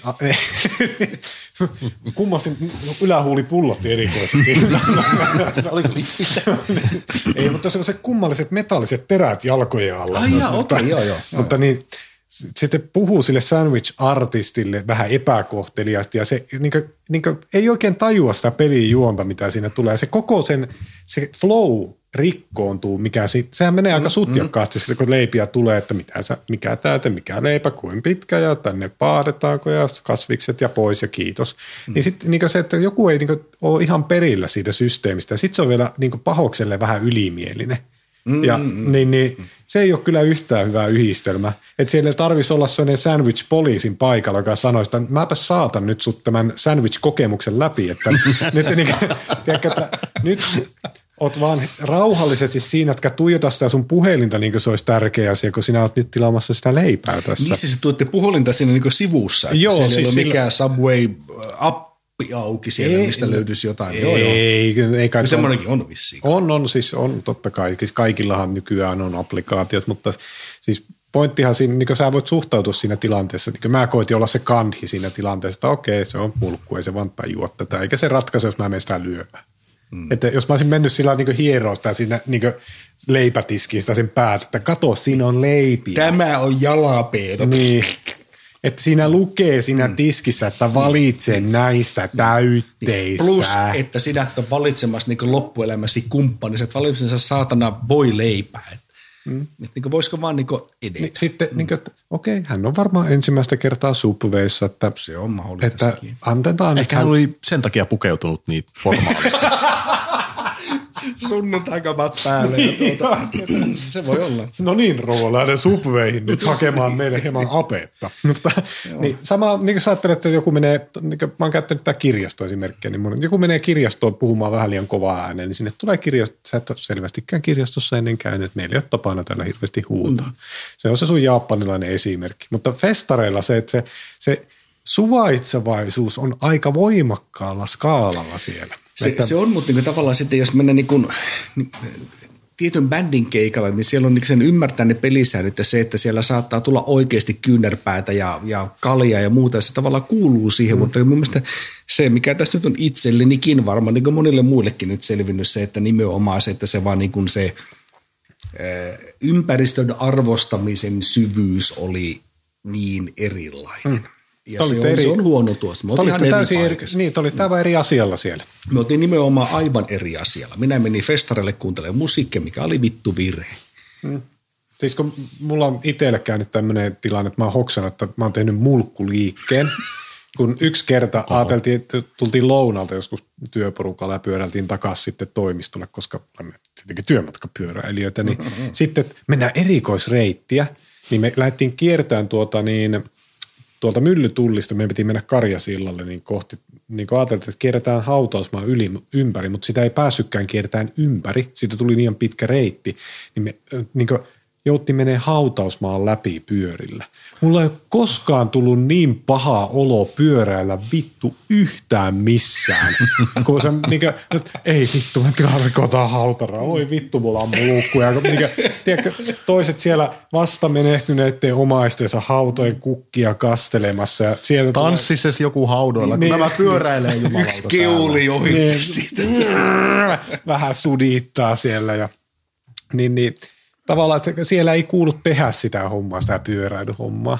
Speaker 3: Kummasti ylähuuli pullotti erikoisesti.
Speaker 2: Oliko lippistä?
Speaker 3: Ei, mutta semmoiset kummalliset metalliset terät jalkojen alla.
Speaker 2: Ai jaa,
Speaker 3: Mutta-
Speaker 2: okei, joo, joo.
Speaker 3: Mutta niin, s- sitten puhuu sille sandwich-artistille vähän epäkohteliaasti ja se niin kuin, niin kuin, ei oikein tajua sitä pelin juonta, mitä siinä tulee. Se koko sen, se flow rikkoontuu, mikä sit, sehän menee aika sutjakkaasti, mm-hmm. kun leipiä tulee, että mitä sä, mikä täyte, mikä leipä, kuin pitkä ja tänne paadetaanko ja kasvikset ja pois ja kiitos. Mm. Niin sitten niin se, että joku ei niin ole ihan perillä siitä systeemistä ja sitten se on vielä niin pahokselle vähän ylimielinen. Mm, ja mm, niin, niin, se ei ole kyllä yhtään hyvä yhdistelmä. Että siellä tarvitsisi olla sellainen sandwich-poliisin paikalla, joka sanoisi, että mäpä saatan nyt sut tämän sandwich-kokemuksen läpi. Että nyt, niin, tiedätkö, että nyt oot vaan rauhallisesti siinä, että tuijota sitä sun puhelinta niin kuin se olisi tärkeä asia, kun sinä oot nyt tilaamassa sitä leipää tässä.
Speaker 2: Missä se tuotte puhelinta siinä niin sivussa? Että
Speaker 3: Joo,
Speaker 2: siellä
Speaker 3: siis
Speaker 2: ei ole
Speaker 3: sillä-
Speaker 2: mikään Subway-appi auki siellä,
Speaker 3: Ei,
Speaker 2: mistä löytyisi jotain.
Speaker 3: Ei,
Speaker 2: Joo, joo.
Speaker 3: ei kai
Speaker 2: No
Speaker 3: se on-
Speaker 2: semmoinenkin on vissiin.
Speaker 3: On, on, siis on totta kai. Siis kaikillahan nykyään on applikaatiot, mutta siis pointtihan siinä, niin kuin sä voit suhtautua siinä tilanteessa, niin kuin mä koitin olla se kandhi siinä tilanteessa, että okei, se on mulkku, ei se vaan tajua tätä, eikä se ratkaise, jos mä menen sitä lyömään. Mm. Että jos mä olisin mennyt sillä niin hieroa sitä siinä niin leipätiskiin sitä sen päätä, että kato, siinä on leipiä.
Speaker 2: Tämä on jalapeedot.
Speaker 3: Niin. Että siinä lukee siinä tiskissä, että valitse näistä täytteistä.
Speaker 2: Plus, että sinä et ole valitsemassa niin loppuelämäsi kumppani, sä et valitsemassa saatana voi leipää. Et, mm. et, niin voisiko vaan niin edetä?
Speaker 3: Niin, sitten, niin kuin, että okei, hän on varmaan ensimmäistä kertaa Subwayssa, että,
Speaker 2: Se on mahdollista
Speaker 3: että
Speaker 2: sekin.
Speaker 3: antetaan nyt
Speaker 4: Ehkä hän oli sen takia pukeutunut niin formaalisti.
Speaker 2: Sunnuntaikamat päälle. Ja tuota, se voi olla.
Speaker 3: No niin, rouva, lähden Subwayhin nyt hakemaan meille hieman apetta. Mutta niin, sama, niin kuin sä ajattelet, että joku menee, niin kuin mä oon käyttänyt tätä kirjastoesimerkkiä, niin mun, joku menee kirjastoon puhumaan vähän liian kovaa ääneen, niin sinne tulee kirjasto, sä et ole selvästikään kirjastossa ennen käynyt, että meillä ei ole tapana täällä hirveästi huutaa. Mm. Se on se sun japanilainen esimerkki. Mutta festareilla se, että se, se suvaitsevaisuus on aika voimakkaalla skaalalla siellä.
Speaker 2: Se,
Speaker 3: että,
Speaker 2: se on, mutta niin tavallaan sitten, jos mennään niin kuin, niin, tietyn bändin keikalle, niin siellä on niin sen ymmärtää ne pelisäännöt ja se, että siellä saattaa tulla oikeasti kyynärpäätä ja, ja kaljaa ja muuta, ja se tavallaan kuuluu siihen, mm. mutta mun mielestä se, mikä tässä nyt on itsellenikin varmaan, niin kuin monille muillekin nyt selvinnyt se, että nimenomaan se, että se vaan niin kuin se ää, ympäristön arvostamisen syvyys oli niin erilainen. Mm. Ja se on, eri, se on huono tuossa. Me oltiin ihan eri
Speaker 3: täysin eri,
Speaker 2: paikassa.
Speaker 3: niin, te olitte aivan eri asialla siellä.
Speaker 2: Me oltiin nimenomaan aivan eri asialla. Minä menin festarelle kuuntelemaan musiikkia, mikä oli vittu virhe.
Speaker 3: Hmm. Siis kun mulla on itselle käynyt tämmöinen tilanne, että mä oon hoksannut, että mä oon tehnyt mulkkuliikkeen. Kun yksi kerta Oho. ajateltiin, että tultiin lounalta joskus työporukalla ja pyöräiltiin takaisin sitten toimistolle, koska olemme tietenkin työmatkapyöräilijöitä, niin mm-hmm. sitten mennään erikoisreittiä, niin me lähdettiin kiertämään tuota niin tuolta Myllytullista, meidän piti mennä Karjasillalle niin kohti, niin kuin ajateltiin, että kierretään hautausmaan yli, ympäri, mutta sitä ei päässytkään kiertämään ympäri, siitä tuli liian pitkä reitti, niin me niin kuin jouttiin menee hautausmaan läpi pyörillä. Mulla ei ole koskaan tullut niin paha olo pyöräillä vittu yhtään missään. Kun se, niin kuin, ei vittu, me kyllä rikotaan hautaraa. Oi vittu, mulla on mulkkuja. Niin kuin, tiedätkö, toiset siellä vasta menehtyneiden omaistensa hautojen kukkia kastelemassa. Ja sieltä
Speaker 4: Tanssisessa tulee joku haudoilla,
Speaker 3: niin,
Speaker 4: kun nämä pyöräilee jumalauta
Speaker 2: Yksi keuli ohitti
Speaker 3: niin,
Speaker 2: siitä.
Speaker 3: vähän sudittaa siellä. Ja, niin, niin, tavallaan, että siellä ei kuulu tehdä sitä hommaa, sitä pyöräilyhommaa.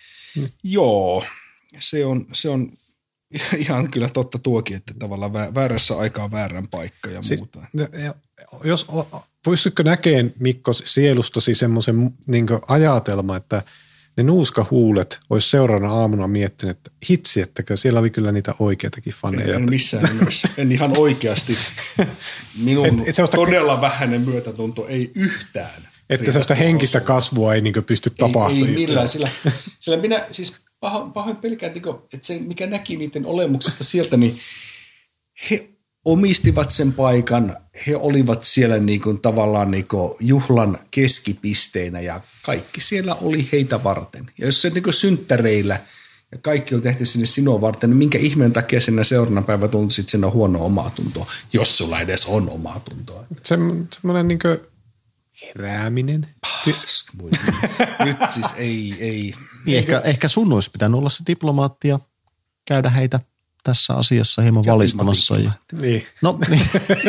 Speaker 2: Joo, se on, se on ihan kyllä totta tuokin, että tavallaan väärässä aikaa väärän paikka ja
Speaker 3: siis,
Speaker 2: muuta.
Speaker 3: Jos, voisitko näkeen, Mikko, sielustasi semmoisen niin ajatelma, että ne nuuskahuulet olisi seuraavana aamuna miettinyt, että hitsi, että siellä oli kyllä niitä oikeitakin faneja.
Speaker 2: En, en missään nimessä. En ihan oikeasti. Minun et, et sellaista, todella vähäinen myötätunto ei yhtään.
Speaker 3: Että sellaista henkistä osua. kasvua ei niin pysty tapahtumaan.
Speaker 2: Ei, ei millään, sillä, sillä minä siis pahoin, pahoin pelkään, että se mikä näki niiden olemuksesta sieltä, niin he omistivat sen paikan, he olivat siellä niin kuin tavallaan niin kuin juhlan keskipisteinä ja kaikki siellä oli heitä varten. Ja jos se niin kuin synttäreillä ja kaikki on tehty sinne sinua varten, niin minkä ihmeen takia sinne seuraavana päivänä tuntisit sinne huonoa omaa tuntoa, jos sulla edes on omaa tuntoa.
Speaker 3: Se, semmoinen niin kuin herääminen.
Speaker 2: Pask, nyt siis ei, ei.
Speaker 4: Niin ehkä, ehkä sun olisi pitänyt olla se diplomaatti ja käydä heitä tässä asiassa hieman ja valistamassa. Ja...
Speaker 3: Niin.
Speaker 4: No, niin.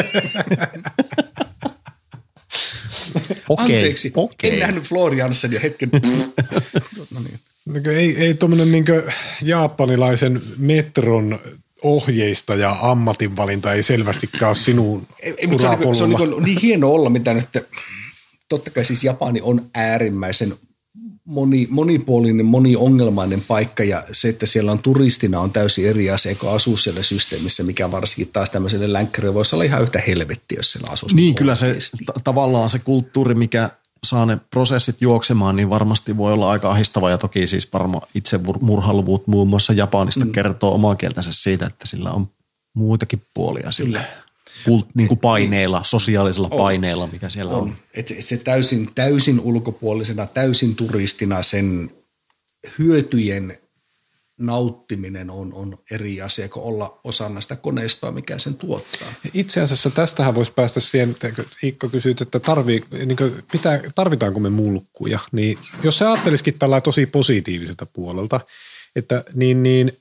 Speaker 4: Okei,
Speaker 2: Anteeksi,
Speaker 4: okei.
Speaker 2: En nähnyt Floriansen jo hetken. No niin.
Speaker 3: Ei, ei tuommoinen niin japanilaisen metron ohjeista ja ammatinvalinta ei selvästikään ole sinun
Speaker 2: ei, ei, mutta se on, se on niin, niin hienoa olla, mitä nyt, totta kai siis Japani on äärimmäisen moni, monipuolinen, moniongelmainen paikka ja se, että siellä on turistina on täysin eri asia, kun asuu siellä systeemissä, mikä varsinkin taas tämmöiselle länkkärille voisi olla ihan yhtä helvettiä, jos siellä asuisi.
Speaker 4: Niin, kyllä se t- tavallaan se kulttuuri, mikä saa ne prosessit juoksemaan, niin varmasti voi olla aika ahistava ja toki siis varmaan itse murhailuvuut muun muassa Japanista mm. kertoo omaa kieltänsä siitä, että sillä on muitakin puolia sillä kult, niin kuin paineilla, sosiaalisella on. paineella, mikä siellä on. on.
Speaker 2: Et se täysin, täysin ulkopuolisena, täysin turistina sen hyötyjen nauttiminen on, on eri asia kuin olla osana sitä koneistoa, mikä sen tuottaa.
Speaker 3: Itse asiassa tästähän voisi päästä siihen, että Iikka kysyt, että tarvii, niin pitää, tarvitaanko me mulkkuja. Niin jos sä ajattelisikin tällä tosi positiiviselta puolelta, että niin, niin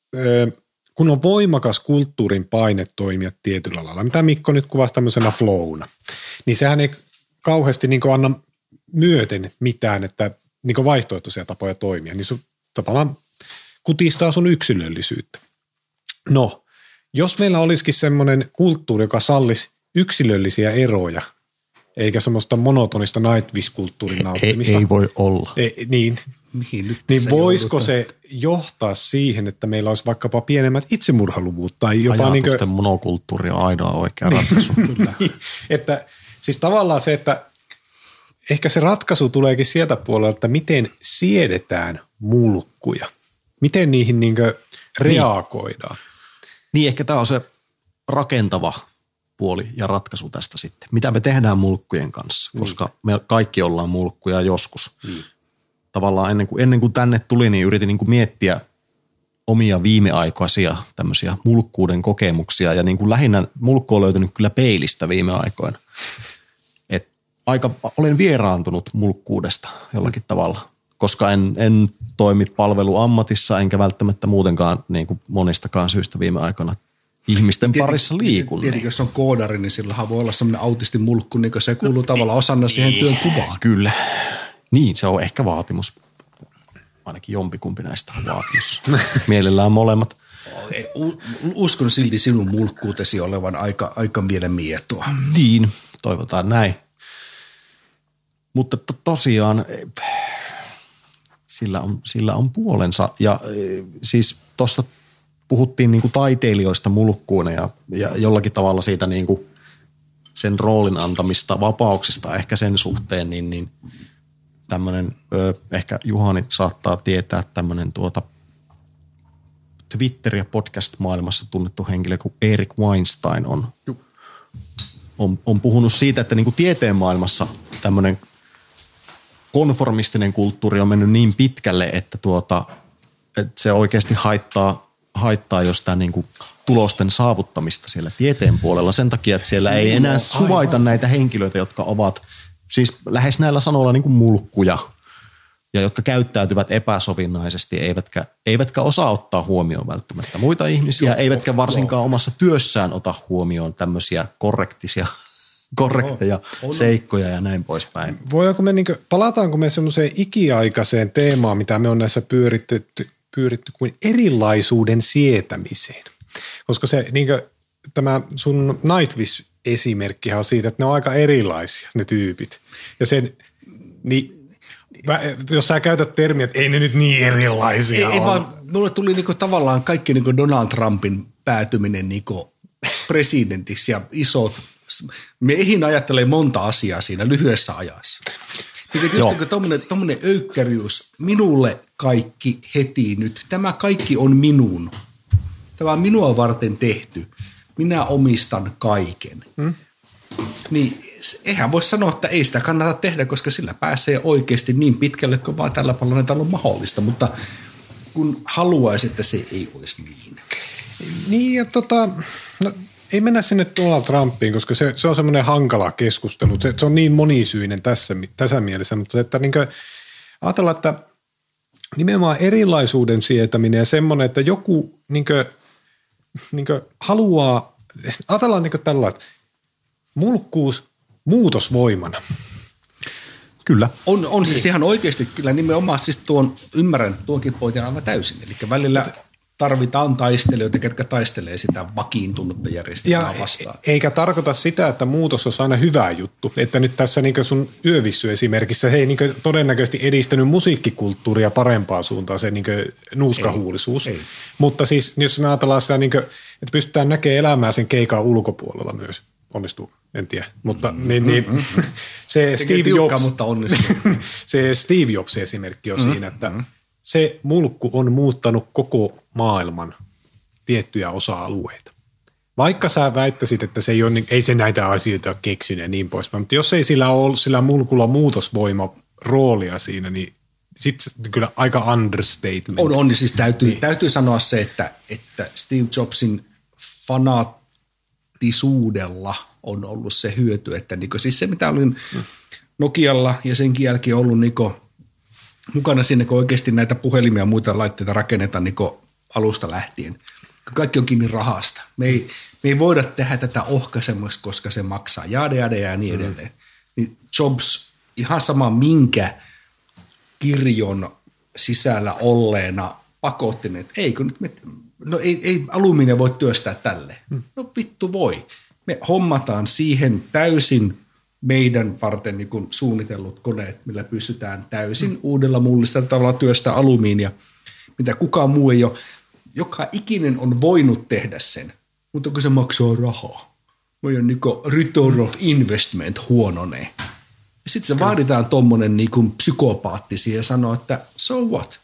Speaker 3: kun on voimakas kulttuurin paine toimia tietyllä lailla, mitä Mikko nyt kuvasi tämmöisenä flowna, niin sehän ei kauheasti niin anna myöten mitään, että niin vaihtoehtoisia tapoja toimia, niin sun tavallaan kutistaa sun yksilöllisyyttä. No, jos meillä olisikin semmoinen kulttuuri, joka sallisi yksilöllisiä eroja, eikä semmoista monotonista nightwish-kulttuurin nauttimista.
Speaker 4: Ei, ei voi olla.
Speaker 3: Ei, niin,
Speaker 2: Mihin nyt
Speaker 3: niin voisiko joudutaan? Se johtaa siihen, että meillä olisi vaikkapa pienemmät itsemurhaluvut tai jopa
Speaker 4: ajatusten
Speaker 3: niin kuin
Speaker 4: monokulttuuri on ainoa oikea ratkaisu.
Speaker 3: niin, että siis tavallaan se, että ehkä se ratkaisu tuleekin sieltä puolelta, että miten siedetään mulkkuja. Miten niihin niin kuin reagoidaan?
Speaker 4: Niin. niin, ehkä tämä on se rakentava puoli ja ratkaisu tästä sitten. Mitä me tehdään mulkkujen kanssa, koska niin. me kaikki ollaan mulkkuja joskus. Niin. Tavallaan ennen kuin, ennen kuin tänne tuli, niin yritin niin kuin miettiä omia viimeaikoisia tämmöisiä mulkkuuden kokemuksia. Ja niin kuin lähinnä mulkku on löytynyt kyllä peilistä viime aikoina. Et aika, olen vieraantunut mulkkuudesta jollakin tavalla, koska en, en toimi palveluammatissa enkä välttämättä muutenkaan niin kuin monistakaan syystä viime aikoina ihmisten Tiet, parissa liikun.
Speaker 2: Tietenkin, jos on koodari, niin silloinhan voi olla semmoinen autistimulkku, niin se kuuluu tavallaan osana siihen työn kuvaan.
Speaker 4: Kyllä. Niin, se on ehkä vaatimus. Ainakin jompikumpi näistä on vaatimus. Mielellään molemmat.
Speaker 2: Uskon silti sinun mulkkuutesi olevan aika, aika mielen mietoa.
Speaker 4: Niin, toivotaan näin. Mutta to, tosiaan sillä on, sillä on puolensa. Ja siis tuossa puhuttiin niinku taiteilijoista mulkkuina ja, ja jollakin tavalla siitä niinku sen roolin antamista vapauksista ehkä sen suhteen, niin, niin tämmöinen, ehkä Juhani saattaa tietää tämmöinen tuota Twitter- ja podcast-maailmassa tunnettu henkilö kuin Erik Weinstein on, on, on puhunut siitä, että niinku tieteen maailmassa tämmöinen konformistinen kulttuuri on mennyt niin pitkälle, että, tuota, että se oikeasti haittaa, haittaa jostain niinku tulosten saavuttamista siellä tieteen puolella sen takia, että siellä ei enää suvaita näitä henkilöitä, jotka ovat siis lähes näillä sanoilla niin kuin mulkkuja ja jotka käyttäytyvät epäsovinnaisesti, eivätkä, eivätkä osaa ottaa huomioon välttämättä muita ihmisiä, joo, eivätkä varsinkaan joo. omassa työssään ota huomioon tämmöisiä korrektisia, korrekteja joo, seikkoja ja näin poispäin.
Speaker 3: Voidaanko me, niin kuin, palataanko me semmoiseen ikiaikaiseen teemaan, mitä me on näissä pyöritty, pyöritty kuin erilaisuuden sietämiseen? Koska se, niin kuin, tämä sun Nightwish-esimerkkihän on siitä, että ne on aika erilaisia, ne tyypit. Ja sen, niin Mä, jos sä käytät termiä, että ei ne nyt niin erilaisia
Speaker 2: ei,
Speaker 3: ole.
Speaker 2: ei vaan, mulle tuli niinku tavallaan kaikki niinku Donald Trumpin päätyminen niinku presidentiksi ja isot, me eihin ajattelee monta asiaa siinä lyhyessä ajassa. Niin tietysti tommonen, tommonen öykkärius, minulle kaikki heti nyt, tämä kaikki on minun, tämä on minua varten tehty, minä omistan kaiken. Hmm? Niin eihän voi sanoa, että ei sitä kannata tehdä, koska sillä pääsee oikeasti niin pitkälle, kuin vaan tällä planeetalla on mahdollista, mutta kun haluaisi, että se ei olisi niin.
Speaker 3: Niin ja tota, no, ei mennä sinne Donald Trumpiin, koska se, se on semmoinen hankala keskustelu. Se, se on niin monisyinen tässä, tässä mielessä, mutta se, että niin kuin, ajatellaan, että nimenomaan erilaisuuden sietäminen ja semmoinen, että joku niin kuin, niin kuin haluaa, ajatellaan niin kuin tällaista, mulkkuus muutosvoimana.
Speaker 4: Kyllä.
Speaker 2: On, on siis ihan oikeasti kyllä nimenomaan siis tuon, ymmärrän tuonkin pointin aivan täysin. Eli välillä tarvitaan taistelijoita, ketkä taistelee sitä vakiintunutta järjestelmää vastaan.
Speaker 3: Eikä tarkoita sitä, että muutos on aina hyvä juttu. Että nyt tässä niin sun yövissy esimerkissä se ei niin todennäköisesti edistänyt musiikkikulttuuria parempaan suuntaan, se niin nuuskahuulisuus. Ei, ei. Mutta siis jos me ajatellaan sitä, niin kuin, että pystytään näkemään elämää sen keikan ulkopuolella myös. Onnistuu, en tiedä. Mutta mm, niin, niin, mm, se, Steve
Speaker 2: tiukka,
Speaker 3: Jobs,
Speaker 2: mutta
Speaker 3: se Steve Jobs esimerkki on mm, siinä, että mm. se mulkku on muuttanut koko maailman tiettyjä osa-alueita. Vaikka sä väittäisit, että se ei, ole, ei se näitä asioita keksinyt ja niin poispäin, mutta jos ei sillä ole sillä mulkulla muutosvoima roolia siinä, niin sitten kyllä aika understatement.
Speaker 2: On, on siis täytyy, niin. täytyy sanoa se, että, että Steve Jobsin fanaattisuudella on ollut se hyöty, että niinku, siis se mitä olin Nokialla ja senkin jälkeen ollut niinku, mukana sinne, kun oikeasti näitä puhelimia ja muita laitteita rakennetaan niinku, alusta lähtien. Kaikki on kiinni rahasta. Me ei, me ei voida tehdä tätä ohkaisemmaksi, koska se maksaa jade, jade ja niin edelleen. Mm. Niin Jobs ihan sama minkä kirjon sisällä olleena pakotti, että ei, kun nyt me, no ei, ei alumiinia voi työstää tälleen. Mm. No vittu voi. Me hommataan siihen täysin meidän varten niin kuin suunnitellut koneet, millä pystytään täysin mm. uudella mullista tavalla työstää alumiinia, mitä kukaan muu ei ole. Joka ikinen on voinut tehdä sen, mutta kun se maksaa rahaa. Meidän niin return of investment huononee. Ja sitten se vaaditaan tommonen niin psykopaattisia ja sanoo, että so what?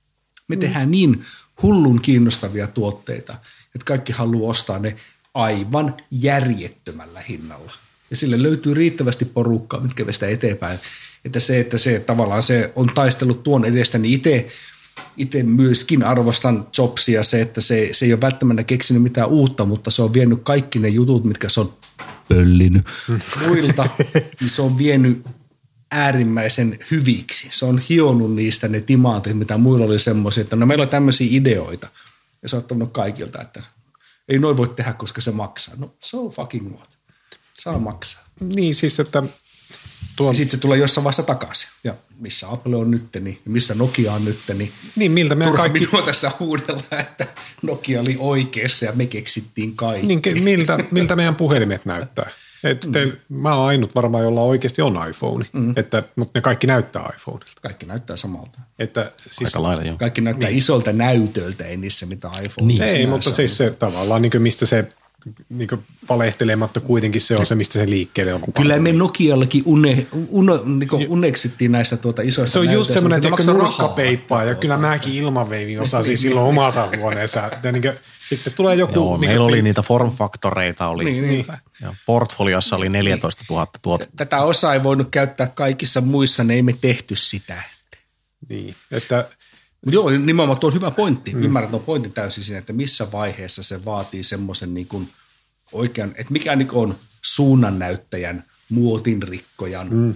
Speaker 2: Me tehdään niin hullun kiinnostavia tuotteita, että kaikki haluaa ostaa ne aivan järjettömällä hinnalla. Ja sille löytyy riittävästi porukkaa, mitkä vie sitä eteenpäin. Että se, että se tavallaan se on taistellut tuon edestä, niin itse Itse myöskin arvostan Jobsia se, että se, se ei ole välttämättä keksinyt mitään uutta, mutta se on vienyt kaikki ne jutut, mitkä se on pöllinyt muilta, niin se on vienyt äärimmäisen hyviksi. Se on hionut niistä ne timantit, mitä muilla oli semmoisia, että no meillä on tämmöisiä ideoita. Ja se on ottanut kaikilta, että ei noin voi tehdä, koska se maksaa. No so fucking what. Saa maksaa.
Speaker 3: Niin siis, että
Speaker 2: Tuon... Ja sitten se tulee jossain vaiheessa takaisin. Ja missä Apple on nyt, niin missä Nokia on nyt, niin,
Speaker 3: niin miltä meidän kaikki...
Speaker 2: minua tässä huudella, että Nokia oli oikeassa ja me keksittiin kaikki.
Speaker 3: Niin, miltä, miltä meidän puhelimet näyttää? Et te, mm. Mä oon ainut varmaan, jolla oikeasti on iPhone, mm. että, mutta ne kaikki näyttää iPhoneilta.
Speaker 2: Kaikki näyttää samalta.
Speaker 3: Että, siis,
Speaker 4: aika lailla joo.
Speaker 2: Kaikki näyttää niin. isolta näytöltä, ei niissä mitään iPhone.
Speaker 3: Niin, ei, mutta siis se tavallaan, niin mistä se... Niin valehtelematta kuitenkin se on se, mistä se liikkeelle on.
Speaker 2: Kyllä me Nokiallakin une, une, niin uneksittiin näissä tuota isoista
Speaker 3: se on just semmoinen, että nurkkapeippaa ja kyllä mäkin ilmaveivin osasin silloin omassa huoneessa. Niin kuin, sitten tulee joku...
Speaker 4: Joo, niin meillä oli niitä formfaktoreita, oli, niin, niin. Ja portfoliossa oli neljätoistatuhatta tuotetta.
Speaker 2: Tätä osaa ei voinut käyttää kaikissa muissa, ne ei me tehty sitä.
Speaker 3: Niin, että...
Speaker 2: Joo, nimenomaan tuo on hyvä pointti. Mm. Ymmärrän tuon pointin täysin siinä, että missä vaiheessa se vaatii semmoisen niin kuin oikean, että mikä niin on suunnannäyttäjän, muotinrikkojan, mm.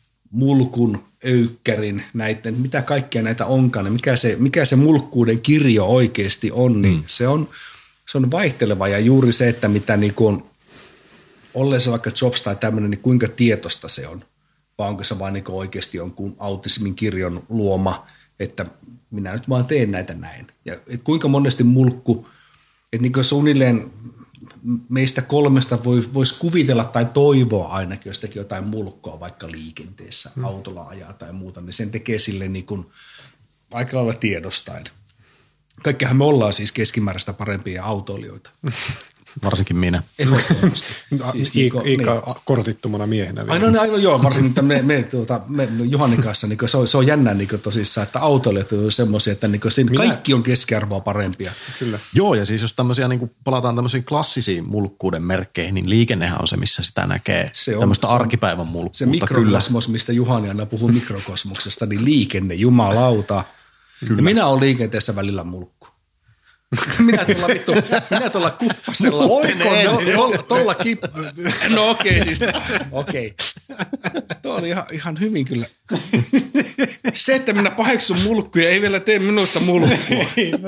Speaker 2: mulkun, öykkärin, näiden, mitä kaikkea näitä onkaan, mikä se, mikä se mulkkuuden kirjo oikeasti on, niin mm. se, on, se on vaihteleva. Ja juuri se, että mitä niin kuin on, olleen se vaikka Jobs tai tämmöinen, niin kuinka tietoista se on, vai onko se vaan niin kuin oikeasti jonkun autismin kirjon luoma, että minä nyt vaan teen näitä näin. Ja et kuinka monesti mulkku, että niin suunnilleen meistä kolmesta voi, voisi kuvitella tai toivoa ainakin, jos teki jotain mulkkoa vaikka liikenteessä, hmm. autolla ajaa tai muuta, niin sen tekee sille niin kuin aika lailla tiedostaen. Kaikkihan me ollaan siis keskimääräistä parempia autoilijoita.
Speaker 4: Varsinkin minä.
Speaker 2: Ehdottomasti.
Speaker 3: Siis Iika, niin, Iika niin. Kortittomana miehenä.
Speaker 2: Ai no, no, aivan joo, varsinkin me, me, tuota, me Juhanin kanssa, niin se, on, se on jännä niin tosissaan, että autoilijat on semmoisia, että niin siinä kaikki on keskiarvoa parempia.
Speaker 3: Kyllä.
Speaker 4: Joo, ja siis jos tämmöisiä, niin palataan tämmöisiin klassisiin mulkkuuden merkkeihin, niin liikennehän on se, missä sitä näkee. Se on, tämmöistä se arkipäivän mulkkuutta.
Speaker 2: Se mikrokosmos, mistä Juhani aina puhuu mikrokosmoksesta, niin liikenne, jumalauta. Kyllä. Ja minä olen liikenteessä välillä mulkku. Minä tuolla vittu, minä tuolla kuppasella. Tuolla, tuolla kip... No okei okay, siis, okei. Okay. Tuo oli ihan, ihan hyvin kyllä. Se, että minä paheksun mulkkuja, ei vielä tee minusta mulkkua.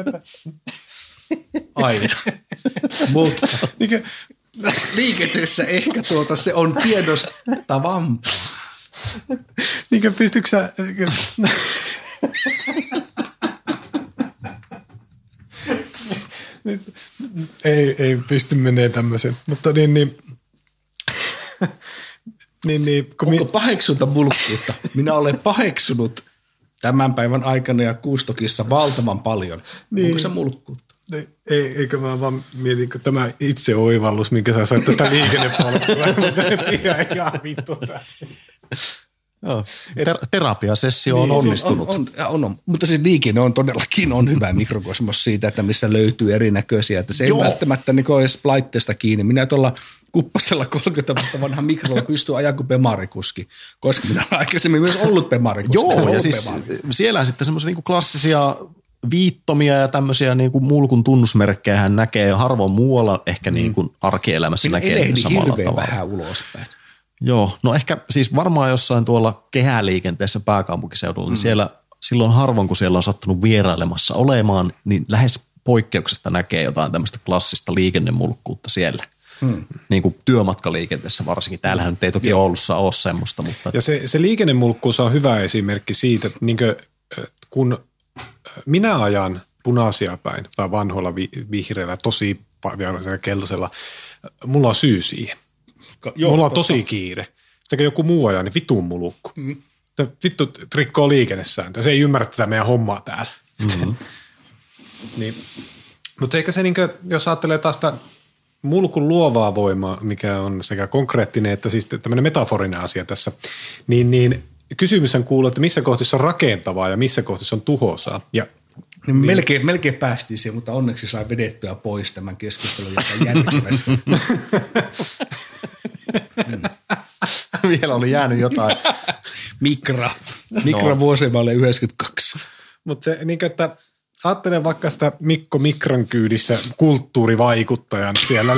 Speaker 2: Aina. Mutta liikenteessä ehkä tuota se on tiedostavampaa.
Speaker 3: Niinkö pystytkö sä... Ei, ei pysty menee tämmöisen, mutta niin, niin, niin, niin
Speaker 2: kun onko mi- paheksunta mulkkuutta? Minä olen paheksunut tämän päivän aikana ja Kuustokissa valtavan paljon. Niin. Onko se mulkkuutta?
Speaker 3: Ei, eikö mä vaan mietin, kun tämä itseoivallus, minkä sä sait tästä liikennepalvelua, mutta en tiedä ihan vittu tämä.
Speaker 4: Joo, ter- terapiasessio on niin, onnistunut.
Speaker 2: On, on, on, on, mutta siis liikenne on todellakin on hyvä mikrokosmos siitä, että missä löytyy erinäköisiä. Että se ei Joo. välttämättä niin ole edes laitteesta kiinni. Minä tuolla kuppasella kolmekymmentä vuotta vanha mikrolla pystyy ajaa kuin pemarikuski, koska minä olen aikaisemmin myös ollut pemarikuski.
Speaker 4: Joo, ja siis siellä sitten semmoisia niin klassisia viittomia ja tämmöisiä niin kuin mulkun tunnusmerkkejä hän näkee harvoin muualla ehkä niin kuin arkielämässä
Speaker 2: minä
Speaker 4: näkee samalla
Speaker 2: tavalla.
Speaker 4: Minä
Speaker 2: vähän ulospäin.
Speaker 4: Joo, no ehkä siis varmaan jossain tuolla kehäliikenteessä pääkaupunkiseudulla, mm. niin siellä silloin harvoin, kun siellä on sattunut vierailemassa olemaan, niin lähes poikkeuksesta näkee jotain tämmöistä klassista liikennemulkkuutta siellä. Mm. Niin kuin työmatkaliikenteessä varsinkin. Täällähän nyt ei toki Joo. Oulussa ole semmoista. Mutta...
Speaker 3: Ja se, se liikennemulkkuus on hyvä esimerkki siitä, että niin kuin, kun minä ajan punaisia päin tai vanhoilla vi- vihreillä, tosi keltaisella, mulla on syy siihen. Joo, mulla on tosi totta. kiire. Sitten kun joku muu ajaa, niin vitun mulukku. Mm. Vittu rikkoo liikennesääntöä. Se ei ymmärrä tätä meidän hommaa täällä. Mm-hmm. niin. Mutta eikä se, niin kuin, jos ajattelee taas sitä mulkun luovaa voimaa, mikä on sekä konkreettinen että siis tämmöinen metaforinen asia tässä, niin, niin kysymyshän kuuluu, että missä kohdissa on rakentavaa ja missä kohdissa on tuhoisaa. Ja
Speaker 2: Niin melkein, melkein päästiin siihen, mutta onneksi sai vedettyä pois tämän keskustelun jotain järkevästi.
Speaker 4: mm. Vielä oli jäänyt jotain.
Speaker 2: Mikra. Mikra no. vuosimalle yhdeksänkymmentäkaksi.
Speaker 3: Mutta se, niin kuin, että ajattelen vaikka sitä Mikko Mikran kyydissä kulttuurivaikuttajan siellä.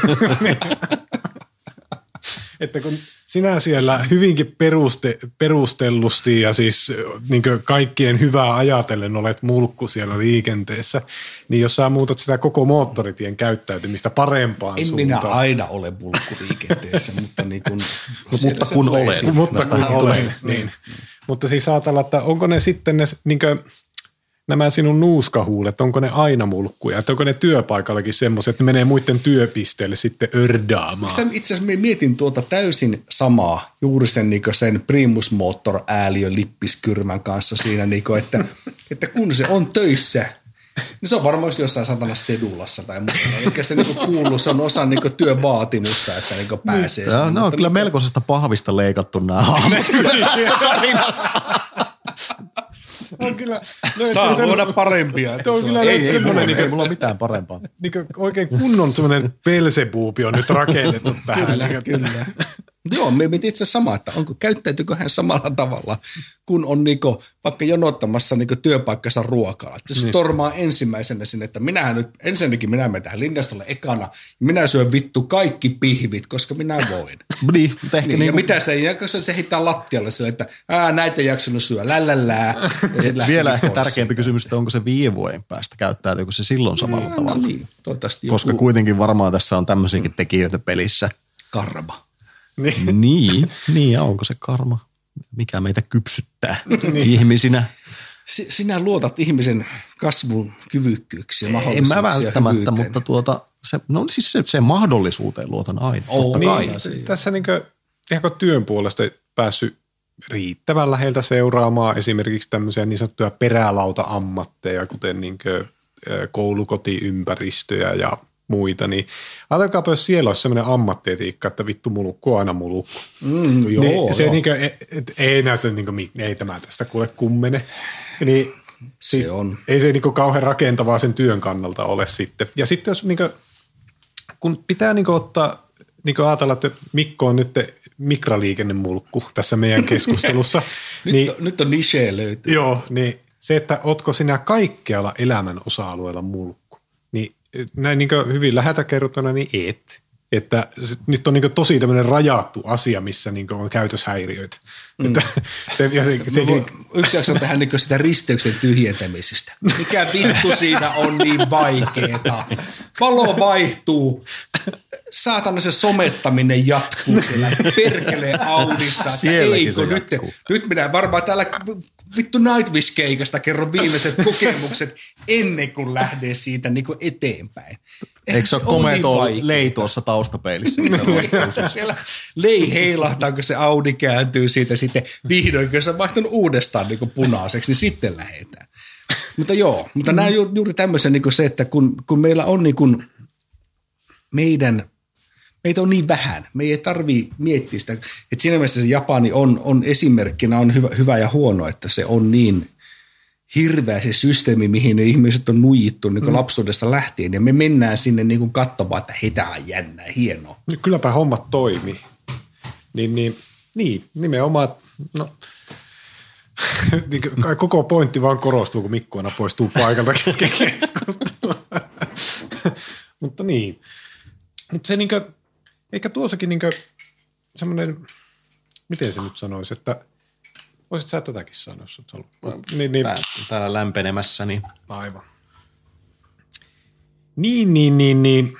Speaker 3: Että kun sinä siellä hyvinkin peruste, perustellusti ja siis niin kaikkien hyvää ajatellen olet mulkku siellä liikenteessä, niin jos sä muutat sitä koko moottoritien käyttäytymistä parempaan
Speaker 2: en
Speaker 3: suuntaan.
Speaker 2: En minä aina ole mulkku liikenteessä, mutta, niin kun,
Speaker 4: mutta kun olen.
Speaker 3: Mutta kun olen, niin. Mutta siis ajatellaan, että onko ne sitten ne niin kuin, nämä sinun nuuskahuulet, onko ne aina mulkkuja? Että onko ne työpaikallakin semmoiset, että ne menee muiden työpisteelle sitten ördaamaan?
Speaker 2: Sitä itse asiassa mietin tuota täysin samaa, juuri sen, niin sen Primus Motor ääliön lippiskyrmän kanssa siinä, niin kuin, että, että kun se on töissä, niin se on varmaan jossain satana sedulassa tai muuta. Eli se niin kuuluu, se on osa niin työn vaatimusta, että niin pääsee.
Speaker 4: No, ne on kyllä melkoisesta pahvista leikattu nämä hahmot tässä tarinassa.
Speaker 3: On kyllä,
Speaker 2: no, saa sen, voida parempia.
Speaker 3: On kyllä
Speaker 4: ei, ei, ei, mulla, niin, ei mulla ole mitään parempaa.
Speaker 3: Niin oikein kunnon semmoinen Belzebubi on nyt rakennettu tähän.
Speaker 2: Kyllä, kyllä. Joo, me mietin itse sama, että onko, käyttäytyykö hän samalla tavalla, kun on niinku, vaikka jonottamassa niinku työpaikkansa ruokaa. Että se niin. Stormaa ensimmäisenä sinne, että minähän nyt, ensinnäkin minä menen tähän linjastolle ekana, ja minä syön vittu kaikki pihvit, koska minä voin.
Speaker 4: niin, niin,
Speaker 2: niin, ja kuin... mitä se, ja se, se heittää lattialle sille, että ää, näitä ei jaksanut syö, lällälää.
Speaker 4: Vielä ehkä tärkeämpi siitä. Kysymys, että onko se viiden vuoden päästä, käyttäytyykö se silloin samalla no, tavalla?
Speaker 2: Niin, toivottavasti
Speaker 4: koska joku... kuitenkin varmaan tässä on tämmöisiäkin tekijöitä pelissä.
Speaker 2: Karma.
Speaker 4: Niin. niin, niin, ja onko se karma, mikä meitä kypsyttää niin. ihmisinä?
Speaker 2: Sinä luotat ihmisen kasvun kyvykkyyksiä, mahdollisuuksia,
Speaker 4: en mä välttämättä,
Speaker 2: hyvyyteen.
Speaker 4: Mutta tuota, se, no siis se, se mahdollisuuteen luotan aina,
Speaker 2: Oh,
Speaker 4: totta
Speaker 2: niin,
Speaker 4: kai.
Speaker 2: se-
Speaker 3: Tässä niin kuin, ihan työn puolesta päässyt riittävän läheltä seuraamaan esimerkiksi tämmöisiä niin sanottuja perälauta-ammatteja, kuten niin kuin koulukotiympäristöjä ja muita, niin ajatelkaapa, jos siellä olisi semmoinen ammattietiikka, että vittu mulukku on aina mulukku.
Speaker 2: Mm, joo,
Speaker 3: niin, se
Speaker 2: joo.
Speaker 3: niin kuin, et, et, ei näytä, niin kuin, ei tämä tästä kuule kummene. Niin,
Speaker 2: Se
Speaker 3: siis
Speaker 2: on.
Speaker 3: Ei se niin kuin kauhean rakentavaa sen työn kannalta ole sitten. Ja sitten jos niin kuin, kun pitää niin kuin ottaa, niin kuin ajatella, että Mikko on nyt mikraliikennemulkku tässä meidän keskustelussa.
Speaker 2: Nyt,
Speaker 3: niin,
Speaker 2: on, nyt on niche löytyy.
Speaker 3: joo, niin se, että ootko sinä kaikkealla elämän osa-alueella mulkku, niin näin niin kuin hyvin läheltä kerrottuna, niin et. Että se, nyt on niin kuin tosi tämmöinen rajattu asia, missä niin kuin on käytöshäiriöitä. Mm. Että se, ja se, se,
Speaker 2: Mä yksi jakso tähän niin sitä risteyksen tyhjentämisestä. Mikä vittu siinä on niin vaikeeta? Valo vaihtuu. Saatana se somettaminen jatkuu siellä perkeleen Audissa. Että
Speaker 4: Sielläkin
Speaker 2: eikö
Speaker 4: se
Speaker 2: nyt,
Speaker 4: jatkuu.
Speaker 2: nyt minä varmaan täällä vittu Nightwish-keikasta kerron viimeiset kokemukset ennen kuin lähden siitä niin kuin eteenpäin.
Speaker 4: Eikö se ole
Speaker 2: On niin
Speaker 4: komea tuo
Speaker 2: vaikeeta.
Speaker 4: lei tuossa taustapeilissä?
Speaker 2: Siellä lei heilahtaa, kun se Audi kääntyy siitä sitten vihdoin, kun se on vaihtunut uudestaan niin kuin punaiseksi, niin sitten lähdetään. Mutta joo, mutta mm. nämä on ju- juuri tämmöisen niin kuin se, että kun, kun meillä on niin kuin meidän, meitä on niin vähän, me ei tarvitse miettiä sitä, että siinä mielessä se Japani on, on esimerkkinä on hyvä, hyvä ja huono, että se on niin hirveä se systeemi, mihin ne ihmiset on nuijittu niin kuin mm. lapsuudesta lähtien, ja me mennään sinne niin kuin katsomaan, että hei, tämä on jännää, hienoa.
Speaker 3: kylläpä hommat toimii. Niin, niin, niin nimenomaan, no kai koko pointti vaan korostuu, kun Mikko aina poistuu paikalta kesken keskustelua. Mutta niin. Mutta se niinkö, eikä tuossakin niinkö semmoinen, miten se nyt sanoisi, että voisit sä tätäkin sanoa, jos et halua. Niin, niin.
Speaker 4: Täällä lämpenemässä, niin
Speaker 3: Aivan. Niin, niin, niin, niin.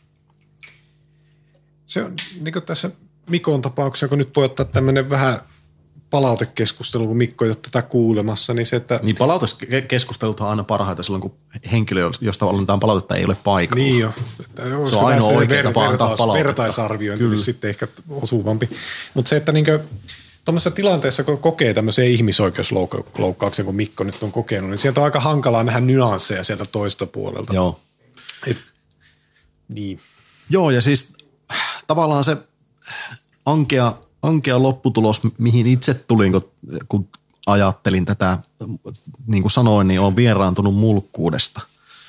Speaker 3: Se on niin kuin tässä Mikon tapauksessa, kun nyt voi ottaa tämmöinen vähän palautekeskustelu, kun Mikko ei ole tätä kuulemassa, niin se, että...
Speaker 4: Niin palautekeskustelut on aina parhaita silloin, kun henkilö, josta annetaan palautetta, ei ole paikalla.
Speaker 3: Niin jo.
Speaker 4: Se on ainoa oikea tapa antaa
Speaker 3: vertais,
Speaker 4: palautetta.
Speaker 3: vertaisarviointi olisi sitten ehkä osuvampi. Mutta se, että niinkö tuommoisessa tilanteessa, kun kokee tämmöisiä ihmisoikeusloukkauksia, kun Mikko nyt on kokenut, niin sieltä on aika hankalaa nähdä nyansseja sieltä toista puolelta.
Speaker 4: Joo.
Speaker 3: Et, niin.
Speaker 4: Joo, ja siis tavallaan se ankea, ankea lopputulos, mihin itse tulin, kun, kun ajattelin tätä, niin kuin sanoin, niin olen vieraantunut mulkkuudesta.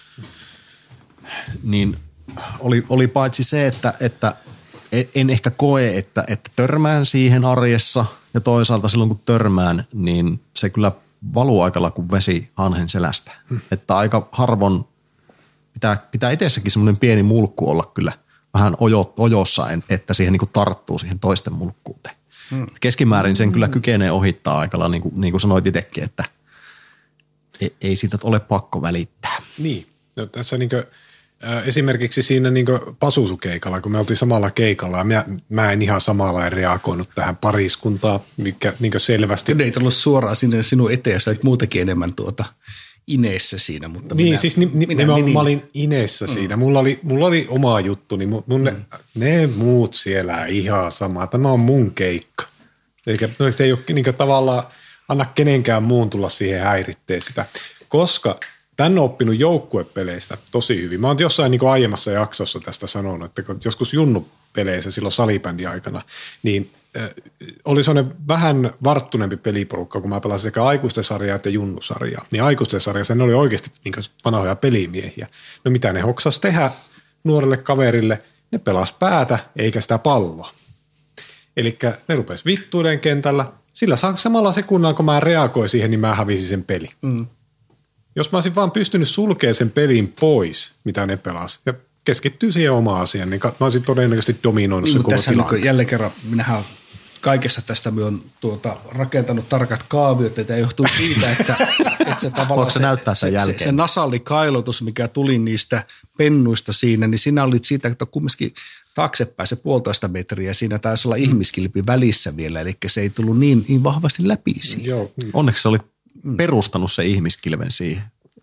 Speaker 4: Niin oli, oli paitsi se, että, että en ehkä koe, että, että törmään siihen arjessa, ja toisaalta silloin kun törmään, niin se kyllä valuu aikalla kuin vesi hanhen selästä. Hmm. Että aika harvoin pitää, pitää itsessäkin semmoinen pieni mulkku olla kyllä vähän ojo, ojossa, että siihen niin kuin tarttuu siihen toisten mulkkuuteen. Hmm. Keskimäärin sen kyllä kykenee ohittaa aikalla, niin kuin, niin kuin sanoit itsekin, että ei, ei siitä ole pakko välittää.
Speaker 3: Niin. No, tässä niin kuin, äh, esimerkiksi siinä niin kuin Pasusu-keikalla, kun me oltiin samalla keikalla, ja mä, mä en ihan samalla reagoinut tähän pariskuntaan, mikä niin kuin selvästi...
Speaker 2: Kyllä ei tullut suoraan sinne sinun eteen, sä olet muutenkin enemmän tuota ineessä siinä. Mutta
Speaker 3: niin,
Speaker 2: minä,
Speaker 3: siis ni, ni,
Speaker 2: minä
Speaker 3: minä,
Speaker 2: menin.
Speaker 3: mä olin ineessä mm. siinä. Mulla oli, mulla oli oma juttu, niin mun, mm. ne, ne muut siellä ihan sama. Tämä on mun keikka. Eli no, se ei ole niin kuin, tavallaan anna kenenkään muun tulla siihen häiritteen sitä, koska tän on oppinut joukkuepeleistä tosi hyvin. Mä oon jossain niin kuin aiemmassa jaksossa tästä sanonut, että kun joskus junnupeleissä silloin salibändin aikana, niin äh, oli sellainen vähän varttuneempi peliporukka, kun mä pelasin sekä aikuisten sarjaa että junnusarjaa. Niin aikuisten sarjassa ne oli oikeasti niin kuin vanhoja pelimiehiä. No mitä ne hoksas tehdä nuorelle kaverille? Ne pelas päätä eikä sitä palloa. Eli ne rupesi vittuileen kentällä. Sillä samalla sekunnalla, kun mä reagoin siihen, niin mä hävisin sen peli. Mm. Jos mä olisin vaan pystynyt sulkemaan sen pelin pois, mitä ne pelas, ja keskittyy siihen omaan asiaan, niin mä olisin todennäköisesti dominoinut
Speaker 2: niin,
Speaker 3: sen koko
Speaker 2: tässä
Speaker 3: tilanteen.
Speaker 2: Niin jälleen kerran, minähän kaikessa tästä me on tuota, rakentanut tarkat kaaviot, että johtuu siitä, että, että se tavallaan se,
Speaker 4: näyttää sen
Speaker 2: se, se, se nasallikailotus, mikä tuli niistä pennuista siinä, niin sinä olit siitä, että kumminkin taaksepäin se puolitoista metriä, siinä taisi olla ihmiskilpi välissä vielä, eli se ei tullut niin, niin vahvasti läpi siihen.
Speaker 3: Joo.
Speaker 4: Onneksi se oli perustanut se ihmiskilven siihen.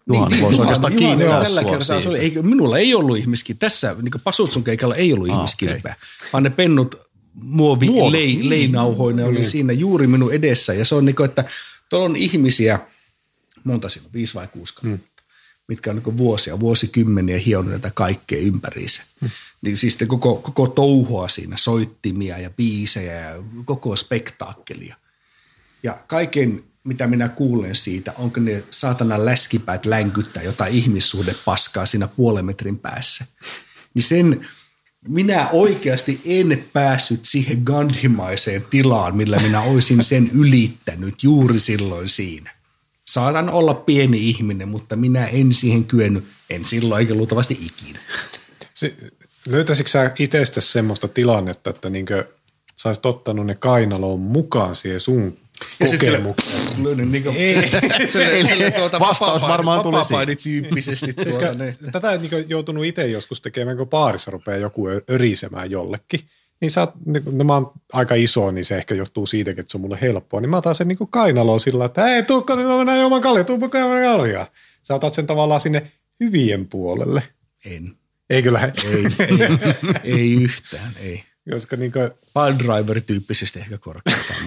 Speaker 4: Juhani
Speaker 2: niin,
Speaker 4: voisi
Speaker 2: Juhani,
Speaker 4: oikeastaan
Speaker 2: Juhani,
Speaker 4: kiittää
Speaker 2: tällä
Speaker 4: sua
Speaker 2: kertaa se oli,
Speaker 4: siitä.
Speaker 2: ei, minulla ei ollut ihmiskilpeä. Tässä niin Pasutsun keikalla ei ollut
Speaker 4: Ah,
Speaker 2: ihmiskilpeä, okay. vaan ne pennut muovi
Speaker 4: Muodot.
Speaker 2: lei, leinauhoinen oli siinä juuri minun edessä. Ja se on niin kuin, että tuolla on ihmisiä, monta siinä on, viisi vai kuusi hmm. mitkä on niin vuosia, vuosikymmeniä hionut tätä kaikkea ympäriinsä. Hmm. Niin siis koko, koko touhua siinä, soittimia ja biisejä ja koko spektaakkelia. Ja kaiken, mitä minä kuulen siitä, onko ne saatana läskipäät länkyttää jotain ihmissuhdepaskaa siinä puolen metrin päässä. Niin sen minä oikeasti en päässyt siihen gandhimaiseen tilaan, millä minä olisin sen ylittänyt juuri silloin siinä. Saatan olla pieni ihminen, mutta minä en siihen kyennyt, en silloin eikä luultavasti ikinä.
Speaker 3: Löytäisikö sä itsestäsi semmoista tilannetta, että niinkö sä olisit ottanut ne kainaloon mukaan siihen sun kokemukseen?
Speaker 2: Löydän niin kuin,
Speaker 3: Ei.
Speaker 2: tuota
Speaker 4: Vastaus varmaan tuli siihen.
Speaker 2: tyyppisesti. Tuota, ne.
Speaker 3: Tätä on niin joutunut itse joskus tekemään, kun baarissa rupeaa joku örisemään jollekin. Niin sä oot, no mä oon aika iso, niin se ehkä johtuu siitäkin, että se on mulle helppoa. Niin mä otan sen niin kainaloon sillä, että hei, tuukka nyt mennään juomaan kalja, tuukka juomaan kaljaa. Sä otat sen tavallaan sinne hyvien puolelle.
Speaker 2: En.
Speaker 3: Ei kyllä.
Speaker 2: Ei, ei, ei yhtään, ei.
Speaker 3: Koska niin kuin
Speaker 2: Pile driver-tyyppisesti ehkä korkeataan.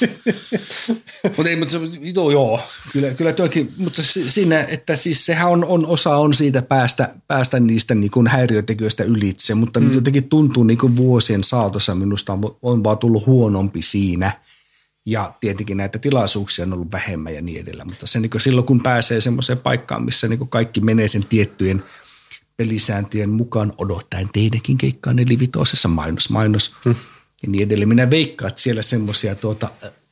Speaker 2: Mutta ei, mutta joo, joo, kyllä, kyllä työkin, mutta siinä, että siis sehän on, on osa on siitä päästä, päästä niistä niin kuin häiriötekijöistä ylitse, mutta mm. jotenkin tuntuu niin kuin vuosien saatossa minusta on, on vaan tullut huonompi siinä. Ja tietenkin näitä tilaisuuksia on ollut vähemmän ja niin edelleen, mutta se niin kuin silloin kun pääsee semmoiseen paikkaan, missä niin kuin kaikki menee sen tiettyjen pelisääntöjen mukaan odottaen teidänkin keikkaa nelivitoisessa mainos, mainos hmm. ja niin edelleen. Minä veikkaan, että siellä semmoisia tuota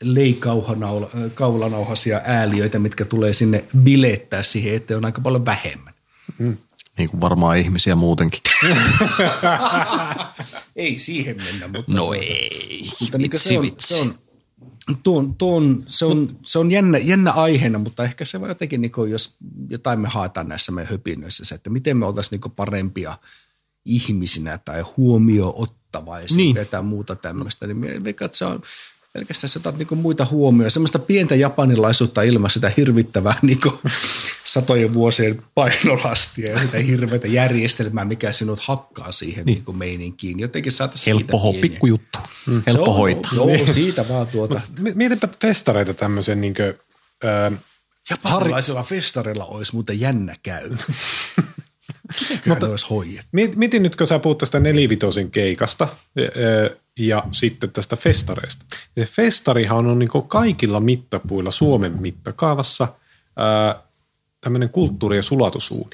Speaker 2: leikaulanauhaisia ääliöitä, mitkä tulee sinne bilettää siihen, että on aika paljon vähemmän.
Speaker 4: Hmm. Niin kuin varmaan ihmisiä muutenkin.
Speaker 2: Ei siihen mennä, mutta...
Speaker 4: No ei,
Speaker 2: mutta
Speaker 4: vitsi,
Speaker 2: se on,
Speaker 4: vitsi.
Speaker 2: Se on, tuon, tuon, se on, se on jännä, jännä aiheena, mutta ehkä se voi jotenkin, niin kuin, jos jotain me haetaan näissä meidän höpinöissä, se, että miten me oltaisiin niin parempia ihmisinä tai huomioon ottavaisia niin. ja jotain muuta tämmöistä, niin minä veikkaan, että se on pelkästään se otat niin muita huomioon. Semmoista pientä japanilaisuutta ilman sitä hirvittävää niin satojen vuosien painolastia ja sitä hirveätä järjestelmää, mikä sinut hakkaa siihen niin. niin meininkiin. Jotenkin saataisiin
Speaker 4: helppo
Speaker 2: siitä
Speaker 4: pikku juttu. Mm. Helppo hoitaa.
Speaker 2: Joo, joo, siitä vaan tuota.
Speaker 3: Mietipä festareita tämmöisen niin kuin, äh,
Speaker 2: japanilaisella har... festarilla olisi muuten jännä käy. Mitenköhän ne olisi hoidettu?
Speaker 3: Mietin nyt, kun sä puhut tästä nelivitosen keikasta ja, ja sitten tästä festareista. Se festarihan on niin kuin kaikilla mittapuilla Suomen mittakaavassa ää, tämmöinen kulttuuri- ja sulatusuuni.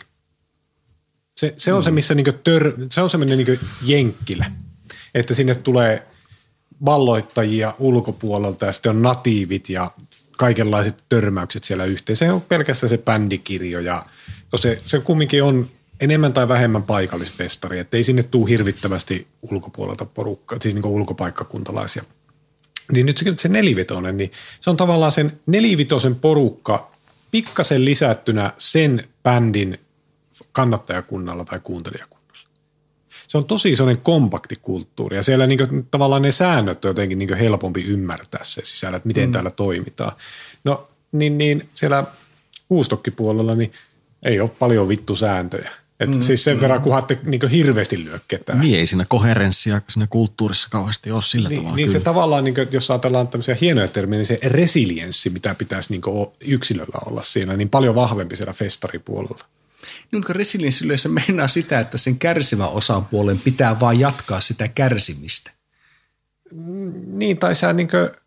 Speaker 3: Se, se on mm. se, missä niin kuin tör, se on semmoinen niin kuin jenkkilä, että sinne tulee valloittajia ulkopuolelta ja sitten on natiivit ja kaikenlaiset törmäykset siellä yhteen. Se on pelkästään se bändikirjo ja se, se kumminkin on enemmän tai vähemmän paikallisfestari, että ei sinne tule hirvittävästi ulkopuolelta porukkaa, siis niin kuin ulkopaikkakuntalaisia. Niin nyt se, se nelivitonen, niin se on tavallaan sen nelivitosen porukka pikkasen lisättynä sen bändin kannattajakunnalla tai kuuntelijakunnalla. Se on tosi sellainen kompakti kulttuuri ja siellä niin kuin, tavallaan ne säännöt on jotenkin niin kuin helpompi ymmärtää se sisällä, että miten mm. täällä toimitaan. No niin, niin siellä Uustokki-puolella niin ei ole paljon vittu sääntöjä. Että mm, siis sen mm. verran, kunhan te niin hirveästi lyö ketään.
Speaker 4: Niin ei siinä koherenssia siinä kulttuurissa kauheasti ole sillä
Speaker 3: niin,
Speaker 4: tavalla.
Speaker 3: Niin kyllä. Se tavallaan, niin kuin, jos ajatellaan tämmöisiä hienoja termejä, niin se resilienssi, mitä pitäisi niin yksilöllä olla siinä, niin paljon vahvempi siellä festaripuolella.
Speaker 2: Niin kuin resilienssi yleensä meinaa sitä, että sen kärsivän osapuolen pitää vaan jatkaa sitä kärsimistä.
Speaker 3: Niin, tai sä niin kuin...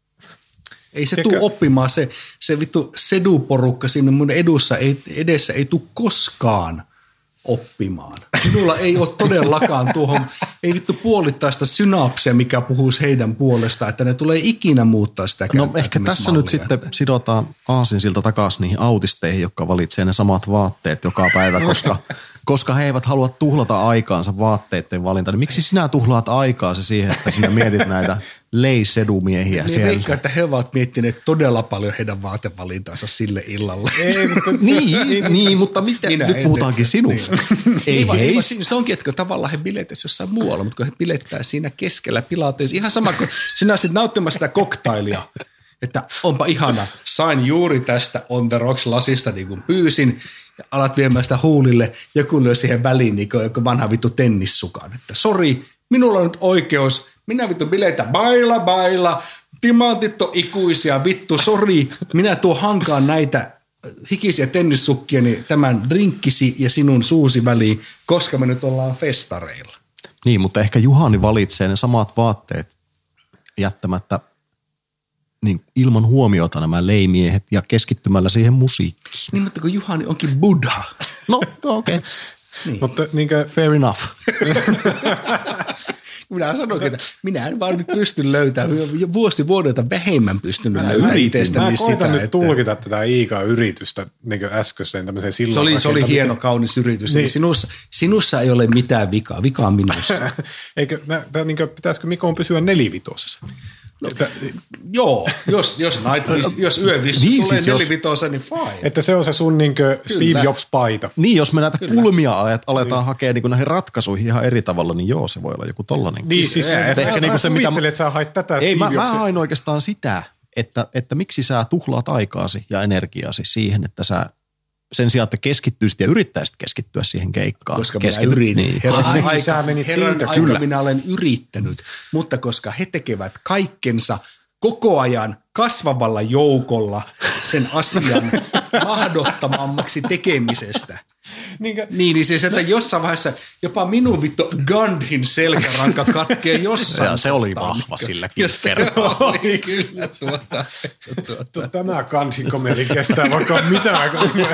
Speaker 2: Ei se tule oppimaan, se, se vittu seduporukka siinä mun edussa ei, edessä ei tule koskaan oppimaan. Minulla ei ole todellakaan tuohon, ei vittu puolittaista synapsia, mikä puhuisi heidän puolestaan, että ne tulee ikinä muuttaa sitä
Speaker 4: No ehkä tässä nyt sitten sidotaan aasinsilta takaisin niihin autisteihin, jotka valitsee ne samat vaatteet joka päivä, koska, koska he eivät halua tuhlata aikaansa vaatteiden valinta. Niin miksi sinä tuhlaat aikaasi siihen, että sinä mietit näitä leisedumiehiä
Speaker 2: niin
Speaker 4: siellä?
Speaker 2: Veikkaan, että he ovat miettineet todella paljon heidän vaatevalintaansa sille illalle.
Speaker 3: Ei, mutta,
Speaker 4: niin, niin, mutta mitä?
Speaker 2: Minä
Speaker 4: nyt
Speaker 2: en,
Speaker 4: puhutaankin sinusta.
Speaker 2: Niin.
Speaker 4: Ei
Speaker 2: niin,
Speaker 4: heistä.
Speaker 2: Niin, se onkin, että tavallaan he bilettäisi jossain muualla, mutta kun he bilettää siinä keskellä pilateissa, ihan sama kuin sinä olisit nauttimassa sitä koktailia, että onpa ihana, sain juuri tästä On The Rocks-lasista niin kuin pyysin, ja alat viemään sitä huulille, joku lyö siihen väliin niin kuin joku vanha vittu tennissukan, että sori, minulla on nyt oikeus, minä vittu bileitä, baila, baila, timantit on ikuisia, vittu, sori, minä tuo hankaan näitä hikisiä tennissukkiani tämän drinkkisi ja sinun suusi väliin, koska me nyt ollaan festareilla.
Speaker 4: Niin, mutta ehkä Juhani valitsee ne samat vaatteet jättämättä niin ilman huomiota nämä leimiehet ja keskittymällä siihen musiikkiin.
Speaker 2: Niin, mutta kun Juhani onkin Buddha.
Speaker 4: No, okei. Okay.
Speaker 2: Niin.
Speaker 3: Mutta niinkö...
Speaker 4: Fair enough.
Speaker 2: Minä sanoinkin, että minä en vaan nyt pysty löytämään. Vuosi vuodelta vähemmän pystynyt löytämään itsestäni sitä.
Speaker 3: Mä koitan nyt
Speaker 2: että...
Speaker 3: tulkita tätä Iika-yritystä niin äskeiseen tämmöiseen sillan
Speaker 2: Se oli, se oli hieno, kaunis yritys. Niin. Sinussa, sinussa ei ole mitään vikaa. Vika on minussa.
Speaker 3: Eikö, mä, tää, niin kuin, pitäisikö Mikon pysyä nelivitosessa?
Speaker 2: No, että, joo, jos, jos, night, jos yövissu niin, tulee siis nelivitosen, niin fine.
Speaker 3: Että se on se sun niin kuin Steve Jobs-paita.
Speaker 4: Niin, jos me näitä Kyllä. kulmia aletaan niin. hakea niin näihin ratkaisuihin ihan eri tavalla, niin joo, se voi olla joku tollainen.
Speaker 3: Niin, siis, siis se,
Speaker 4: ehkä
Speaker 3: mä,
Speaker 4: niin
Speaker 3: mä
Speaker 4: se,
Speaker 3: mitä...
Speaker 4: mitä...
Speaker 3: että sä hait tätä
Speaker 4: Ei,
Speaker 3: Steve
Speaker 4: mä, mä hain oikeastaan sitä, että, että miksi sä tuhlaat aikaasi ja energiaasi siihen, että sä sen sijaan, että keskittyisit ja yrittäisit keskittyä siihen keikkaan.
Speaker 2: Koska
Speaker 4: Keskity-
Speaker 2: minä yritin.
Speaker 4: Niin.
Speaker 2: Herran
Speaker 3: Ai,
Speaker 2: aika,
Speaker 3: sä menit
Speaker 2: herran
Speaker 3: siitä,
Speaker 2: aika
Speaker 3: kyllä.
Speaker 2: minä olen yrittänyt, mutta koska he tekevät kaikkensa koko ajan kasvavalla joukolla sen asian mahdottomammaksi tekemisestä.
Speaker 3: Niinkö?
Speaker 2: Niin, niin siis, että jossain vaiheessa jopa minun vittu Gandhin selkäranka katkee jossain.
Speaker 4: Ja se oli
Speaker 2: kohtaa,
Speaker 4: vahva
Speaker 2: mikä,
Speaker 4: silläkin
Speaker 2: se
Speaker 4: kertaa.
Speaker 2: oli kyllä tuota, tuota.
Speaker 3: Tämä Gandhi-komeli kestää vaikka mitään.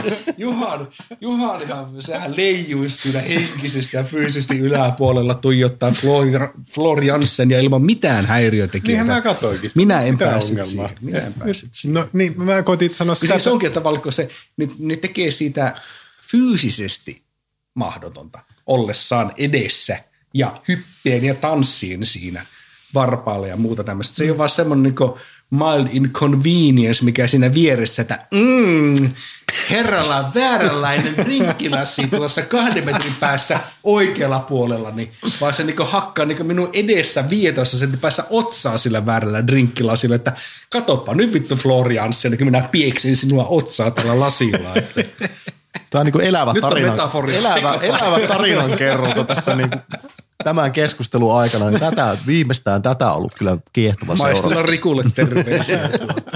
Speaker 2: Juhan, Juhanihan, sehän leijuisi siinä henkisesti ja fyysisesti yläpuolella tuijottaa Flor Jansen ja ilman mitään häiriötekijöitä.
Speaker 3: Niinhän mä katsoinkin sitä.
Speaker 2: Minä en
Speaker 3: Mitään
Speaker 2: päässyt
Speaker 3: ongelmaa.
Speaker 2: siihen. Minä en päässyt siihen.
Speaker 3: No niin, mä koitin sanoa sitä.
Speaker 2: Siis onkin, että valko se, ne, ne tekee siitä fyysisesti mahdotonta ollessaan edessä ja hyppien ja tanssien siinä varpaalla ja muuta tämmöistä. Se ei ole vaan semmoinen niin mild inconvenience, mikä siinä vieressä, että mm, herralla on vääränlainen drinkkilassi tuossa kahden metrin päässä oikealla puolella, niin vaan se niin hakkaa niin minun edessä vietossa sen päässä otsaa sillä väärällä drinkkilasilla, että katoppa nyt vittu Florianssi, niin minä pieksin sinua otsaa tällä lasilla.
Speaker 4: Tämä on niin kuin elävä,
Speaker 2: Nyt on
Speaker 4: tarina,
Speaker 2: metaforia.
Speaker 4: elävä, elävä tarinan kerronta tässä niin kuin tämän keskustelun aikana. Niin tätä, viimeistään tätä on ollut kyllä kiehtova seurata.
Speaker 2: Maistella Rikulle terveisiä.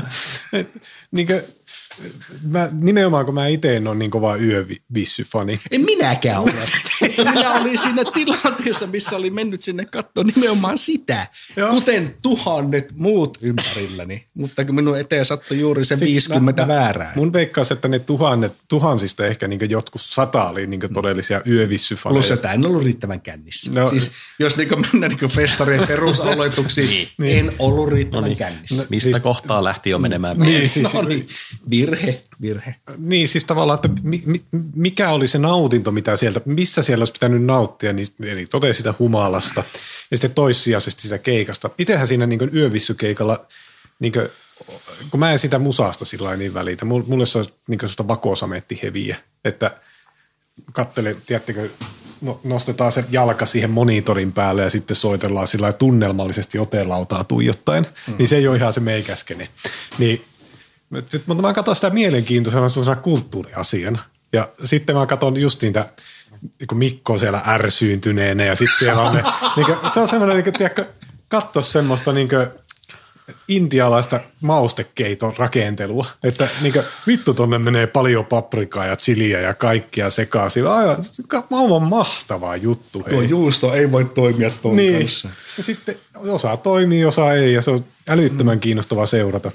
Speaker 3: Niinkö, mä, nimenomaan kun mä itse en ole niin kova yövissy-fani.
Speaker 2: En minäkään ole. Minä olin siinä tilanteessa, missä oli mennyt sinne katsoa nimenomaan sitä, Joo. kuten tuhannet muut ympärilläni. Mutta kun minun eteen sattui juuri se viisikymmentä mä, väärää.
Speaker 3: Mun veikkaus, että ne tuhannet, tuhansista ehkä niin jotkut sata oli niin todellisia yövissy-faneja.
Speaker 2: Plus, että en ollut riittävän kännissä. No, siis jos niin mennään niin festarien perusaloituksiin, niin. en ollut riittävän no niin. kännissä.
Speaker 4: No, mistä siis, kohtaa lähti jo menemään?
Speaker 3: Niin, siis,
Speaker 2: no niin, virhe, virhe.
Speaker 3: Niin, siis tavallaan, että mi, mi, mikä oli se nautinto, mitä sieltä, missä siellä olisi pitänyt nauttia, niin, eli totesi sitä humalasta ja sitten toissijaisesti sitä keikasta. Itsehän siinä niin yövissykeikalla, niin kuin, kun mä en sitä musasta sillä niin välitä, mulle se olisi niin sellaista vakosamettiheviä, että katsele, tiedättekö, no, nostetaan se jalka siihen monitorin päälle ja sitten soitellaan sillä tunnelmallisesti otelautaa tuijottaen, mm. niin se ei ole ihan se meikäskene. Niin, mutta mä katson sitä mielenkiintoisena sellaisena kulttuuriasiana. Ja sitten mä katson just niitä, kun Mikko on siellä ärsyyntyneenä ja sitten siellä on ne, niin kuin, se on semmoinen, niin kuin, tiedätkö, katso semmoista niin kuin, intialaista maustekeiton rakentelua, että niin kuin, vittu tonne menee paljon paprikaa ja chiliä ja kaikkia sekaisin. Aivan, aivan mahtava juttu.
Speaker 2: Tuo hei. Juusto ei voi toimia tuon
Speaker 3: niin.
Speaker 2: kanssa.
Speaker 3: Ja sitten osa toimii, osa ei ja se on älyttömän mm. kiinnostavaa seurata.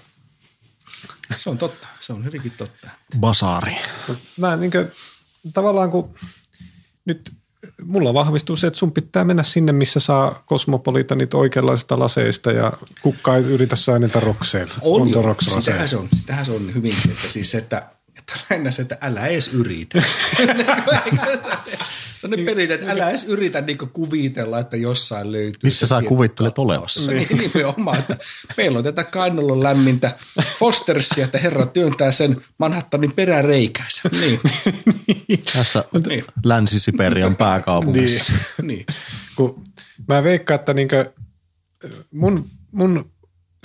Speaker 2: Se on totta, se on hyvinkin totta.
Speaker 4: Basaari.
Speaker 3: Mä niin kuin, tavallaan kun nyt mulla vahvistuu se, että sun pitää mennä sinne, missä saa kosmopolitanit oikeanlaisista laseista ja kukka ei yritä saa niitä rokseilla.
Speaker 2: On jo, sitähän se on, sitähän se on hyvinkin, että siis että, että lähinnä se, että älä edes yritä. Se on nyt perintä, että älä edes yritä niinku kuvitella, että jossain löytyy.
Speaker 4: Missä sä kuvittelet olevassa.
Speaker 2: Niin, nimenomaan, että meillä on tätä kainalon lämmintä Fostersia, että herra työntää sen Manhattanin peräreikäänsä. Niin.
Speaker 4: Tässä niin. Länsi-Siperian pääkaupungissa.
Speaker 2: Niin. niin.
Speaker 3: Kun mä veikkaan, että niinkö mun, mun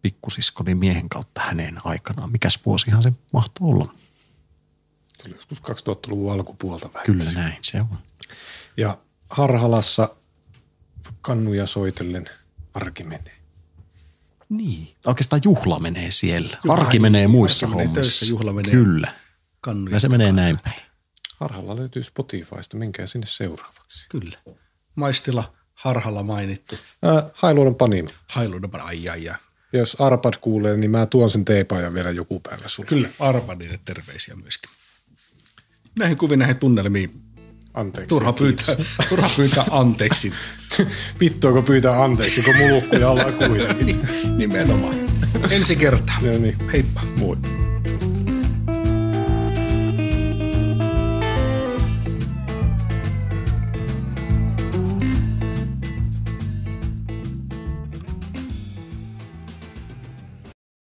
Speaker 4: pikkusiskoni miehen kautta hänen aikanaan. Mikäs vuosihan se mahtoi olla?
Speaker 3: Tuli joskus kaksituhattaluvun alkupuolta vähän.
Speaker 4: Kyllä näin, se on.
Speaker 3: Ja Harhalassa kannuja soitellen arki menee.
Speaker 4: Niin. Oikeastaan juhla menee siellä. Arki menee muissa
Speaker 2: arki menee
Speaker 4: hommissa.
Speaker 2: töissä, juhla menee
Speaker 4: Kyllä.
Speaker 2: kannuja
Speaker 4: Ja se menee näin päin.
Speaker 3: Harhalla löytyy Spotifysta, menkää sinne seuraavaksi.
Speaker 2: Kyllä. Maistila, Harhalla mainittu.
Speaker 3: Äh, Hailuodon Panimo.
Speaker 2: Hailuodopan, ai ai ai.
Speaker 3: Ja jos Arpad kuulee, niin mä tuon sen teepaajan vielä joku päivä sulle.
Speaker 2: Kyllä, Arpadille terveisiä myöskin. Näihin kuviin, näihin tunnelmiin.
Speaker 3: Anteeksi.
Speaker 2: Turha pyytää, turha pyytää anteeksi.
Speaker 3: Vittuako pyytää anteeksi, kun mulukkuja ollaan kuitenkin.
Speaker 2: Nimenomaan. Ensi kertaa.
Speaker 3: No niin.
Speaker 2: Heippa.
Speaker 3: Moi.